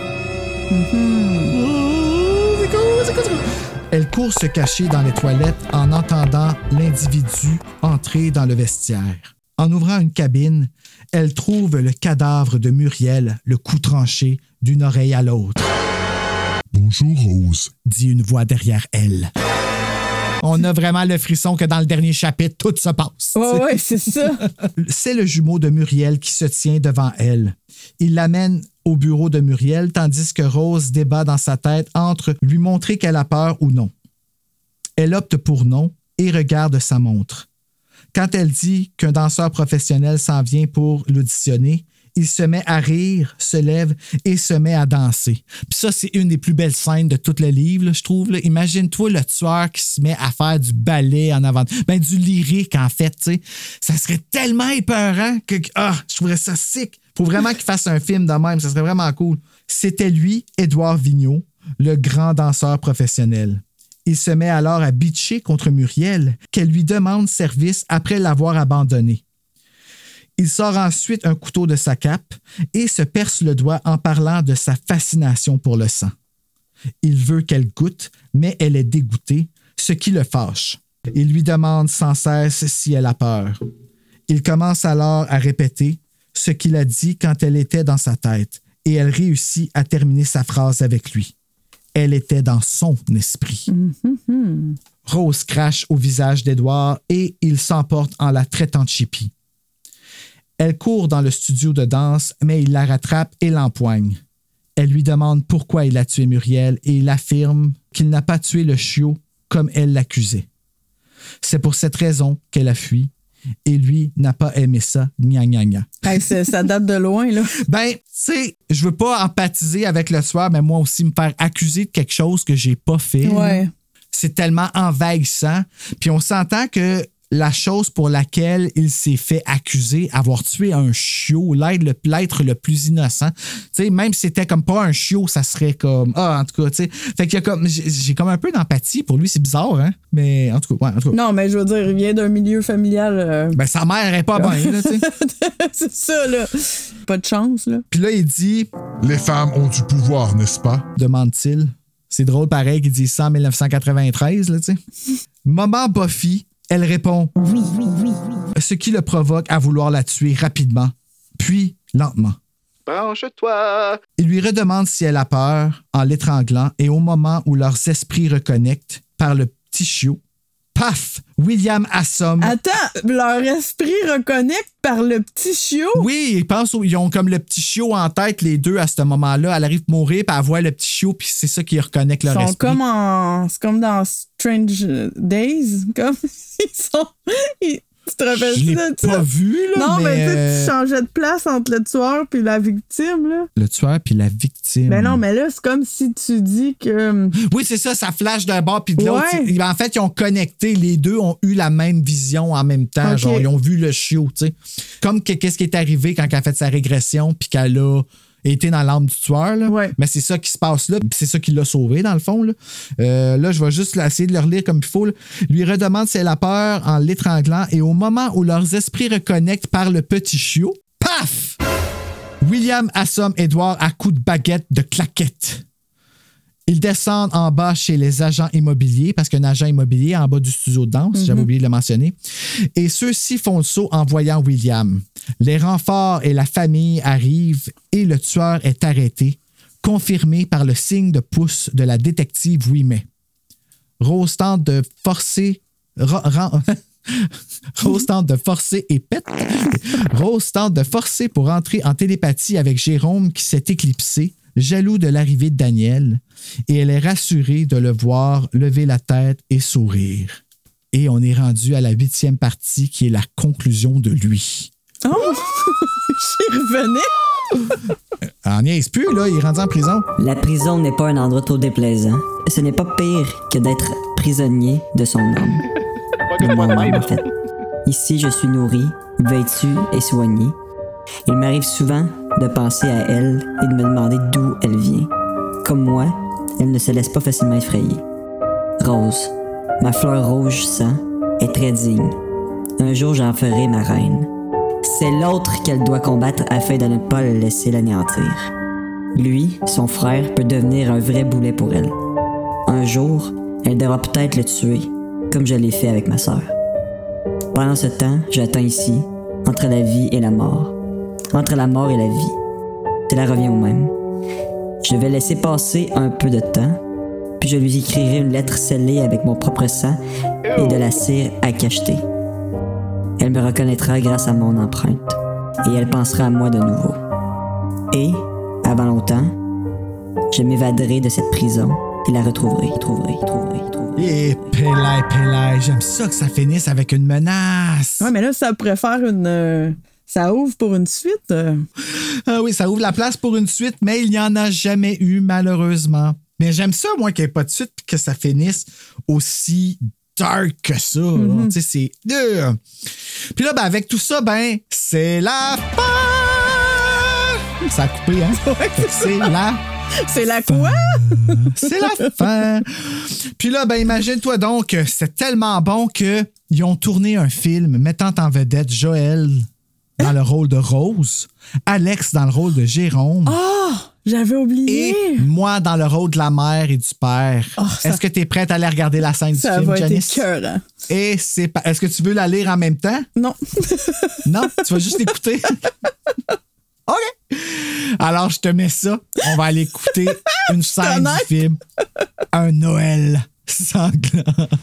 Elle court se cacher dans les toilettes en entendant l'individu entrer dans le vestiaire. En ouvrant une cabine, elle trouve le cadavre de Muriel, le cou tranché d'une oreille à l'autre. « Bonjour, Rose », dit une voix derrière elle. On a vraiment le frisson que dans le dernier chapitre, tout se passe. Ouais, c'est ça. C'est le jumeau de Muriel qui se tient devant elle. Il l'amène au bureau de Muriel, tandis que Rose débat dans sa tête entre lui montrer qu'elle a peur ou non. Elle opte pour non et regarde sa montre. Quand elle dit qu'un danseur professionnel s'en vient pour l'auditionner, il se met à rire, se lève et se met à danser. Puis ça, c'est une des plus belles scènes de tout le livre, là, je trouve. Là. Imagine-toi le tueur qui se met à faire du ballet en avant. Ben, du lyrique, en fait, tu sais. Ça serait tellement épeurant que je trouverais ça sick. Faut vraiment qu'il fasse un film de même. Ça serait vraiment cool. C'était lui, Édouard Vigneault, le grand danseur professionnel. Il se met alors à bitcher contre Muriel, qu'elle lui demande service après l'avoir abandonné. Il sort ensuite un couteau de sa cape et se perce le doigt en parlant de sa fascination pour le sang. Il veut qu'elle goûte, mais elle est dégoûtée, ce qui le fâche. Il lui demande sans cesse si elle a peur. Il commence alors à répéter ce qu'il a dit quand elle était dans sa tête et elle réussit à terminer sa phrase avec lui. Elle était dans son esprit. Rose crache au visage d'Édouard et il s'emporte en la traitant de chipie. Elle court dans le studio de danse, mais il la rattrape et l'empoigne. Elle lui demande pourquoi il a tué Muriel et il affirme qu'il n'a pas tué le chiot comme elle l'accusait. C'est pour cette raison qu'elle a fui. Et lui n'a pas aimé ça. Gna gna gna. Hey, ça date de loin, là. Ben, tu sais, je veux pas empathiser avec le tueur, mais moi aussi me faire accuser de quelque chose que j'ai pas fait. Ouais. C'est tellement envahissant. Puis on s'entend que la chose pour laquelle il s'est fait accuser, avoir tué un chiot, l'être le plus innocent, tu sais, même si c'était comme pas un chiot, ça serait comme en tout cas, tu sais. Fait qu'il y a comme j'ai comme un peu d'empathie pour lui, c'est bizarre, hein, mais en tout cas, Non, mais je veux dire, il vient d'un milieu familial. Ben sa mère est pas bien, là, tu sais. C'est ça, là. Pas de chance, là. Puis là, il dit Les femmes ont du pouvoir, n'est-ce pas? Demande-t-il. C'est drôle pareil qu'il dit ça en 1993, là, tu sais. Maman Buffy, elle répond Oui. ce qui le provoque à vouloir la tuer rapidement, puis lentement. Branche-toi! Il lui redemande si elle a peur en l'étranglant et au moment où leurs esprits reconnectent par le petit chiot, paf! William assomme. Attends, leur esprit reconnecte par le petit chiot? Oui, ils ont comme le petit chiot en tête, les deux, à ce moment-là. Elle arrive à mourir, puis elle voit le petit chiot, puis c'est ça qui reconnecte leur esprit. C'est comme dans Strange Days. Comme ils sont... Tu te rappelles Je l'ai pas vu, là. Non, mais tu changeais de place entre le tueur puis la victime, là. Le tueur puis la victime. Ben non, mais là, c'est comme si tu dis que... Oui, c'est ça flash d'un bord puis de l'autre. Ouais. En fait, ils ont connecté. Les deux ont eu la même vision en même temps. Okay. Genre, ils ont vu le chiot, tu sais. Comme qu'est-ce qui est arrivé quand elle a fait sa régression puis qu'elle a été dans l'âme du tueur, là. Ouais. Mais c'est ça qui se passe là, puis c'est ça qui l'a sauvé, dans le fond, là. Là, je vais juste essayer de le relire comme il faut, là. Lui redemande si elle a peur en l'étranglant et au moment où leurs esprits reconnectent par le petit chiot, paf! William assomme Edward à coups de baguette de claquette. Ils descendent en bas chez les agents immobiliers, parce qu'un agent immobilier en bas du studio de danse, j'avais oublié de le mentionner. Et ceux-ci font le saut en voyant William. Les renforts et la famille arrivent et le tueur est arrêté, confirmé par le signe de pouce de la détective Ouimet. Rose tente de forcer... Rose tente de forcer et pète. Rose tente de forcer pour entrer en télépathie avec Jérôme qui s'est éclipsé, jaloux de l'arrivée de Daniel, et elle est rassurée de le voir lever la tête et sourire. Et on est rendu à la 8e partie qui est la conclusion de lui. Oh! J'y revenais! En niaise plus, là, il est rendu en prison. La prison n'est pas un endroit trop déplaisant. Ce n'est pas pire que d'être prisonnier de son homme. De moi-même, en fait. Ici, je suis nourri, vêtu et soigné. Il m'arrive souvent de penser à elle et de me demander d'où elle vient. Comme moi, elle ne se laisse pas facilement effrayer. Rose, ma fleur rouge sang, est très digne. Un jour, j'en ferai ma reine. C'est l'autre qu'elle doit combattre afin de ne pas le laisser l'anéantir. Lui, son frère, peut devenir un vrai boulet pour elle. Un jour, elle devra peut-être le tuer, comme je l'ai fait avec ma sœur. Pendant ce temps, j'attends ici, entre la vie et la mort. Entre la mort et la vie. Cela revient au même. Je vais laisser passer un peu de temps, puis je lui écrirai une lettre scellée avec mon propre sang et de la cire à cacheter. Elle me reconnaîtra grâce à mon empreinte, et elle pensera à moi de nouveau. Et, avant longtemps, je m'évaderai de cette prison et la retrouverai. Et Pélay, j'aime ça que ça finisse avec une menace. Ouais, mais là, ça pourrait faire une... ça ouvre pour une suite. Ah oui, ça ouvre la place pour une suite, mais il n'y en a jamais eu, malheureusement. Mais j'aime ça, moi, qu'il n'y ait pas de suite et que ça finisse aussi dark que ça. Tu sais, c'est... Puis là, ben, avec tout ça, ben, c'est la fin! Ça a coupé, hein? Ouais, c'est la... C'est la quoi? C'est la fin. Puis là, ben imagine-toi donc, c'est tellement bon qu'ils ont tourné un film mettant en vedette Joël dans le rôle de Rose, Alex dans le rôle de Jérôme. Oh! J'avais oublié! Et moi dans le rôle de la mère et du père. Oh, Est-ce que tu es prête à aller regarder la scène du film, Ça va Janice? être écœurant. Et est-ce que tu veux la lire en même temps? Non. Non? Tu vas juste l'écouter? OK. Alors, je te mets ça. On va aller écouter une scène du film. Un Noël sanglant.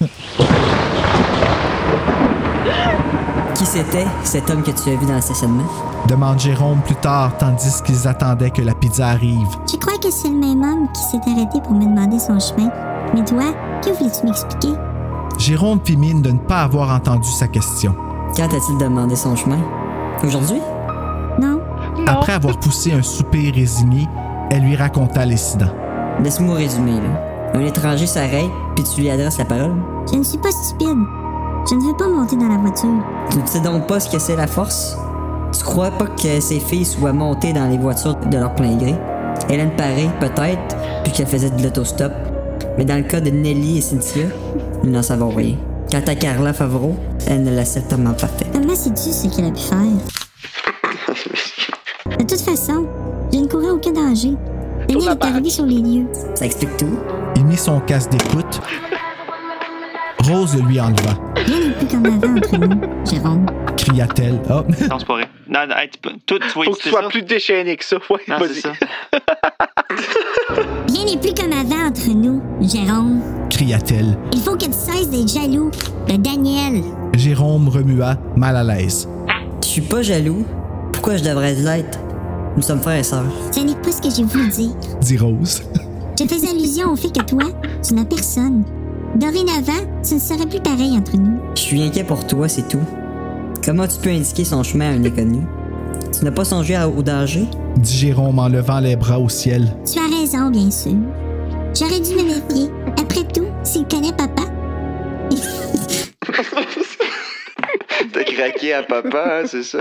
Qui c'était, cet homme que tu as vu dans le stationnement? Demande Jérôme plus tard, tandis qu'ils attendaient que la pizza arrive. Je crois que c'est le même homme qui s'est arrêté pour me demander son chemin. Mais toi, que voulais-tu m'expliquer? Jérôme fit mine de ne pas avoir entendu sa question. Quand a-t-il demandé son chemin? Aujourd'hui? Non. Après avoir poussé un soupir résigné, elle lui raconta l'incident. Laisse-moi résumer, là. Un étranger s'arrête, puis tu lui adresses la parole. Je ne suis pas stupide. Je ne veux pas monter dans la voiture. Tu ne sais donc pas ce que c'est la force? Tu crois pas que ces filles soient montées dans les voitures de leur plein gré? Hélène Paré, peut-être, puis qu'elle faisait de l'autostop. Mais dans le cas de Nelly et Cynthia, nous n'en savons rien. Quant à Carla Favreau, elle ne l'a certainement pas fait. Comment sais-tu ce qu'elle a pu faire? De toute façon, je ne courais aucun danger. Daniel est arrivé sur les lieux. Ça explique tout. Il mit son casque d'écoute. Rose le lui enleva. Rien n'est plus comme avant entre nous, Jérôme. Cria-t-elle. Oh. Non, c'est pas vrai. Non, hey, toi, tu vas Faut que tu sois plus déchaîné que ça. Ouais, non, vas-y. c'est ça. Rien n'est plus comme avant entre nous, Jérôme. Cria-t-elle. Il faut que tu cesses d'être jaloux de Daniel. Jérôme remua, mal à l'aise. Je suis pas jaloux. Pourquoi je devrais l'être? Nous sommes frères et sœurs. Ce n'est pas ce que j'ai voulu dire. Dit Rose. Je faisais allusion au fait que toi, tu n'as personne. Dorénavant, ce ne serait plus pareil entre nous. Je suis inquiet pour toi, c'est tout. Comment tu peux indiquer son chemin à un inconnu? Tu n'as pas songé au danger? Dit Jérôme en levant les bras au ciel. Tu as raison, bien sûr. J'aurais dû me méfier. Après tout, s'il connaît papa. T'as craqué à papa, hein, c'est ça?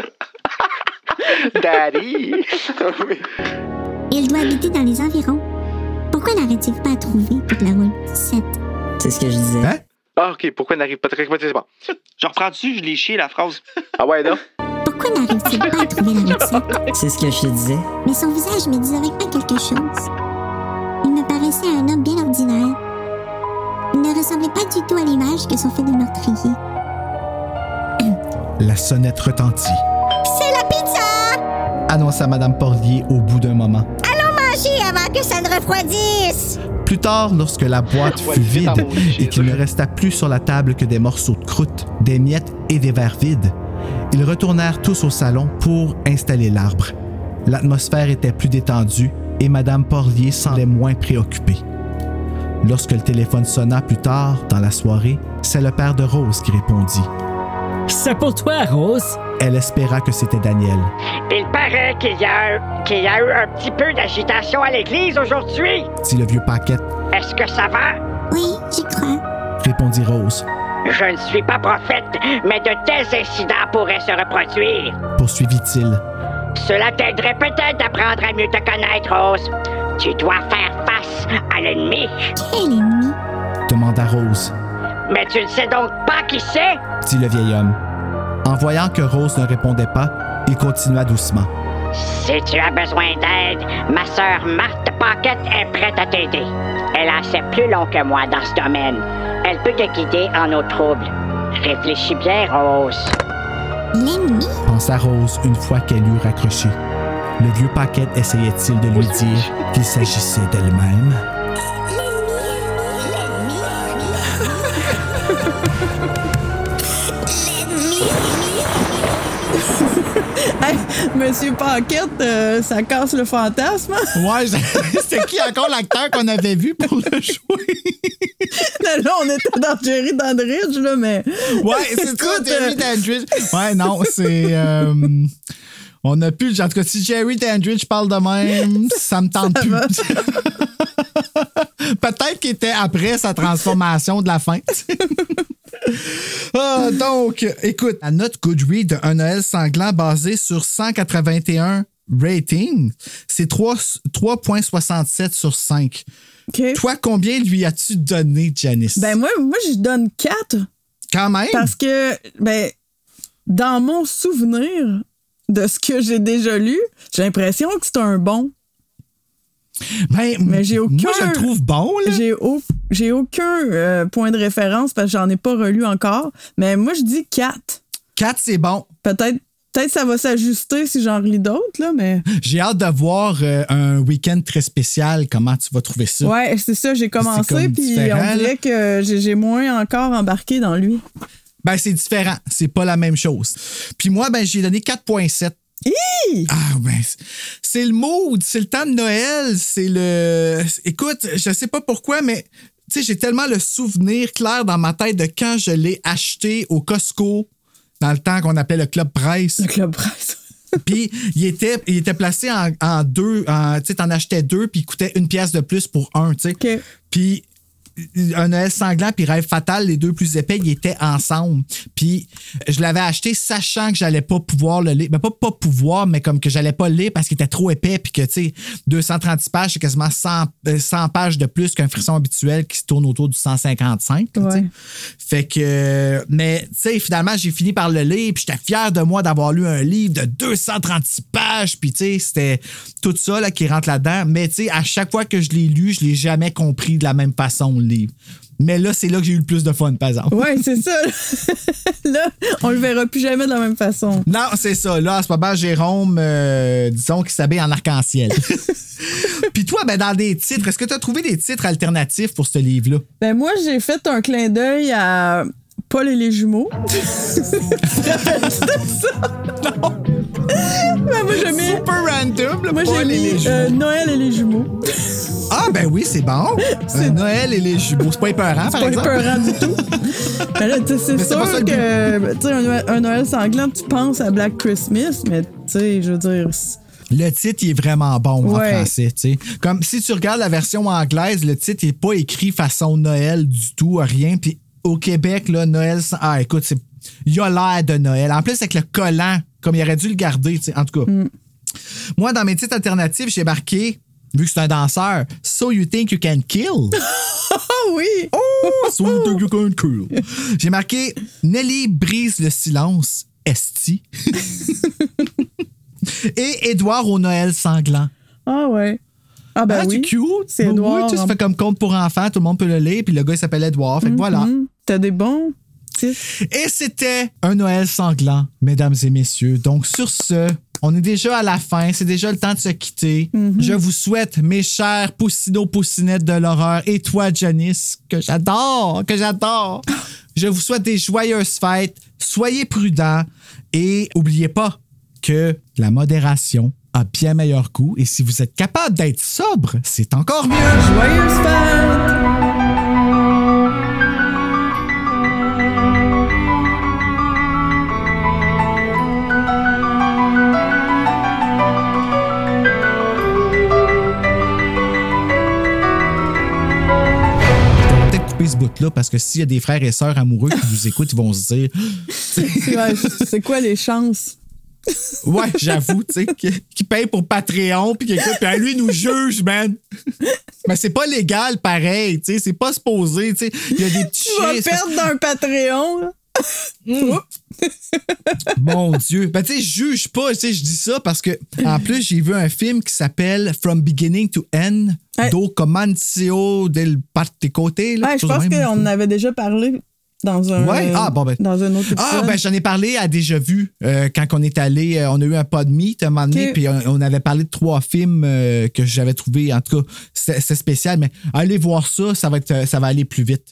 Daddy! Il doit habiter dans les environs. Pourquoi n'arrive-t-il pas à trouver toute la route 7? C'est ce que je disais. Hein? Ah, ok, pourquoi n'arrive pas très c'est bon. Je reprends dessus, je l'ai chié la phrase. Ah ouais, non? Pourquoi n'arrive-t-il pas à trouver la route 7? C'est ce que je te disais. Mais son visage me disait pas quelque chose. Il me paraissait un homme bien ordinaire. Il ne ressemblait pas du tout à l'image que sont faits des meurtriers. La sonnette retentit. C'est la pizza! Annonça Madame Porlier au bout d'un moment. Allons manger avant que ça ne refroidisse! Plus tard, lorsque la boîte fut vide et qu'il ne resta plus sur la table que des morceaux de croûte, des miettes et des verres vides, ils retournèrent tous au salon pour installer l'arbre. L'atmosphère était plus détendue et Madame Porlier semblait moins préoccupée. Lorsque le téléphone sonna plus tard, dans la soirée, c'est le père de Rose qui répondit. « C'est pour toi, Rose. » Elle espéra que c'était Daniel. Il paraît qu'il y a eu un petit peu d'agitation à l'église aujourd'hui. Dit le vieux Paquette. Est-ce que ça va? Oui, j'y crois. Répondit Rose. Je ne suis pas prophète, mais de tels incidents pourraient se reproduire. Poursuivit-il. Cela t'aiderait peut-être d'apprendre à mieux te connaître, Rose. Tu dois faire face à l'ennemi. Quel ennemi? Demanda Rose. Mais tu ne sais donc pas qui c'est? Dit le vieil homme. En voyant que Rose ne répondait pas, il continua doucement. Si tu as besoin d'aide, ma sœur Marthe Paquette est prête à t'aider. Elle en sait plus long que moi dans ce domaine. Elle peut te guider en eau trouble. Réfléchis bien, Rose. L'ennemi? Pensa Rose une fois qu'elle eut raccroché. Le vieux Paquette essayait-il de lui dire qu'il s'agissait d'elle-même? Hey, Monsieur Paquette, ça casse le fantasme. Ouais, c'était qui encore l'acteur qu'on avait vu pour le jouer? Là, on était dans Jerry Dandridge, là, mais... Ouais, c'est ça, Jerry Dandridge. Ouais, non, c'est... On a plus... En tout cas, si Jerry Dandridge parle de même, ça me tente plus. Peut-être qu'il était après sa transformation de la fin. Donc, écoute, la note Goodreads de Un Noël sanglant basée sur 181 ratings, c'est 3,67 sur 5. Okay. Toi, combien lui as-tu donné, Janice? Ben moi, je donne 4. Quand même? Parce que, dans mon souvenir de ce que j'ai déjà lu, j'ai l'impression que c'est un bon. Mais j'ai aucun. Moi, je le trouve bon, là. J'ai aucun point de référence parce que j'en ai pas relu encore. Mais moi, je dis 4. 4, c'est bon. Peut-être ça va s'ajuster si j'en relis d'autres, là, mais... J'ai hâte de voir un week-end très spécial. Comment tu vas trouver ça? Ouais, c'est ça. J'ai commencé, puis on dirait que j'ai moins encore embarqué dans lui. Ben, c'est différent. C'est pas la même chose. Puis moi, j'ai donné 4,7. Ah, ben, c'est le mood, c'est le temps de Noël, c'est le... Écoute, je sais pas pourquoi, mais tu sais, j'ai tellement le souvenir clair dans ma tête de quand je l'ai acheté au Costco, dans le temps qu'on appelait le Club Price. Le Club Price. Puis, il était placé en deux, tu sais, t'en achetais deux, puis il coûtait 1 pièce de plus pour un, tu sais. Okay. Puis, un Noël sanglant puis Rêve fatal, les deux plus épais, ils étaient ensemble. Puis je l'avais acheté sachant que j'allais pas pouvoir le lire. Ben, pas pouvoir, mais comme que j'allais pas le lire parce qu'il était trop épais puis que, tu sais, 236 pages, c'est quasiment 100 pages de plus qu'un frisson habituel qui se tourne autour du 155. Ouais. Fait que... Mais, tu sais, finalement, j'ai fini par le lire puis j'étais fier de moi d'avoir lu un livre de 236 pages puis, tu sais, c'était tout ça là, qui rentre là-dedans. Mais, tu sais, à chaque fois que je l'ai lu, je l'ai jamais compris de la même façon, le livre. Mais là, c'est là que j'ai eu le plus de fun, par exemple. Ouais, c'est ça. Là, on le verra plus jamais de la même façon. Non, c'est ça. Là, en ce moment, Jérôme, disons qu'il s'habille en arc-en-ciel. Puis toi, ben, dans des titres, est-ce que tu as trouvé des titres alternatifs pour ce livre-là? Ben, moi, j'ai fait un clin d'œil à Paul et les jumeaux. Non. Ben, moi, j'ai mis... Super random, là, moi, Paul j'ai mis et les jumeaux. Noël et les jumeaux. Ah, ben oui, c'est bon. Noël et les jumeaux. C'est pas épeurant, par exemple. C'est pas épeurant du tout. Mais là, c'est sûr que, tu sais, un Noël sanglant, tu penses à Black Christmas, mais, tu sais, je veux dire... Le titre, il est vraiment bon en français, tu sais. Comme si tu regardes la version anglaise, le titre n'est pas écrit façon Noël du tout, rien. Puis au Québec, là, Noël... Ah, écoute, il a l'air de Noël. En plus, avec le collant, comme il aurait dû le garder, tu sais. En tout cas, moi, dans mes titres alternatifs, j'ai marqué... Vu que c'est un danseur, So You Think You Can Kill? Oh oui! Oh, So You Think You Can Kill. J'ai marqué Nelly brise le silence, esti. Et Édouard au Noël sanglant. Ah ouais. Ah ben oui. C'est cute. C'est Édouard. Oui, ça fait comme conte pour enfants, tout le monde peut le lire, puis le gars il s'appelle Édouard. Fait que voilà. T'as des bons titres. Et c'était un Noël sanglant, mesdames et messieurs. Donc sur ce... On est déjà à la fin, c'est déjà le temps de se quitter. Je vous souhaite, mes chers poussineaux-poussinettes de l'horreur, et toi, Janice, que j'adore, je vous souhaite des joyeuses fêtes, soyez prudents, et n'oubliez pas que la modération a bien meilleur goût, et si vous êtes capable d'être sobre, c'est encore mieux. Joyeuses fêtes! Ce bout-là, parce que s'il y a des frères et sœurs amoureux qui vous écoutent, ils vont se dire... C'est quoi les chances? Ouais, j'avoue, tu sais, qui paye pour Patreon, puis à lui nous juge, man. Mais c'est pas légal, pareil, tu sais, c'est pas supposé, tu sais. Il y a des petits chiens... Tu vas perdre d'un Patreon, là. Mon Dieu. Ben, tu sais, je juge pas, tu sais, je dis ça parce que, en plus, j'ai vu un film qui s'appelle From Beginning to End, Do Comancio del Particote. Ouais, je pense qu'on en avait déjà parlé dans un, dans un autre épisode. Ah, ben, j'en ai parlé à Déjà Vu quand on est allé, on a eu un podmeet un moment donné, puis on avait parlé de 3 films que j'avais trouvé, en tout cas, c'est spécial, mais allez voir ça, ça va aller plus vite.